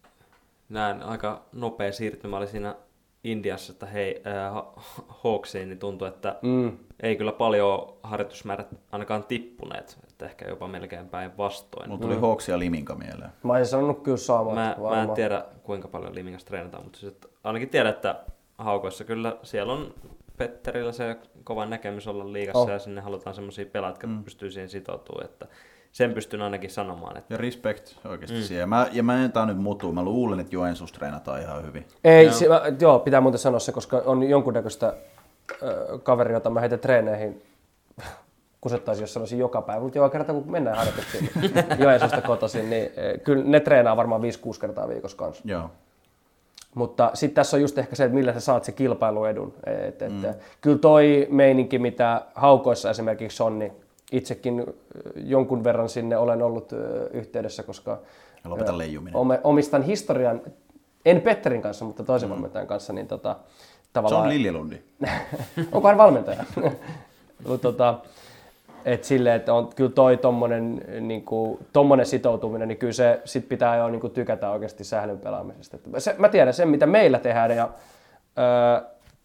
näin aika nopea siirtymä oli siinä Indiassa, että hei, äh, Hawksiin, niin tuntui, että mm. ei kyllä paljon harjoitusmäärät ainakaan tippuneet, että ehkä jopa melkein päin vastoin. Mulla tuli mm. Hawks ja Liminka mieleen. Mä en sanonut kyllä samaa. Mä, mä en tiedä, kuinka paljon Limingassa treenataan, mutta siis, ainakin tiedän, että Haukoissa kyllä siellä on Petterillä se kova näkemys olla liigassa oh. ja sinne halutaan semmoisia pelaajia, jotka mm. pystyy siihen sitoutumaan, että sen pystyn ainakin sanomaan. Että. Ja respect oikeasti mm. siihen. Mä, ja mä en tää nyt mutu. Mä luulen, että Joensuussa treenataan ihan hyvin. Ei, joo. Se, mä, joo, pitää muuten sanoa se, koska on jonkunnäköistä äh, kaveria, jota mä heitän treeneihin. Kusettaisin, jos sanoisin joka päivä. Mutta joka kerta, kun mennään harjoituksiin Joensuusta kotoisin, niin äh, kyllä ne treenaa varmaan viisi kuusi kertaa viikossa kanssa. Joo. Mutta sitten tässä on just ehkä se, että millä sä saat se kilpailuedun. Et, et, mm. Kyllä toi meininki, mitä Haukoissa esimerkiksi on, niin itsekin jonkun verran sinne olen ollut yhteydessä, koska Lopeta leijuminen. Omistan historian, en Petterin kanssa, mutta toisen mm. valmentajan kanssa. Niin tota, tavallaan. Se on Liljelundi. Onko hän valmentaja? tota, et silleen, että on kyllä toi tommonen, niinku, tommonen sitoutuminen, niin kyllä se sit pitää jo niinku, tykätä oikeasti sählyn pelaamisesta. Se, mä tiedän sen, mitä meillä tehdään, ja öö,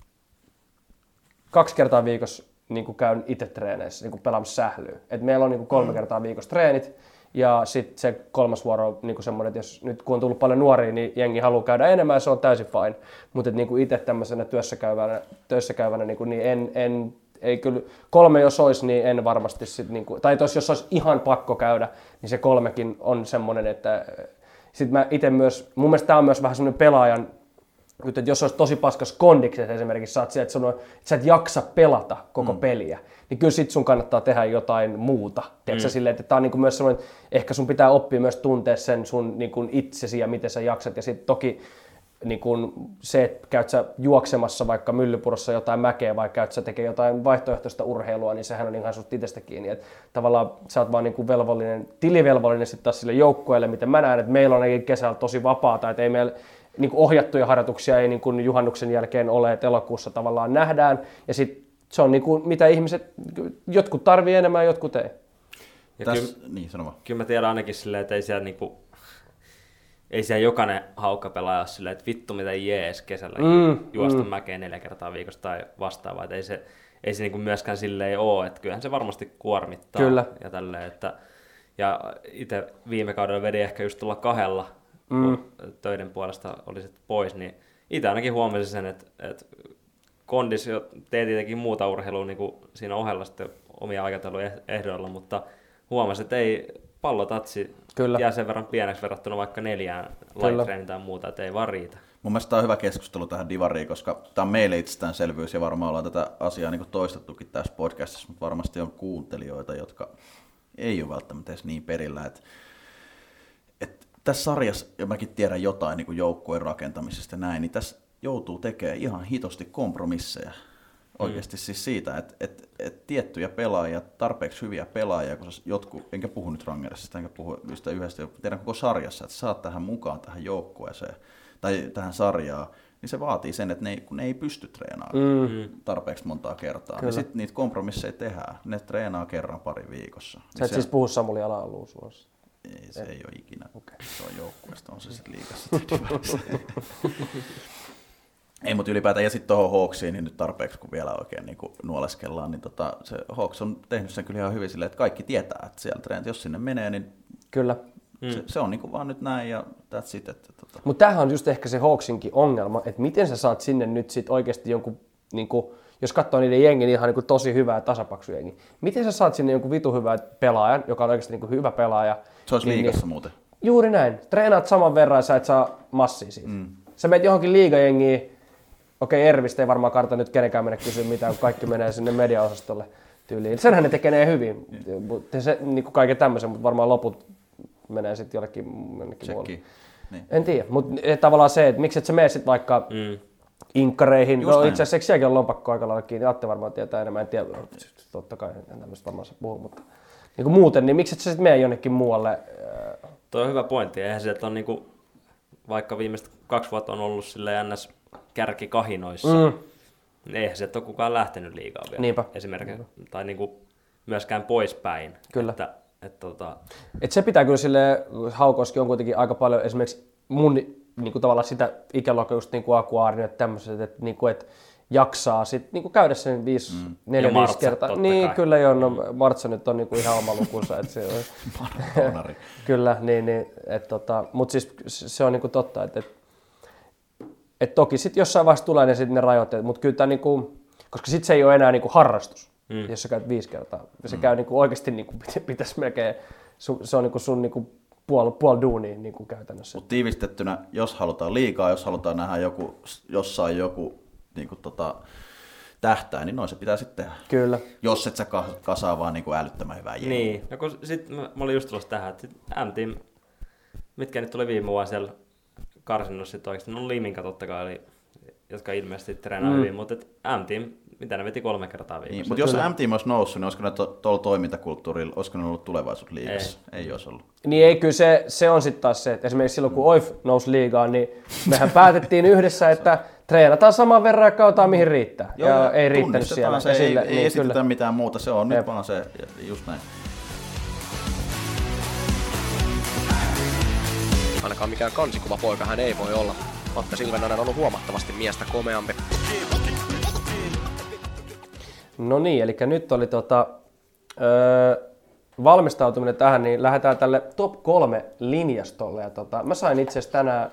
kaksi kertaa viikossa niin käyn itse treeneissä niin pelaamassa sählyä. Et meillä on niin kolme mm. kertaa viikossa treenit, Ja sitten se kolmas vuoro on niin semmoinen, että jos nyt kun on tullut paljon nuoria, niin jengi haluaa käydä enemmän ja se on täysin fine. Mutta niin itse tämmöisenä työssäkäyvänä, työssäkäyvänä niin, niin en, en, ei kyllä, kolme jos olisi, niin en varmasti sit, niin kuin, tai tos, jos olisi ihan pakko käydä, niin se kolmekin on semmoinen, että sit mä itse myös, mun mielestä tämä on myös vähän semmoinen pelaajan, että jos olisi tosi paskas kondiksessa esimerkiksi, saat siellä, että, sanoo, että sä et jaksa pelata koko mm. peliä, niin kyllä sit sun kannattaa tehdä jotain muuta. Mm. Silleen, että tää on niinku myös semmoinen, ehkä sun pitää oppia myös tuntea sen sun niinku itsesi ja miten sä jaksat. Ja sitten toki niinku se, että käyt sä juoksemassa vaikka Myllypurossa jotain mäkeä vai käyt sä tekemään jotain vaihtoehtoista urheilua, niin sehän on ihan susta itsestä kiinni. Et tavallaan sä oot vaan niinku velvollinen, tilivelvollinen sitten taas sille joukkueelle, miten mä näen, että meillä on kesällä tosi vapaata, että ei meillä niin kuin ohjattuja harjoituksia ei niin kuin juhannuksen jälkeen ole, että elokuussa tavallaan nähdään. Ja sitten se on niin kuin, mitä ihmiset, jotkut tarvii enemmän, jotkut ei. Ja Täs, kyllä, niin, sano vaan. Kyllä mä tiedän ainakin silleen, että ei siellä, niin kuin, ei siellä jokainen haukkapelaaja ole silleen, että vittu mitä jees kesällä mm, juosta mm. mäkeen neljä kertaa viikossa tai vastaavaa. Että ei se, ei se niin kuin myöskään silleen ole, että kyllähän se varmasti kuormittaa. Kyllä. Ja, tälleen, että, ja itse viime kaudella vedin ehkä just tulla kahdella, Mm. töiden puolesta olisit pois, niin itse ainakin huomasin sen, että, että kondis jo teet tietenkin muuta urheilua niin kuin siinä ohella sitten omia aikatauluja ehdoilla, mutta huomasin, että ei pallotatsi Kyllä. jää sen verran pieneksi verrattuna vaikka neljään lajitreeniin tai muuta, että ei vaan riitä. Mun mielestä tämä on hyvä keskustelu tähän divariin, koska tämä on meille itsestäänselvyys ja varmaan ollaan tätä asiaa niin kuin toistettukin tässä podcastissa, mutta varmasti on kuuntelijoita, jotka ei ole välttämättä edes niin perillä, että tässä sarjassa, ja mäkin tiedän jotain niin kuin joukkueen rakentamisesta ja näin, niin tässä joutuu tekemään ihan hitosti kompromisseja. Oikeasti mm. siis siitä, että, että, että tiettyjä pelaajia, tarpeeksi hyviä pelaajia, kun jotkut, enkä puhu nyt Rangersista, enkä puhu yhdestä yhdestä, tiedän koko sarjassa, että saat tähän mukaan tähän joukkueeseen tai tähän sarjaan, niin se vaatii sen, että ne ei, kun ne ei pysty treenaamaan mm. tarpeeksi montaa kertaa. Kyllä. Niin sitten niitä kompromisseja tehdään. Ne treenaa kerran pari viikossa. Sä et se... siis puhu Samuli Ala-Aluun suossa. Ei, se ei, ei ole ikinä. Okay. Se on joukkueesta, on se sitten liigassa. Ei, mutta ylipäätään, ja sitten tuohon Hawksiin, niin nyt tarpeeksi, kun vielä oikein niin kun nuoleskellaan, niin tota, se Hawks on tehnyt sen kyllä ihan hyvin silleen, että kaikki tietää, että siellä treenit, jos sinne menee, niin kyllä. Se, se on niin kuin vaan nyt näin, ja that's it. Että, tota. Mutta tämähän on just ehkä se Hawksinkin ongelma, että miten sä saat sinne nyt sit oikeasti jonkun, niin kuin, jos katsoo niiden jengi, niin ihan niin kuin tosi hyvää tasapaksujengi. Miten sä saat sinne jonkun vitu hyvää pelaajan, joka on oikeasti niin kuin hyvä pelaaja. Se olisi niin, liigassa niin, muuten. Juuri näin. Treenaat saman verran ja sä et saa massia siitä. Mm. Sä menet johonkin liigajengiin. Okei, Ervistä ei varmaan karta nyt kenenkään mene kysyä mitään, kun kaikki menee sinne mediaosastolle tyyliin. Senhän ne tekee hyvin. Mm. Se, niin kuin kaiken tämmöisen, mutta varmaan loput menee sitten jollekin muualle. Niin. En tiedä, mutta tavallaan se, että miksi et sä mene sitten vaikka mm. inkkareihin. No itse asiassa eikö sielläkin on lompakko aika lailla kiinni? Atte varmaan tietää enemmän, en tiedä. Totta kai en tämmöistä varmaan saa puhua, mutta niin kuin muuten, niin miksi et sä sitten mene jonnekin muualle? Tuo on hyvä pointti. Eihän se, että on niin kuin, vaikka viimeiset kaksi vuotta on ollut silleen ns kärkikahinoissa, mm. niin eihän se ole kukaan lähtenyt liigaa vielä. Niinpä. Esimerkiksi, Niinpä. Tai niin kuin myöskään poispäin. Kyllä. Että, et, tota... Et se pitää kyllä silleen, Haukoskin on kuitenkin aika paljon esimerkiksi mun niin kuin tavallaan sitä ikäluokkaa just niin kuin Akuaarin, että tämmöiset, että, niin kuin, että jaksaa sit, niin kuin käydä sen viisi, mm. neljä, viisi kertaa. Niin, kai. Kyllä joo, no Martsa nyt on niin kuin ihan oma lukunsa. Että se on, kyllä, niin, niin että tota, mutta siis se on niin kuin totta, että, että, että toki sitten jossain vaiheessa tulee ne, sit ne rajoitteet, mutta kyllä tämä, niin kuin, koska sitten se ei ole enää niin kuin harrastus, mm. jos sä käyt viisi kertaa. Se mm. käy niin kuin oikeasti, niin kuin pitäisi melkein, se on niin kuin sun niin kuin puol, puol duunia niin kuin käytännössä. Mutta tiivistettynä, jos halutaan liikaa, jos halutaan nähdä joku, jossain joku niin kuin tota, tähtää, niin noin se pitää sitten tehdä. Kyllä. Jos et sä kasaa vaan niin kuin älyttömän hyvää jengiä. Niin, no kun sit mä, mä olin just tulossa tähän, että M-Team, mitkä nyt tuli viime vuonna siellä karsinnossa sitten oikeasti, no Liminka totta kai oli, jotka ilmeisesti treenaa mm. hyvin, mutta M-Team, mitä ne veti kolme kertaa viikossa. Niin, mutta jos M-Team olisi noussut, niin olisiko ne tuolla to, toimintakulttuurilla, olisiko ne ollut tulevaisuusliigassa? Ei. ei olisi ollut. Niin ei, kyllä se, se on sitten taas se, että esimerkiksi silloin kun O I F nousi liigaan, niin mehän päätettiin yhdessä, että treenataan saman verran ja kautaan mihin riittää. Joo, ja ei riittänyt siellä. Se, ei, sille, ei niin, esitetä kyllä. mitään muuta, se on Jep. nyt vaan se, just näin. Ainakaan mikään kansikuva poika hän ei voi olla. Atte Silvenainen on ollut huomattavasti miestä komeampi. No niin, eli nyt oli tota, öö, valmistautuminen tähän, niin lähdetään tälle top kolme linjastolle. Ja tota, mä sain itse asiassa tänään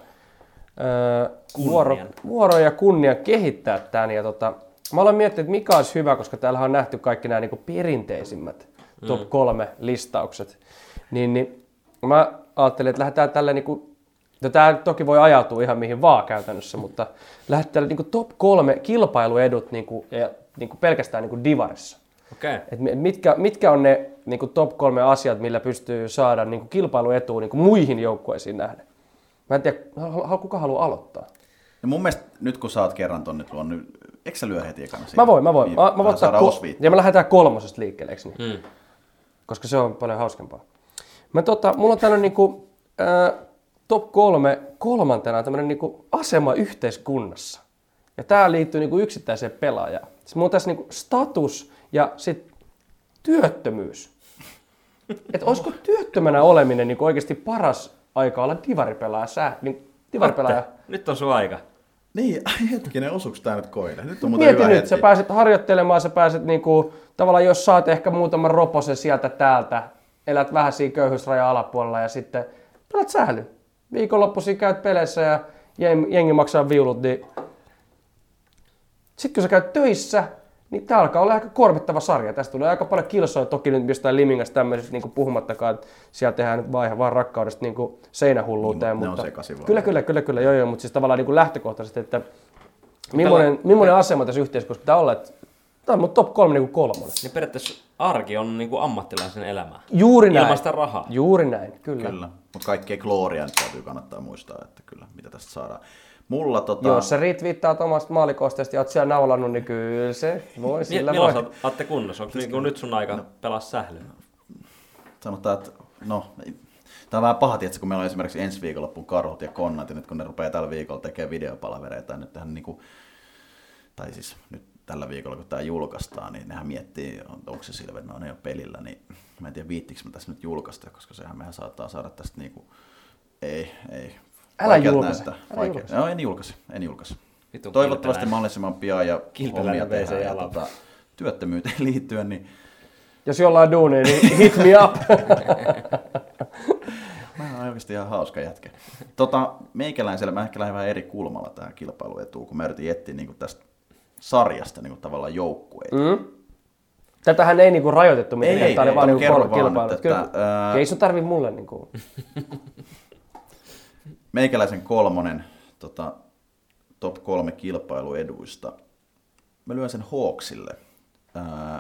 öö, vuoro, vuoro ja kunnia kehittää tämän. Ja tota, mä olen miettinyt, että mikä olisi hyvä, koska täällä on nähty kaikki nämä niinku perinteisimmät top kolme listaukset. Niin, niin mä ajattelin, että lähdetään tälle, niinku, tämä toki voi ajautua ihan mihin vaan käytännössä, mutta lähdetään tälle niinku top kolme kilpailuedut niinku, ja, niinku pelkästään niinku divarissa. Okay. Et mitkä, mitkä on ne niinku top kolme asiat, millä pystyy saada niinku kilpailuetua niinku muihin joukkueisiin nähden? Mä en tiedä, kuka haluaa aloittaa? No mun mielestä nyt kun sä oot kerran tonne tuon, niin eikö sä lyö heti ekana siihen? Mä voin, mä voin. Niin, mä, mä voin ko- ja me lähdetään kolmosesta liikkeelle, eikö niin? Mm. Koska se on paljon hauskempaa. Mä tota, mulla on tämmönen niinku, äh, top kolme kolmantena tämmönen niinku asema yhteiskunnassa. Ja tää liittyy niinku yksittäiseen pelaajaan. Siis mulla on tässä niinku status ja sit työttömyys. Että olisiko työttömänä oleminen niinku oikeasti paras aika olla divaripelaaja? Sä, niin, divaripelaaja. Nyt on sun aika. Niin, hetkinen, osuuks tää nyt koille? Nyt on muuten Mieti hyvä nyt, hetki. sä pääset harjoittelemaan, sä pääset niinku, tavallaan jos saat ehkä muutaman roposen sieltä täältä, elät vähän siinä köyhyysrajan alapuolella ja sitten pelat sähly. Viikonloppuisin käyt peleissä ja jengi maksaa viulut, niin sitten kun sä käyt töissä, niin tää alkaa olla aika korvittava sarja. Tästä tulee aika paljon kilsoja, toki nyt jostain Limingasta tämmöisestä niin puhumattakaan, että siellä tehdään nyt vaihe vaan rakkaudesta niin seinähulluuteen. Niin, mutta ne on sekaisin vaan. Kyllä, kyllä, kyllä, kyllä, joo, joo, mutta siis tavallaan niin kuin lähtökohtaisesti, että millainen, millainen asema tässä yhteiskunnassa pitää olla, että tämä on mun top kolme niin kuin kolmonen. Niin periaatteessa arki on niin kuin ammattilaisen elämää. Juuri näin. Ilman sitä rahaa. Juuri näin, kyllä. Kyllä, mutta kaikkea gloriaa nyt täytyy kannattaa muistaa, että kyllä, mitä tästä saadaan. Mulla tota... Jos sä retweettaat omasta maalikosteesta ja oot siellä naulannut, niin kyllä se voi, sillä Mi- voi. milloin sä Atte kunnossa? Onko niin nyt sun aika no, pelaa sählyä? Sanotaan, että no, tää on vähän paha, tietysti, kun meillä on esimerkiksi ensi viikonloppuun Karhut ja Konnat, ja nyt kun ne rupeaa tällä viikolla tekemään videopalavereita, nyt tähän niinku, tai siis nyt tällä viikolla, kun tää julkaistaan, niin nehän miettii, onko se Silver, no ne on pelillä, niin mä en tiedä viittikö mä tässä nyt julkaista, koska sehän mehän saattaa saada tästä niinku, ei, ei. Älä julkaise. Älä julkaise. No, en julkaise, en julkaise. Toivottavasti mahdollisimman pian ja hommia tehdään ja tota, työttömyyteen liittyen, niin jos jollain duunia, niin hit me up! Mä oon oikeasti ihan hauska jätkä. Tota, meikäläisellä mä ehkä lähdin vähän eri kulmalla tähän kilpailuetuun, kun mä yritin etsiä niin tästä sarjasta niin tavallaan joukkueita. Mm. Tätähän ei niinku rajoitettu mitenkään, ei, tää oli ei, vaan niinku kerro kilpailu. vaan, että, Kyllä, ää... ei sun tarvii mulle niinku. Meikäläisen kolmonen tota, top kolme kilpailueduista. Mä lyön sen Hawksille. Ää,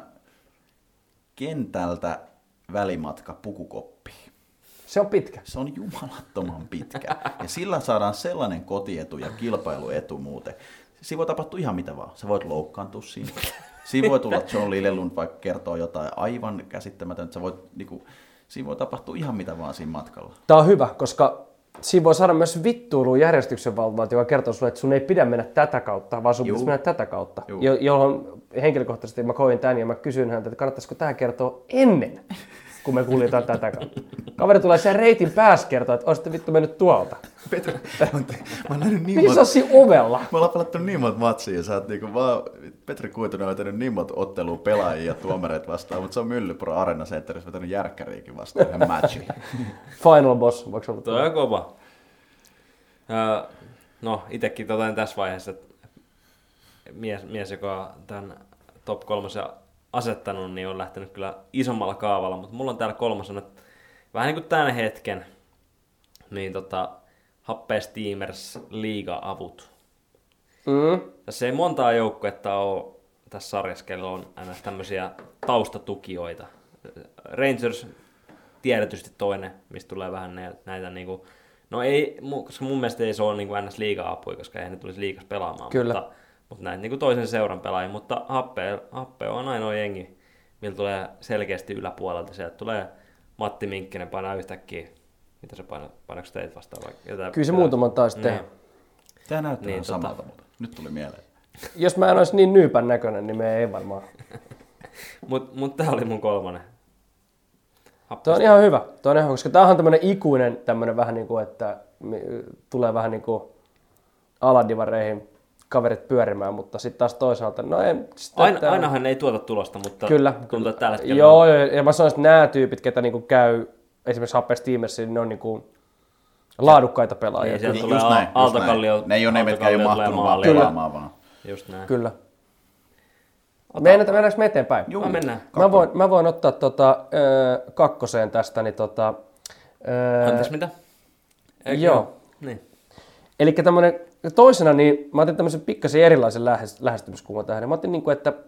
kentältä välimatka Pukukoppiin. Se on pitkä. Se on jumalattoman pitkä. Ja sillä saadaan sellainen kotietu ja kilpailuetu muuten. Siinä voi tapahtua ihan mitä vaan. Sä voit loukkaantua siinä. Siinä voi tulla John Lillelund vaikka kertoo jotain aivan käsittämätöntä. Sä voit, niinku, siinä voi tapahtua ihan mitä vaan siinä matkalla. Tää on hyvä, koska siinä voi saada myös vittuilua järjestyksen valvonta, joka kertoo sulle, että sun ei pidä mennä tätä kautta, vaan sun pitäisi mennä tätä kautta. Jo- johon henkilökohtaisesti mä koin tän ja mä kysyin häntä, että kannattaisiko tää kertoa ennen, kun me kuljetaan tätä kautta. Kaveri tulee sen reitin päässä kertoa, että olisitte vittu mennyt tuolta. Petri, mä oon nähnyt niin monta... ovella? Me ollaan pelattu niin monta matsia ja sä oot niinku vaan... Petri Kuitunen on tehnyt niin monta ottelua pelaajia ja tuomareita vastaan, mutta se on Myllypuro Arena Centerissä vetänyt järkkäriikin vastaan yhden matchiin. Final boss, voiko olla? Toi on kova. Öö, no, itekin totean tässä vaiheessa, että mies, mies, joka on tämän top kolmosen asettanut, niin on lähtenyt kyllä isommalla kaavalla, mutta mulla on täällä kolmosena, että vähän niin kuin tämän hetken, niin tota, Happea Steamers liiga-avut. Mm. Tässä ei montaa joukkuetta ole tässä sarjassa, kello on aina tämmöisiä taustatukijoita. Rangers tiedetysti toinen, mistä tulee vähän näitä, näitä niinku, no ei, koska mun mielestä ei se ole niinku ns. Liiga-apuja, koska eihän ne tulisi liigas pelaamaan. Kyllä. Mutta, mutta näitä niinku toisen seuran pelaajia, mutta Happe, Happe on ainoa jengi, millä tulee selkeästi yläpuolelta. Sieltä tulee Matti Minkkinen painaa yhtäkkiä, mitä se painaa, painaako teitä vastaan vaikka? Jotain kyllä se pelaa. muutaman taas tehdä. Niin. Tää näyttää niin, tota... samalta, mutta nyt tuli mieleen. Jos mä en olisi niin nyypän näköinen, niin me ei varmaan. Mutta mut tää oli mun kolmonen. Tuo on ihan hyvä, tuo on ihan, koska tämähän on tämmöinen ikuinen, tämmöinen vähän niin kuin, että tulee vähän niin kuin aladivareihin kaverit pyörimään, mutta sitten taas toisaalta, no ei... Aina, että, ainahan ei tuota tulosta, mutta kyllä, tuntuu, että tällä hetkellä... Joo, joo, ja mä sanoisin, että nämä tyypit, ketä niinku käy esimerkiksi Happes Teamissa, niin ne on niinku laadukkaita pelaajia. Niin, tulee Aaltokallio. Ne ei ole ne, mitkä ei ole mahtunut vaan pelaamaan vaan. Just näin. Kyllä. Mennäänkö me eteenpäin? Joo, mennään. Mä voin, mä voin ottaa tota, äh, kakkoseen tästä. Niin tota, äh, Anteeksi, mitä? Eikö joo. Niin. Eli tämmönen, toisena niin mä otin tämmöisen pikkasen erilaisen lähestymiskuvan tähän. Mä otin niin kuin, että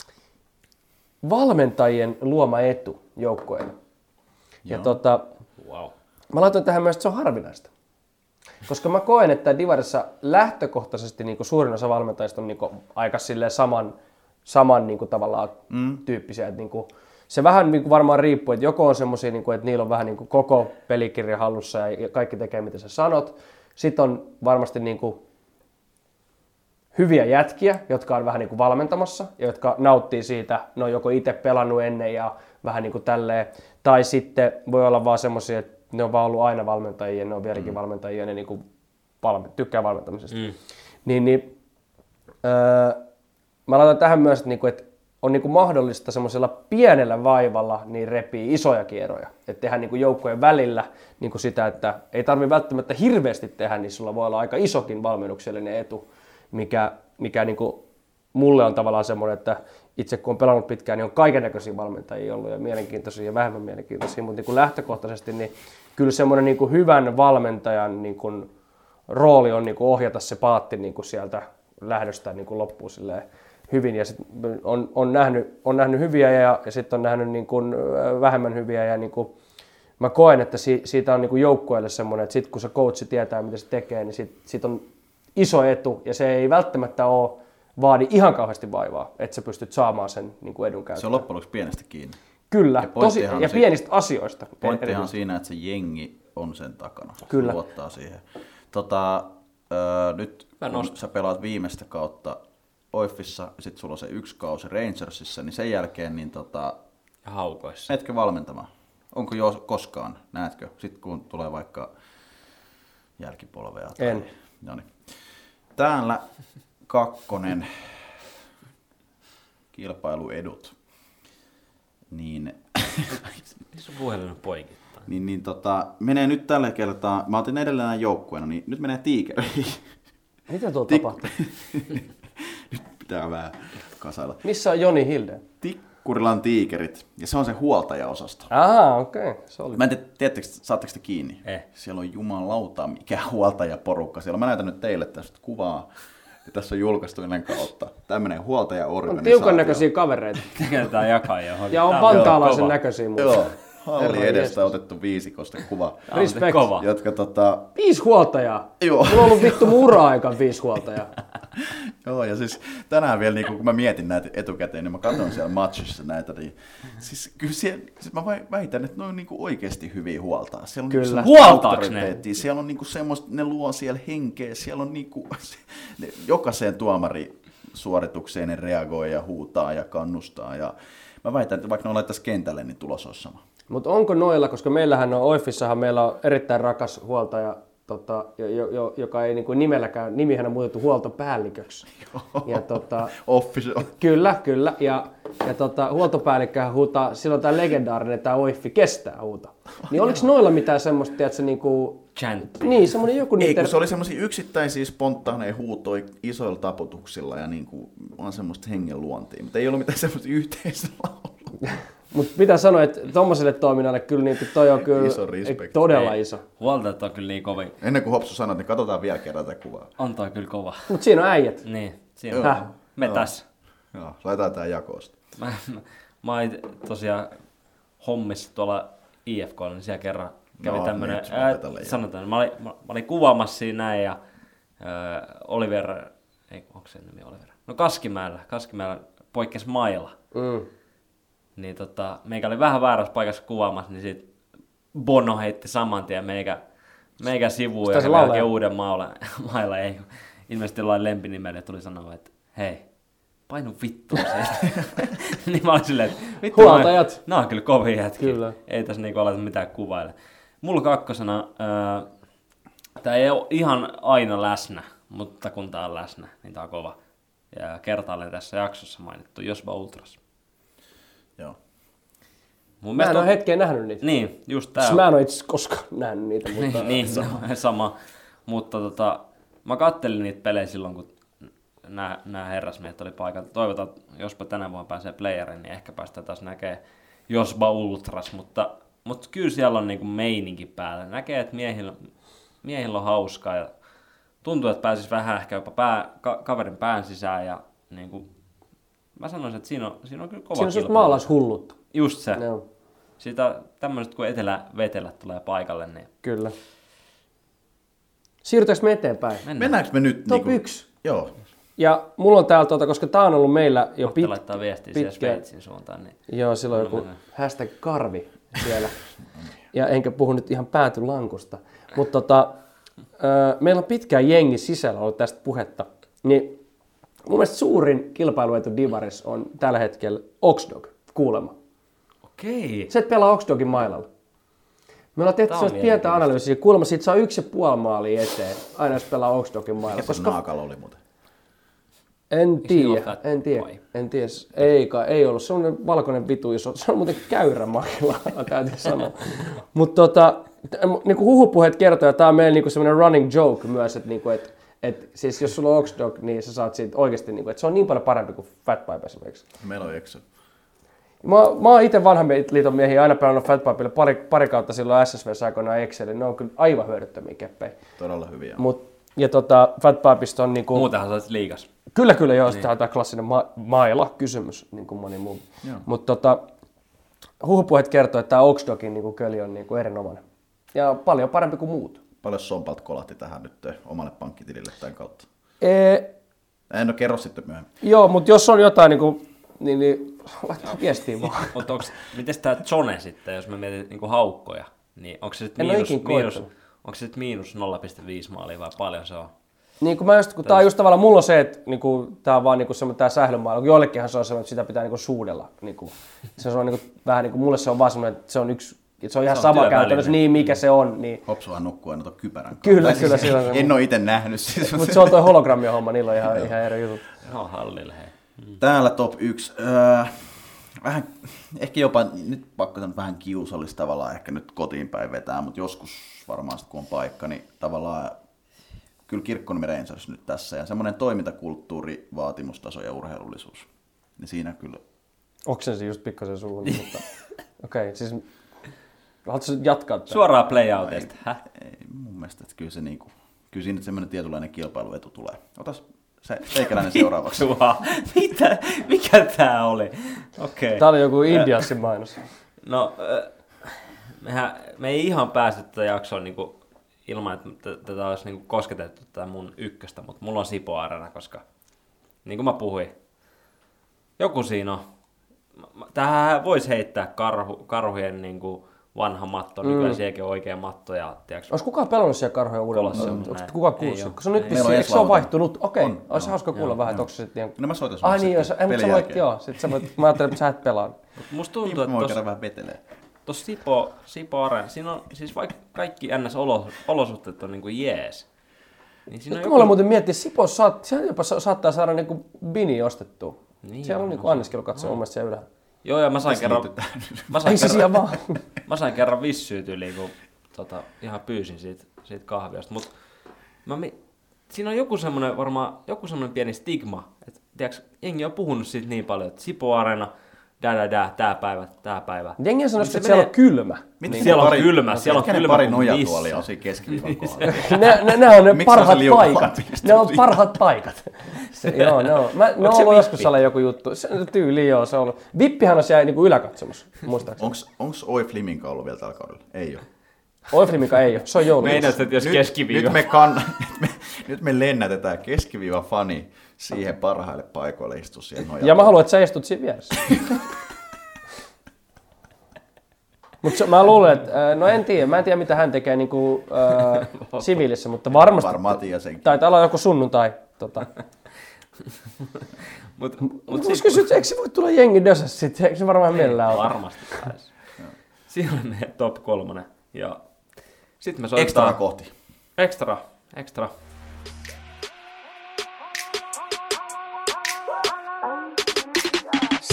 valmentajien luoma etu joukkueelle. Ja tota, wow. Mä laitoin tähän myös, että se on harvinaista. Koska mä koen, että Divarissa lähtökohtaisesti niin kuin suurin osa valmentajista on niin kuin aika saman, saman niin kuin tavallaan mm. tyyppisiä. Että niin kuin, se vähän niin kuin varmaan riippuu, että joko on semmoisia, niin kuin, että niillä on vähän niin kuin koko pelikirja hallussa ja kaikki tekee mitä sä sanot. Sitten on varmasti niin kuin hyviä jätkiä, jotka on vähän niin kuin valmentamassa ja jotka nauttii siitä, ne on joko itse pelannut ennen ja vähän niin kuin tälleen. Tai sitten voi olla vaan semmoisia, että ne on vaan ollut aina valmentajia ja ne on vieläkin mm. valmentajia ja ne niin kuin valme- tykkää valmentamisesta. Mm. Niin, niin, öö, mä laitan tähän myös, että, niinku, että on niinku mahdollista semmoisella pienellä vaivalla niin repii isojakin eroja. Että tehdään niinku joukkojen välillä niinku sitä, että ei tarvitse välttämättä hirveästi tehdä, niin sulla voi olla aika isokin valmennuksellinen etu, mikä, mikä niinku mulle on tavallaan semmoinen, että itse kun on pelannut pitkään, niin on kaikennäköisiä valmentajia ollut ja mielenkiintoisia ja vähemmän mielenkiintoisia, mutta niin kuin lähtökohtaisesti niin kyllä semmoinen niin kuin hyvän valmentajan niin kuin rooli on niin kuin ohjata se paatti niin kuin sieltä lähdöstä niin kuin loppuun hyvin ja sit on, on, nähnyt, on nähnyt hyviä ja, ja sitten on nähnyt niin kuin vähemmän hyviä ja niin kuin mä koen, että si, siitä on niin kuin joukkueelle semmoinen, että sit kun se coachi tietää mitä se tekee, niin sit, sit on iso etu ja se ei välttämättä ole vaadi ihan kauheasti vaivaa, että sä pystyt saamaan sen niin kuin edun käyttöön. Se on loppujen lopuksi pienestä kiinni. Kyllä, ja, tosi, ja si- pienistä asioista. Pointtihan on siinä, että se jengi on sen takana. Kyllä. Luottaa siihen. Tota, öö, nyt kun sä pelaat viimeistä kautta Oiffissa, sit sulla on se yksi kausi Rangersissa, niin sen jälkeen niin tota, haukoissa. Menetkö valmentamaan? Onko jo koskaan, näetkö? Sitten kun tulee vaikka jälkipolvea. Tai... En. Noniin. Täällä kakkonen, kilpailuedut, niin, Missä on puhelinen poikittain? niin, niin tota, menee nyt tällä kertaa, mä otin edelleen joukkueena, niin nyt menee tiikeriin. Mitä tuolla Tik... tapahtuu? Nyt pitää vähän kasailla. Missä on Joni Hilde? Tikkurilan tiikerit, ja se on se huoltajaosasto. Aha, okei. Okay. Se oli. Mä en tiedä, tiedättekö, saatteko te kiinni? Eh. Siellä on jumalauta, mikä huoltajaporukka. Siellä mä näytän nyt teille tästä kuvaa. Ja tässä on julkaistu ennen kautta tämmöinen huoltaja-organisaatio. On tiukan näköisiä kavereita. Tehdään jakaa johon. Ja on vantaalaisen näköisiä muuta. Joo, halli edestä yes. Otettu viisikosta kuva. Respect. Kova. Jotka tota... Viisi huoltajaa. Joo. Mulla on ollut vittu mun ura-aikaan viisi huoltajaa. Joo, ja siis tänään vielä, niin kun mä mietin näitä etukäteen, niin mä katson siellä matchissa näitä, niin siis kyllä siellä, siis mä väitän, että ne on niin oikeasti hyviä huoltaa. Siellä on kyllä. Niin huoltaaks ne? Siellä on niin semmoista, ne luo siellä henkeä, siellä on niin kuin, ne, jokaiseen tuomarisuoritukseen ne reagoi ja huutaa ja kannustaa. Ja mä väitän, että vaikka ne laittaisi kentälle, niin tulos olisi sama. Mutta onko noilla, koska meillähän on Oiffissahan meillä on erittäin rakas huoltaja, Tota, jo, jo, joka ei niin kuin nimelläkään, nimihän on muutettu huoltopäälliköksi. Ja, tota, Official. Kyllä, kyllä. Ja, ja tota, huoltopäällikköhän huutaa, silloin tämä legendaarinen, tämä Oiffi kestää huuta. Niin oliko noilla mitään semmoista, tiedätkö, niin kuin... Chant. Niin, semmoinen joku... Ei, niitä... kun se oli semmoisia yksittäisiä spontaaneja huutoja isoilla taputuksilla ja niin kuin, on semmoista hengenluontia, mutta ei ollut mitään semmoista yhteislaulua. Mutta pitää sanoa, että tommoselle toiminnalle kyllä niin, toi on kyllä iso respect. todella ei, iso. Huoltajat on kyllä niin kovin. Ennen kuin Hopsu sanoi, niin katsotaan vielä kerran tätä kuvaa. On toi kyllä kova. Mutta siinä on äijät. Niin, siinä on. Häh? Me tässä. Joo, laitetaan tää jakoosta. Mä, mä, mä olin tosiaan hommissa tuolla I F K:lla, niin siellä kerran kävi no, tämmönen, ää, sanotaan, mä olin, mä, mä olin kuvaamassa siinä näin ja ää, Oliver, ei, onko se nimi Oliver? No Kaskimäellä, Kaskimäellä poikkesi mailla. Mm. Niin tota, meikä oli vähän väärässä paikassa kuvaamassa, niin sit Bono heitti saman tien meikä, meikä sivuun ja kävi uuden mailla, mailla. Ei, ilmeisesti jollain lempinimellä tuli sanoa, että hei, painu vittuun se. Niin mä olin silleen, että vittu, huoltajat. Nää on kyllä kovia jätkiä. Kyllä. Ei tässä niinku aleta mitään kuvailla. Mulla kakkosena, äh, tää ei ole ihan aina läsnä, mutta kun tää on läsnä, niin tää on kova. Ja kertaalleen tässä jaksossa mainittu Josba Ultras. Joo. Mun mä en on... ole hetkeä nähnyt niitä. Niin, just tää. Mä en ole itse koskaan nähnyt niitä, mutta... niin, sama. sama. Mutta tota, mä kattelin niitä pelejä silloin, kun nämä, nämä herrasmiehet oli paikalla. Toivotaan, että jospa tänä vuonna pääsee playeriin, niin ehkä päästään taas näkee Josba Ultras. Mutta, mutta kyllä siellä on niinku meininki päällä. Näkee, että miehillä, miehillä on hauskaa ja tuntuu, että pääsisi vähän ehkä jopa pää, ka, kaverin pään sisään. Ja niinku, mä sanoisin, että siinä on, siinä on kyllä kova kilpailu. Siinä on maalaishullut. Just se. No. Siitä tämmöiset kuin etelävetelät tulee paikalle. Niin... Kyllä. Siirrytäänkö me eteenpäin? Mennään. Mennäänkö me nyt? Top niinku... yksi. Joo. Ja mulla on täällä, tuota, koska tää on ollut meillä jo pitkä. pit, laittaa viestiä siellä Sveitsin suuntaan. Niin... Joo, silloin joku mennään. Hashtag karvi siellä. Ja enkä puhu nyt ihan päätylankusta. Mutta tota, meillä on pitkään jengi sisällä ollut tästä puhetta. Niin mun mielestä suurin kilpailuetu Divaris on tällä hetkellä Oxdog, kuulemma. Okei. Se et pelaa Oxdogin mailalla. Me ollaan tehty sellaista pientä analyysiä. Kuulemma siitä saa yksi ja puoli maalia eteen, aina jos pelaa Oxdogin mailalla. Mikä koska... naakalla oli muuten? En tiedä, en tiedä, en tiedä. Ei, ei ollut. Se on semmoinen valkoinen vitu iso. Se on muuten käyrä mailla, täytyy sanoa. Mutta tota, niinku huhupuheet kertoo, ja tää on meillä niinku semmoinen running joke myös, että niinku, et, et, siis jos sulla on Oxdog, niin sä saat siitä oikeasti, niinku, että se on niin paljon parempi kuin Fat Pipe esimerkiksi. Meillä on eksä. Mä, mä oon itse vanhan liiton miehiä aina pelannut Fat Pipelle pari, pari kautta silloin S S V:ssä aikoinaan Excelin. Ne on kyllä aivan hyödyttömiä keppejä. Todella hyviä. Mut, ja tota, Fat Pipesta on niinku... Muutenhan sä olet liigas. Kyllä, kyllä, joo. Niin. Tämä on tämä klassinen ma- maila-kysymys, niin kuin moni muu. Mutta tota, huhupuheet kertoo, että tämä Oxdogin niin kuin köli on niin kuin erinomainen. Ja paljon parempi kuin muut. Paljon Sompalt kolahti tähän nyt omalle pankkitilille tämän kautta? Ee, en ole kerro sitten myöhemmin. Joo, mutta jos on jotain, niin, kuin, niin, niin laittaa viestiä vaan. Mutta miten tämä Zone sitten, jos me mietit niin kuin haukkoja, niin onko se sitten miinus, miinus, onko se sit miinus nolla pilkku viisi maalia vai paljon se on? Niin kun mä just, kun tää on just tavallaan, mulla on se, että niinku, tää on vaan niinku semmoinen tää sählömailla, joillekinhan se on semmoinen, että sitä pitää niinku suudella. Niinku. Se on niinku, vähän niinku, mulle se on vaan semmoinen, että se on yksi, että se on ihan se sama käytännössä, niin mikä se on. Niin. Hopsuhan nukkuu aina tuon kypärän. Kyllä, tai kyllä. Siis, Sillä en ole itse nähnyt siis. Mutta se on toi hologrammien homma, niillä on ihan, ihan eri jutut. No hallille hei. Mm. Täällä top yksi. Öö, vähän, ehkä jopa, nyt pakko sanoa vähän kiusallista tavallaan, ehkä nyt kotiin päin vetää, mutta joskus varmaan sit, kun on paikka, niin tavallaan kyllä Kirkkonummi Rangers nyt tässä ja semmoinen toimintakulttuuri, vaatimustaso ja urheilullisuus. Niin siinä kyllä... Oksensi just pikkasen suuhun, mutta okei, okay, siis haluatko jatkaa tämän? Suoraan playoutista, häh? Ei, mun mielestä, että kyllä, se niinku, kyllä siinä semmoinen tietynlainen kilpailuetu tulee. Otas se teikäläinen seuraavaksi. Mitä? Mikä tää oli? Okei. Okay. Tää oli joku Indiansin mainos. No, mehän, me ei ihan päästy tätä jaksoa niinku ilman, että tätä olisi niinku kosketettu tätä mun ykköstä, mutta mulla on Sipo Arena, koska niin kuin mä puhuin, joku siinä on. Tähän voisi heittää karhu, karhujen niinku vanha matto, mm. nykyään sielläkin on oikea matto. Ja, olisi kukaan pelannut siellä karhujen uudella? Onko kukaan kuullut? Se on nyt vissiin, eikö se ole vaihtunut? Okei, okay. olisi hauska kuulla joo, vähän, että onko se sitten... No mä soitan sun ah, niin, jos, ei, mutta sä voit, joo. Sitten sä voit, mä ajattelin, että sä et pelaa. Musta tuntuu, että tuossa... vähän vetelee. Tuossa Sipo, Sipo Arena, siinä on siis vaikka kaikki N S-olosuhteet on niinku jees. Niin siinä nyt kun joku... muuten miettiä, Sipo saat, jopa saattaa saada niinku bini ostettua. Niin, siellä on niinku anniskelukatso mun mielestä siellä ylhäällä. Joo, ja mä sain kerran... Mä sain ei kerran, se vaan. Mä sain kerran vissyytyliin, kun tota, ihan pyysin siitä, siitä kahviosta. Mut mä mi... siinä on joku semmonen, varmaan joku semmonen pieni stigma. Että tiiäks, jengi on puhunut siitä niin paljon, että Sipo Arena, dä dä dä, tää päivä, tää päivä. Jengi on sanonut, että siellä on kylmä. Niin, siellä on kylmä, siellä on kylmä. Pari nojatuolia on siinä keskiviivan kohdalla. ne, ne, ne on ne parhaat paikat. Ne on parhaat paikat. Se, joo, ne on. Mä, ne on ollut joskus sellainen joku juttu. Se tyyli, joo, se on ollut. Vippihän on siellä niinku yläkatsomus, muistaakseni. Onks, onks Oi Fliminka ollut vielä tällä kaudella? Ei oo. Oi Fliminka ei oo, se on joulu. Meinaat, että jos keskiviiva. Nyt me, kann, nyt, me, nyt me lennätetään keskiviiva fani siihen parhaille paikoille istua siihen nojatuoliin. Ja mä haluan, että sä istut siinä vieressä. Mutta mä luulen, että, no en tiedä, mä en tiedä mitä hän tekee niinku, äh, siviilissä, mutta varmasti varmaan tiedä senkin. Taitaa olla joku sunnuntai. Tota. Mut, mut, mut siis kysyt, eikö se voi tulla jengi dösässä sitten, eikö se varmaan mielellään ole? Varmasti pääs. Siinä on meidän top kolmonen. Ja sitten me soitetaan... Ekstra kohti. Ekstra, ekstra.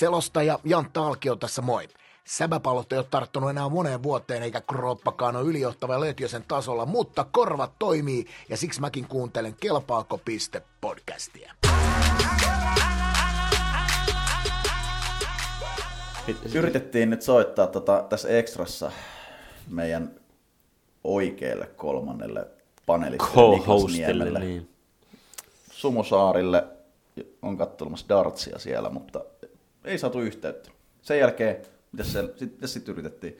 Selostaja Jantta Alkio tässä moi. Säbäpallot ei ole tarttunut enää moneen vuoteen, eikä kroppakaan ole ylijohtava Lötjösen tasolla, mutta korvat toimii, ja siksi mäkin kuuntelen Kelpaako piste podcastia. Yritettiin nyt soittaa tota, tässä ekstrassa meidän oikealle kolmannelle panelistille Niklas Niemelle. Niin. Sumusaarille on katsomassa dartsia siellä, mutta ei saatu yhteyttä. Sen jälkeen, mitä sitten sit yritettiin?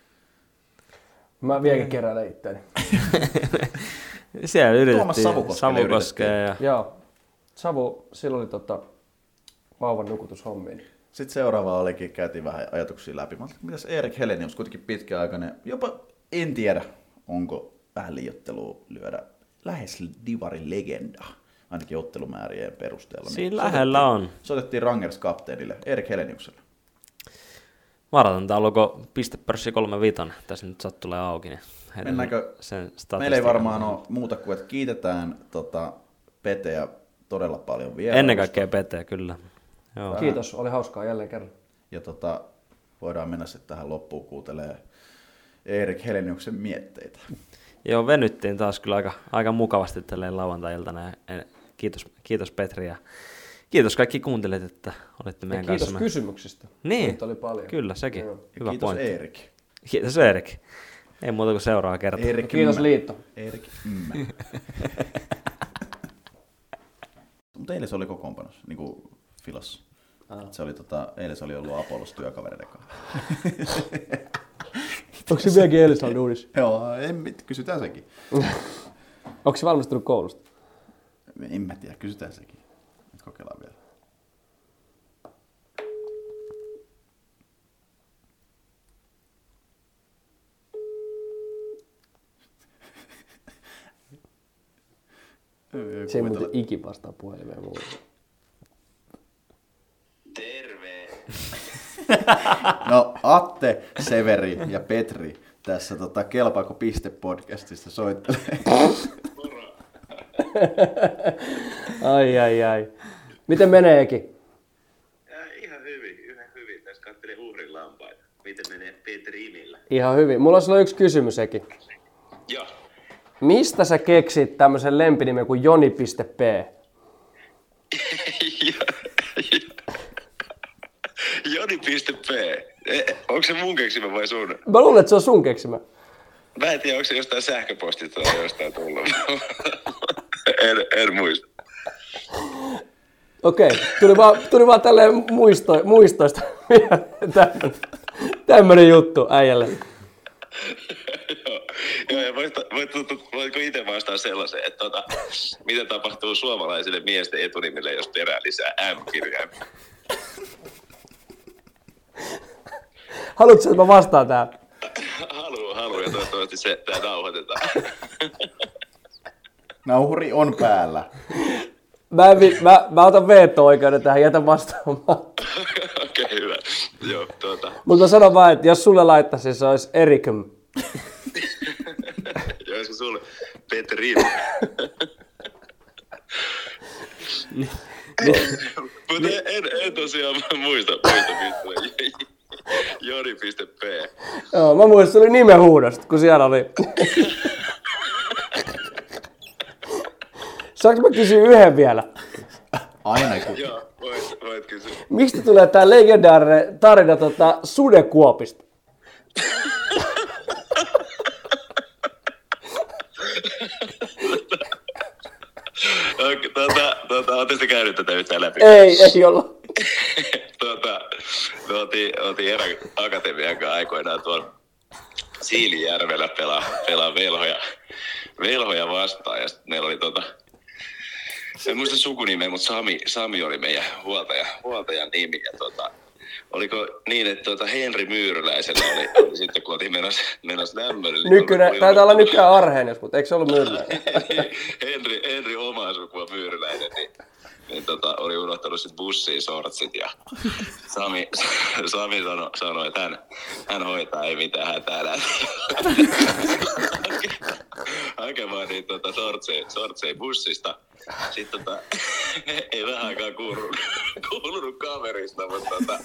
Mä vieläkin keräilen itteeni. Siellä yritettiin. Savukoskea. Ja... Joo. Savu, silloin oli tota, vauvan nukutushommiin. Sitten seuraava olikin, käytiin vähän ajatuksia läpi. Mä ajattelin, mitäs Erik Helenius, kuitenkin pitkäaikainen, jopa en tiedä, onko vähän liioittelua lyödä lähes divarin legenda, ainakin ottelumäärien perusteella. Siinä niin lähellä on. Soitettiin Rangers-kapteenille, Erik Heleniukselle. Maratontauluko pistepörssi kolme viisi, tässä nyt sattulee auki. Niin mennäänkö? Meillä ei varmaan ole muuta kuin, että kiitetään tota, Peteä todella paljon vielä. Ennen kaikkea Peteä, kyllä. Joo. Kiitos, oli hauskaa jälleen kerran. Ja tota, voidaan mennä sitten tähän loppuun kuuntelemaan Erik Heleniuksen mietteitä. Joo, venyttiin taas kyllä aika, aika mukavasti tälleen lauantai-iltana. Kiitos, kiitos Petri ja kiitos kaikki kuuntelijat, että olitte meidän ja kiitos kanssa. Kiitos kysymyksistä. Niin, niitä oli paljon. Kyllä, sekin. Joo. Hyvä kiitos pointti. Erik. Kiitos Erik. Ei muuta kuin seuraava kerta. Erik kiitos mä. Liitto. Erik mm. Mutta eilen se oli kokoonpanossa, niin kuin Filossa. Ah. Se oli tota, eilen se oli ollut Apollos työkavereiden kanssa. Onko se vieläkin eilen saanut uudissa? Joo, en, kysytään sekin. Onko se valmistunut koulusta? En mä tiedä, kysytään sekin. Nyt kokeillaan vielä. Se ei muuten ikin vastaa puhelimeen muuta. Terve! No Atte, Severi ja Petri tässä tota, Kelpaako piste podcastista soittelee. Ai ai ai. Miten meneekin? Ja, ihan hyvin, ihan hyvin. Tässä katselin uhrin lampaita. Miten menee Petrinillä? Ihan hyvin. Mulla on sulla yksi kysymys, Eki. Joo. Mistä sä keksit tämmöisen lempinimen kuin Joni piste P? Joni piste P. Onko se mun keksimä vai sun? Mä luulen, että se on sun keksimä. Mä en tiedä, onko se jostain sähköpostista tai jostain tullut. en, en muista. Okei, okay. tuli vaan, tuli vaan tälleen muisto, muistoista tämmönen, tämmönen juttu äijälle. Joo, ja voit, voit, voitko itse vastaa sellaisen, että tota, mitä tapahtuu suomalaisille miesten etunimille, jos perään lisää M-kirjaimia? Haluatko, että mä vastaan tähän? Haluan, haluan, ja toivottavasti se tää nauhoitetaan. Nauhuri on päällä. Mä, en, mä, mä otan veto-oikeuden tähän, jätän vastaamaan. Okei, okay, hyvä. Joo, tuota. Mutta mä sanon vaan, että jos sulle laittaisi, se olisi Erikum. Ja olisiko sulle Petrin? Mutta en, en tosiaan muista, muista mistä. Joni piste P. Joo, mä muistin, se oli nimenhuudosta, kun siellä oli. Saanko mä kysyä yhden vielä? Ainakin. Joo, voit, voit kysyä. Mistä tulee tää legendaarinen tarina tota, Sudekuopista? Tota, tota, ootteko te käynyt tätä yhtään läpi? Ei, ei olla. tota, me oltiin, oltiin erän akatemian kanssa aikoinaan tuolla Siilijärvellä pelaa, pelaa velhoja, velhoja vastaan. Ja sitten meillä oli tota, en muista sukunimeä, mutta Sami, Sami oli meidän huoltaja, huoltajan nimi. Ja tota, oliko niin, että tuota Henri Myyryläisellä oli, oli sitten, kun oltiin menossa, menossa lämmölle. Nykyinen, oli, taitaa olla nykyään Arrhenius, mutta eikö se ollut Myyryläinen? Henri, Henri omaa sukua Myyryläinen, niin, niin tota, oli unohtanut sit bussiin sortsit ja Sami, Sami sanoi, sano, että hän, hän hoitaa, ei mitään hätää lähti. Hakemaan niitä tota, sortseja, sortseja bussista. Sitten tota, ei vähän aikaa kuulunut, kuulunut kaverista, mutta tota,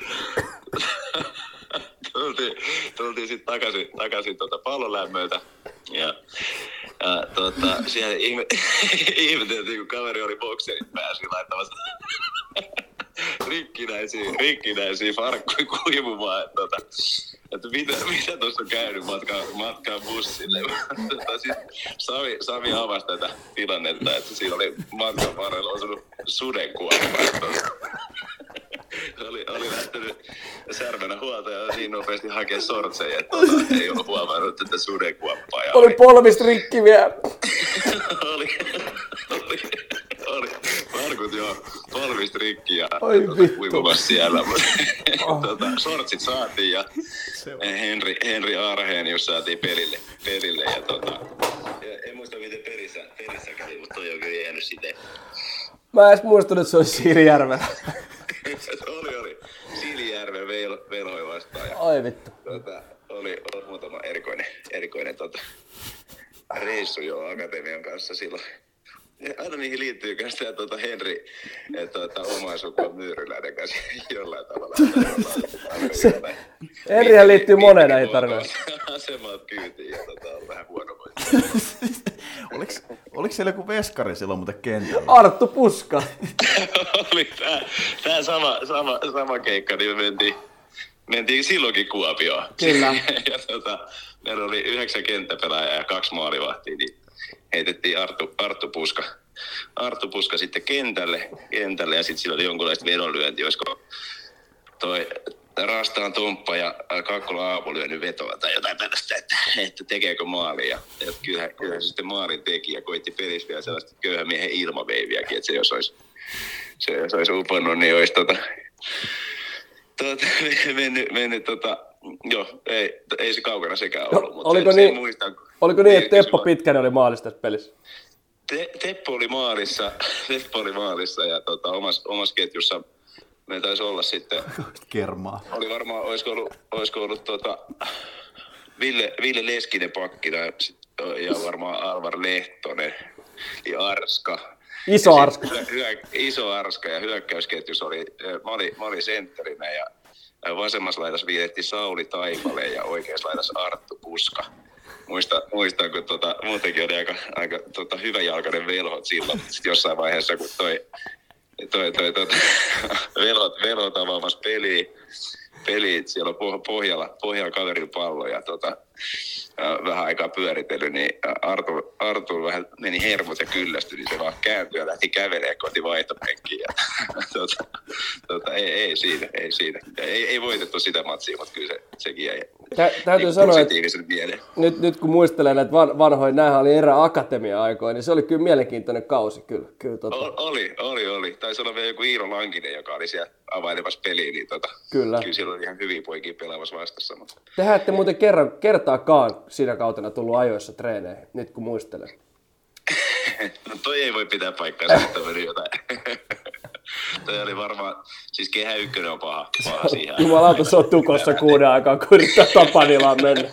tultiin, tultiin sitten takaisin, takaisin tota pallonlämmöltä. Ja, ja tota, siellä ihme, ihmeteltiin, kun kaveri oli bokserit pääsi laittamassa rikkinäisiä, rikkinäisiä farkkuja kuivumaan. Että, tota, että mitä, mitä tuossa on käynyt matkaan, matkaan bussille. Sami, Sami avasi tätä tilannetta, että siinä oli matkan varrella osunut sudenkuoppa. Oli, oli lähtenyt särmänä huoltaja ja niin nopeasti hakea sortseja, että tota, ei ollut huomannut tätä sudenkuoppaa. Oli, oli polvist rikki vielä. oli, oli, oli. Markut joo, polvist rikki ja uimumassa siellä. Oh. tota, sortsit saatiin ja Henri, Henri Arhenius saatiin pelille. pelille ja, tota, ja en muista miten perissä, perissä kävi, mutta toi on kyllä jäänyt siten. Mä en edes muistunut, että se olisi Siirijärvellä. oli, oli. Siilijärven vel, velhoi vastaan. Ja, Ai vittu. Tota, oli, oli muutama erikoinen, erikoinen tota, reissu jo Akatemian kanssa silloin. Ja aina niihin liittyy myös tämä tota Henri, että tota, omaisuutta Myyryläinen kanssa jollain tavalla. Se, Henrihän liittyy moneen näihin tarinoihin. Asemat kyytiin ja tota, on vähän huonovointia. Oliko, oliko siellä joku veskari silloin muuten kentällä? Arttu Puska. Oli tää, tää sama, sama, sama keikka, niin me mentiin, mentiin silloinkin Kuopioon. Kyllä. ja tota, meillä oli yhdeksän kenttäpelaajaa ja kaksi maalivahtia, niin heitettiin Arttu, Arttu Puska. Arttu Puska sitten kentälle, kentälle ja sitten sillä oli jonkunlaista vedonlyöntiä, olisiko toi Rastaan Tomppa ja Kakkola Aapo lyönyt vetoa tai jotain tällaista, että, että tekeekö maali. Ja, että kyllähän, kyllähän se sitten maalin teki ja koitti pelissä vielä sellaista köyhän miehen ilmaveiviäkin, että se jos olisi, se jos olisi uponnut, niin olisi tota, tota, mennyt, mennyt tota, joo, ei, ei se kaukana sekään ollut, mutta oliko se, niin, se muistan. Oliko niin, että Teppo Pitkänen oli maalissa tässä pelissä? Te, Teppo oli maalissa, Teppo oli maalissa ja tota, omassa omas ketjussa meillä taisi olla sitten. Kermaa. Oli varmaan, olisiko ollut, olisiko ollut tota, Ville, Ville Leskinen pakkina ja varmaan Alvar Lehtonen ja Arska. Iso ja Arska. Hyö, iso Arska ja hyökkäysketjussa oli, mä olin, mä olin sentterinä ja vasemmassa laidassa viilettiin Sauli Taipale ja oikeassa laidassa Arttu Puska. Muistan, muistan kun tota, muutenkin oli aika, aika tota, hyväjalkainen velhot silloin, sitten jossain vaiheessa kun toi Toi, toi, toi, velhot, velhot avaamassa peliä, peliä, siellä on pohjalla, pohjalla kaverin pallo ja tota, vähän aikaa pyöritellyt, niin Artur, Artur vähän meni hermot ja kyllästyi, niin se vaan kääntyi ja lähti kävelemään kohti vaihtopenkkiä. Ja, tota, tota, ei, ei siinä, ei siinä. Ei, ei voitettu sitä matsia, mutta kyllä se, sekin jäi Tä, täytyy niin sanoa, että nyt, nyt kun muistelen näitä van, vanhoja, näähän oli erä akatemia-aikoja, niin se oli kyllä mielenkiintoinen kausi. Kyllä, kyllä, tota. Oli, oli, oli. Taisi olla vielä joku Iiro Lankinen, joka oli siellä availemassa peliä, niin tota, kyllä. Kyllä siellä oli ihan hyviä poikia pelaamassa vastassa. Mutta tehän ette muuten kerran, kertaakaan siinä kautena tullut ajoissa treeneihin, nyt kun muistelen. No toi ei voi pitää paikkaa, että on mennyt jotain. Toi oli varmaan, siis Kehä Ykkönen on paha, paha siihen. Jumalauta, se on tukossa kuuden aikaa, kun yrittää Tapanilaan mennä.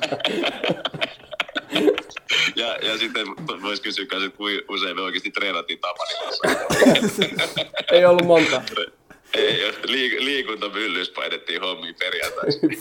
Ja, ja sitten voisi kysyä myös, että kuinka usein me oikeasti treenattiin Tapanilassa. Ei ollut monta. Ei, liik- liikuntamyllys painettiin hommiin perjantaisin.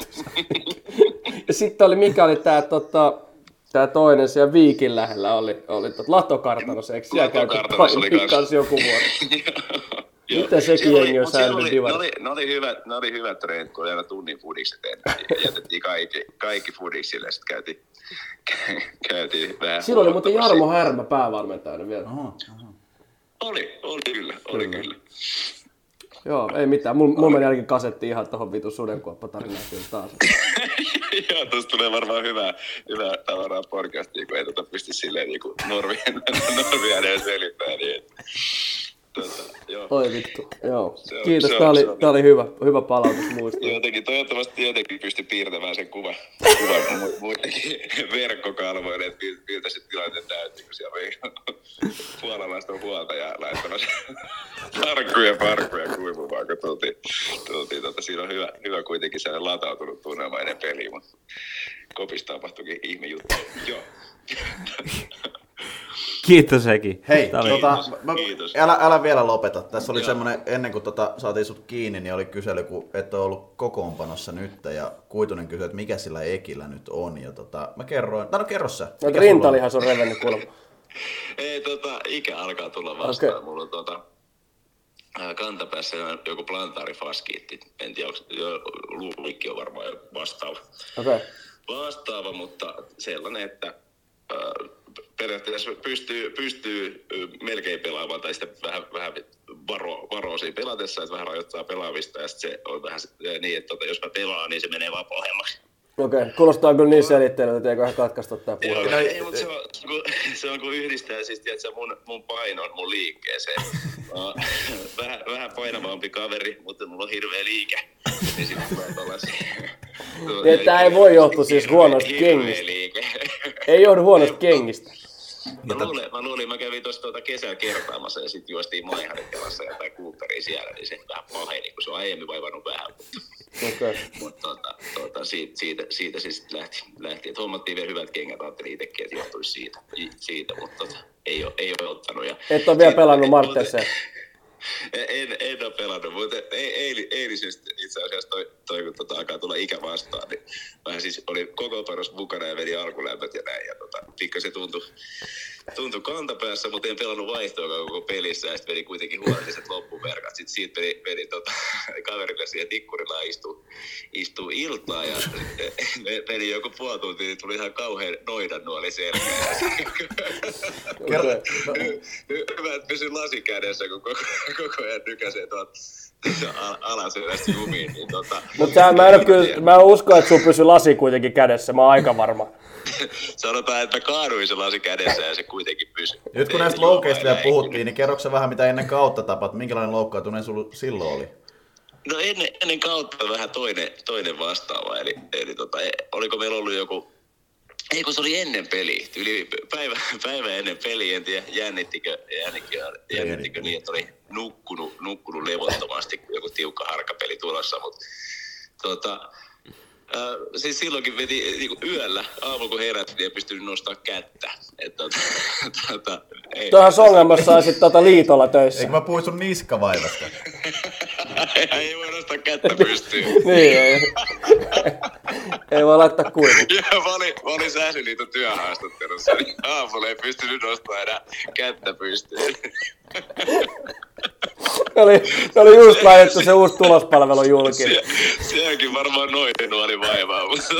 Ja sitten oli, mikä oli tää, tota, tää toinen siellä Viikin lähellä, oli, oli tot, Latokartanossa, eikö siellä käyty kans joku vuoro? Miten sekin jengi on säilynyt divarissa? Ne oli hyvät, ne oli hyvät treenit, kun oli aina tunnin fudikset ennen. Jätettiin kaikki, kaikki fudiksille ja sitten käytiin, käytiin vähän. Silloin oli muuten Jarmo Härmä päävalmentajana vielä. Oho, oho. Oli, oli kyllä, oli kyllä. kyllä. Joo, ei mitään. Mulla mul meni ainakin kasetti ihan tohon vitun sudenkuoppatarinaan kyllä taas. Joo, tuossa tulee varmaan hyvää, hyvää tavaraa podcastia, kun ei tota pysty silleen niinku normien ääneen selittämään. Niin, tota, joo. Oi vittu, joo. Se on, kiitos, se tää on, oli, se on. tää oli hyvä, hyvä palautus muistaa. Jotenkin, toivottavasti jotenkin pystyi piirtämään sen kuvan, kuvan muidenkin verkkokalvoille, että miltä se tilanne näytti, kun siellä oli puolalaista huolta ja laittamassa parkkuja parkkuja kuivumaan, kun tultiin. tultiin tota, siinä on hyvä, hyvä kuitenkin sellainen latautunut tunnelma ennen peliä, mutta kopissa tapahtuikin ihme juttu. Joo. Kiitos Eki. Hei, Tämä oli- tota, Kiitos, mä, kiitos. älä, älä vielä lopeta. Tässä oli Joo. semmoinen, ennen kuin tota, saatiin sut kiinni, niin oli kysely, kun et ole ollut kokoonpanossa nyt, ja Kuitunen kysyi, että mikä sillä Ekillä nyt on, ja tota, mä kerroin, no, no kerro sä. No, Mikä sulla on? rintalihas on revennyt kuulemma. Ei, tota, ikä alkaa tulla vastaan. Okei. Mulla on tota, ää, kantapäässä joku plantaarifaskiitti. En tiedä, onko jo luulikki on varmaan jo vastaava. Okei. Okay. Vastaava, mutta sellainen, että ää, periaatteessa pystyy, pystyy ö, melkein pelaamaan tai sitten vähän, vähän varo, varoo siinä pelatessa, että vähän rajoittaa pelaamista ja sitten se on vähän niin, että tota, jos mä pelaan, niin se menee vaan pahemmaksi. Okei, okay. Kuulostaa kyllä niin selitteellä, että eiköhän katkaista tää Joo, puhelin. ei, mutta se on, kun, se on kun yhdistää siis, tiedätkö, mun, mun painon mun liikkeeseen. Mä oon vähän, vähän painavampi kaveri, mutta mulla on hirveä liike. Niin sitten tulee tollasia. Niin, että tää ei voi johtua siis huonoista kengistä. Liike. Ei johdu huonoista kengistä. Mä luulin, mä, luulin, mä kävin tuossa tuota kesällä kertaamassa ja sitten juostiin Maiharin-kelassa jotain Cooperia siellä, niin se vähän paheni, kun se on aiemmin vaivannut vähän. Okay. Mutta tuota, tuota, siitä, siitä, siitä se sitten lähti, lähti. Et hommattiin vielä hyvät kengät, ajattelin itsekin, että johtuisi siitä, siitä mutta tota, ei, ole, ei ole ottanut. Ja Et ole vielä sit- pelannut et- Martenseen. En, en ole pelannut, mutta eil, eilisestä itse asiassa toi, toi kun tota, alkaa tulla ikä vastaan, niin mä siis olin koko panos mukana ja vedin alkulämpöt ja näin. Ja tota, pikkasen tuntui, tuntui kantapäässä, mutta en pelannut vaihtoakaan koko pelissä ja sitten vedin kuitenkin huolelliset loppuverkat. Sitten siitä vedin, vedin tota, kaverille siihen tikkurilla istuu, istuu iltaa ja sitten vedin joku puoli tuntia, niin tuli ihan kauhean noidan nuoli selkään. Hyvä, että pysyin lasin kädessä, kun koko, koko ajan nykäsee tuolta alaselästä jumiin. Niin tota, Mutta mä en kyllä, mä en usko, että sun pysyy lasi kuitenkin kädessä, mä oon aika varma. Sanotaan, että mä kaaduin se lasi kädessä ja se kuitenkin pysyi. Nyt kun näistä loukeista vielä puhuttiin, niin kerroksä vähän mitä ennen kautta tapat, minkälainen loukkaantuminen sulla silloin oli? No ennen, ennen kautta vähän toinen, toinen vastaava, eli, eli tota, oliko meillä ollut joku, ei kun se oli ennen peliä, yli päivä, päivä ennen peliä, en tiedä jännittikö, jännittikö, jännittikö niin, että oli nukkunut, nukkunut levottomasti, joku tiukka harkkapeli tulossa, mutta tota, äh, siis silloinkin veti niin yöllä, aamulla kun herättiin, niin ei pystynyt nostamaan kättä. Et, tota, tota, ei. Tuohan Songelmassa saisit tota liitolla töissä. Eikö mä puhuin sun niskavaivasta? Ei voi nostaa kättä pystyyn. Niin, ei. Ei voi laittaa kuivuun. Joo, mä olin, mä olin Sääsyliiton työhaastattelussa, niin aamulla ei pystynyt nostamaan enää kättä pystyyn. Oli, oli just laitettu se uusi tulospalvelu julki. Se, sekin varmaan noin nuoli vaivaa, mutta...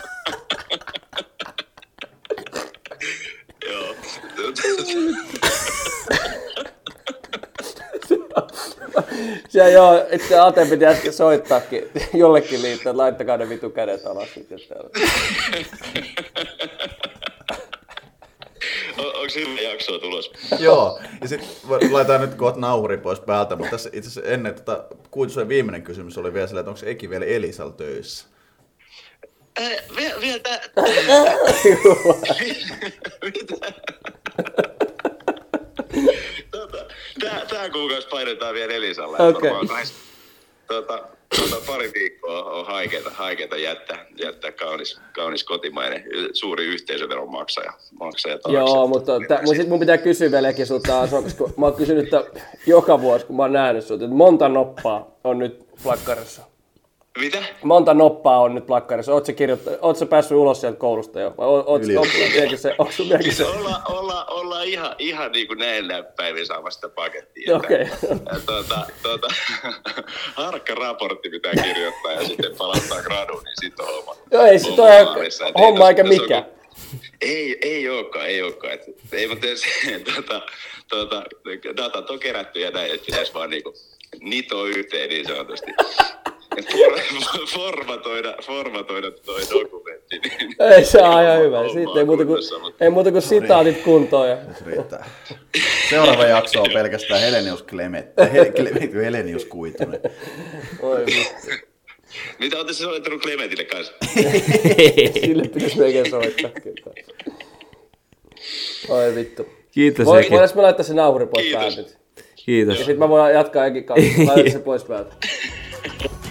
Joo. Ja joo, itse Ate piti äsken soittaakin jollekin liittoon, että laittakaa ne vitu kädet alas. Onko hyvä jaksoa tulos? Joo, ja sitten laitetaan nyt kohta nauhuri pois päältä, mutta tässä itse asiassa ennen tota, Kuitusen viimeinen kysymys oli vielä sillä, että onko Eki vielä Elisal töissä? Äh, vielä vielä tää... tota, tää, tää kuukausi painetaan vielä Elisalle. Okei. Okay. Tota, tota, pari viikkoa on haikeeta, haikeeta jättää, jättää kaunis, kaunis kotimainen suuri yhteisöveron maksaja, maksaja taakse. Joo, mutta tä, mun, sit mun pitää kysyä vielä Eki sulta, koska mä oon kysynyt joka vuosi, kun mä oon nähnyt sut, että monta noppaa on nyt plakkarissa. Mitä? Monta noppaa on nyt plakkarissa. Oot sä, kirjoittanut, oot sä päässyt ulos sieltä koulusta jo? Vai oot, oot, onko se, onko sun vieläkin se? Olla, olla, ollaan ihan, ihan niin kuin näillä päivin saamassa sitä pakettia. Okei. Okay. Tuota, tuota, harkka raportti pitää kirjoittaa ja sitten palauttaa graduun, niin sitten on homma. Joo, ei sit ole homma eikä mikään. Ei, ei olekaan, ei olekaan. Et, ei, mutta se, tuota, tuota, datat on kerätty ja näin, että pitäisi vaan niinku nitoa yhteen niin sanotusti. For, formatoida, formatoida toi dokumentti. Niin, ei se on ihan hyvä. Siitä ei muuta kuin, ei muuta kuin sitaatit kuntoon. Ja... Riittää. Seuraava jakso on pelkästään Helenius Klemet. He, Helenius Kuitunen. Oi vittu. Mitä ootte se soittanut Klemetille kanssa? Sille pitäisi melkein soittaa kyllä. Oi vittu. Kiitos Voi, Eki. voidaan me laittaa se nauhuri pois päältä. Kiitos. Ja sit mä voin jatkaa Ekin kautta. Laita se pois päältä.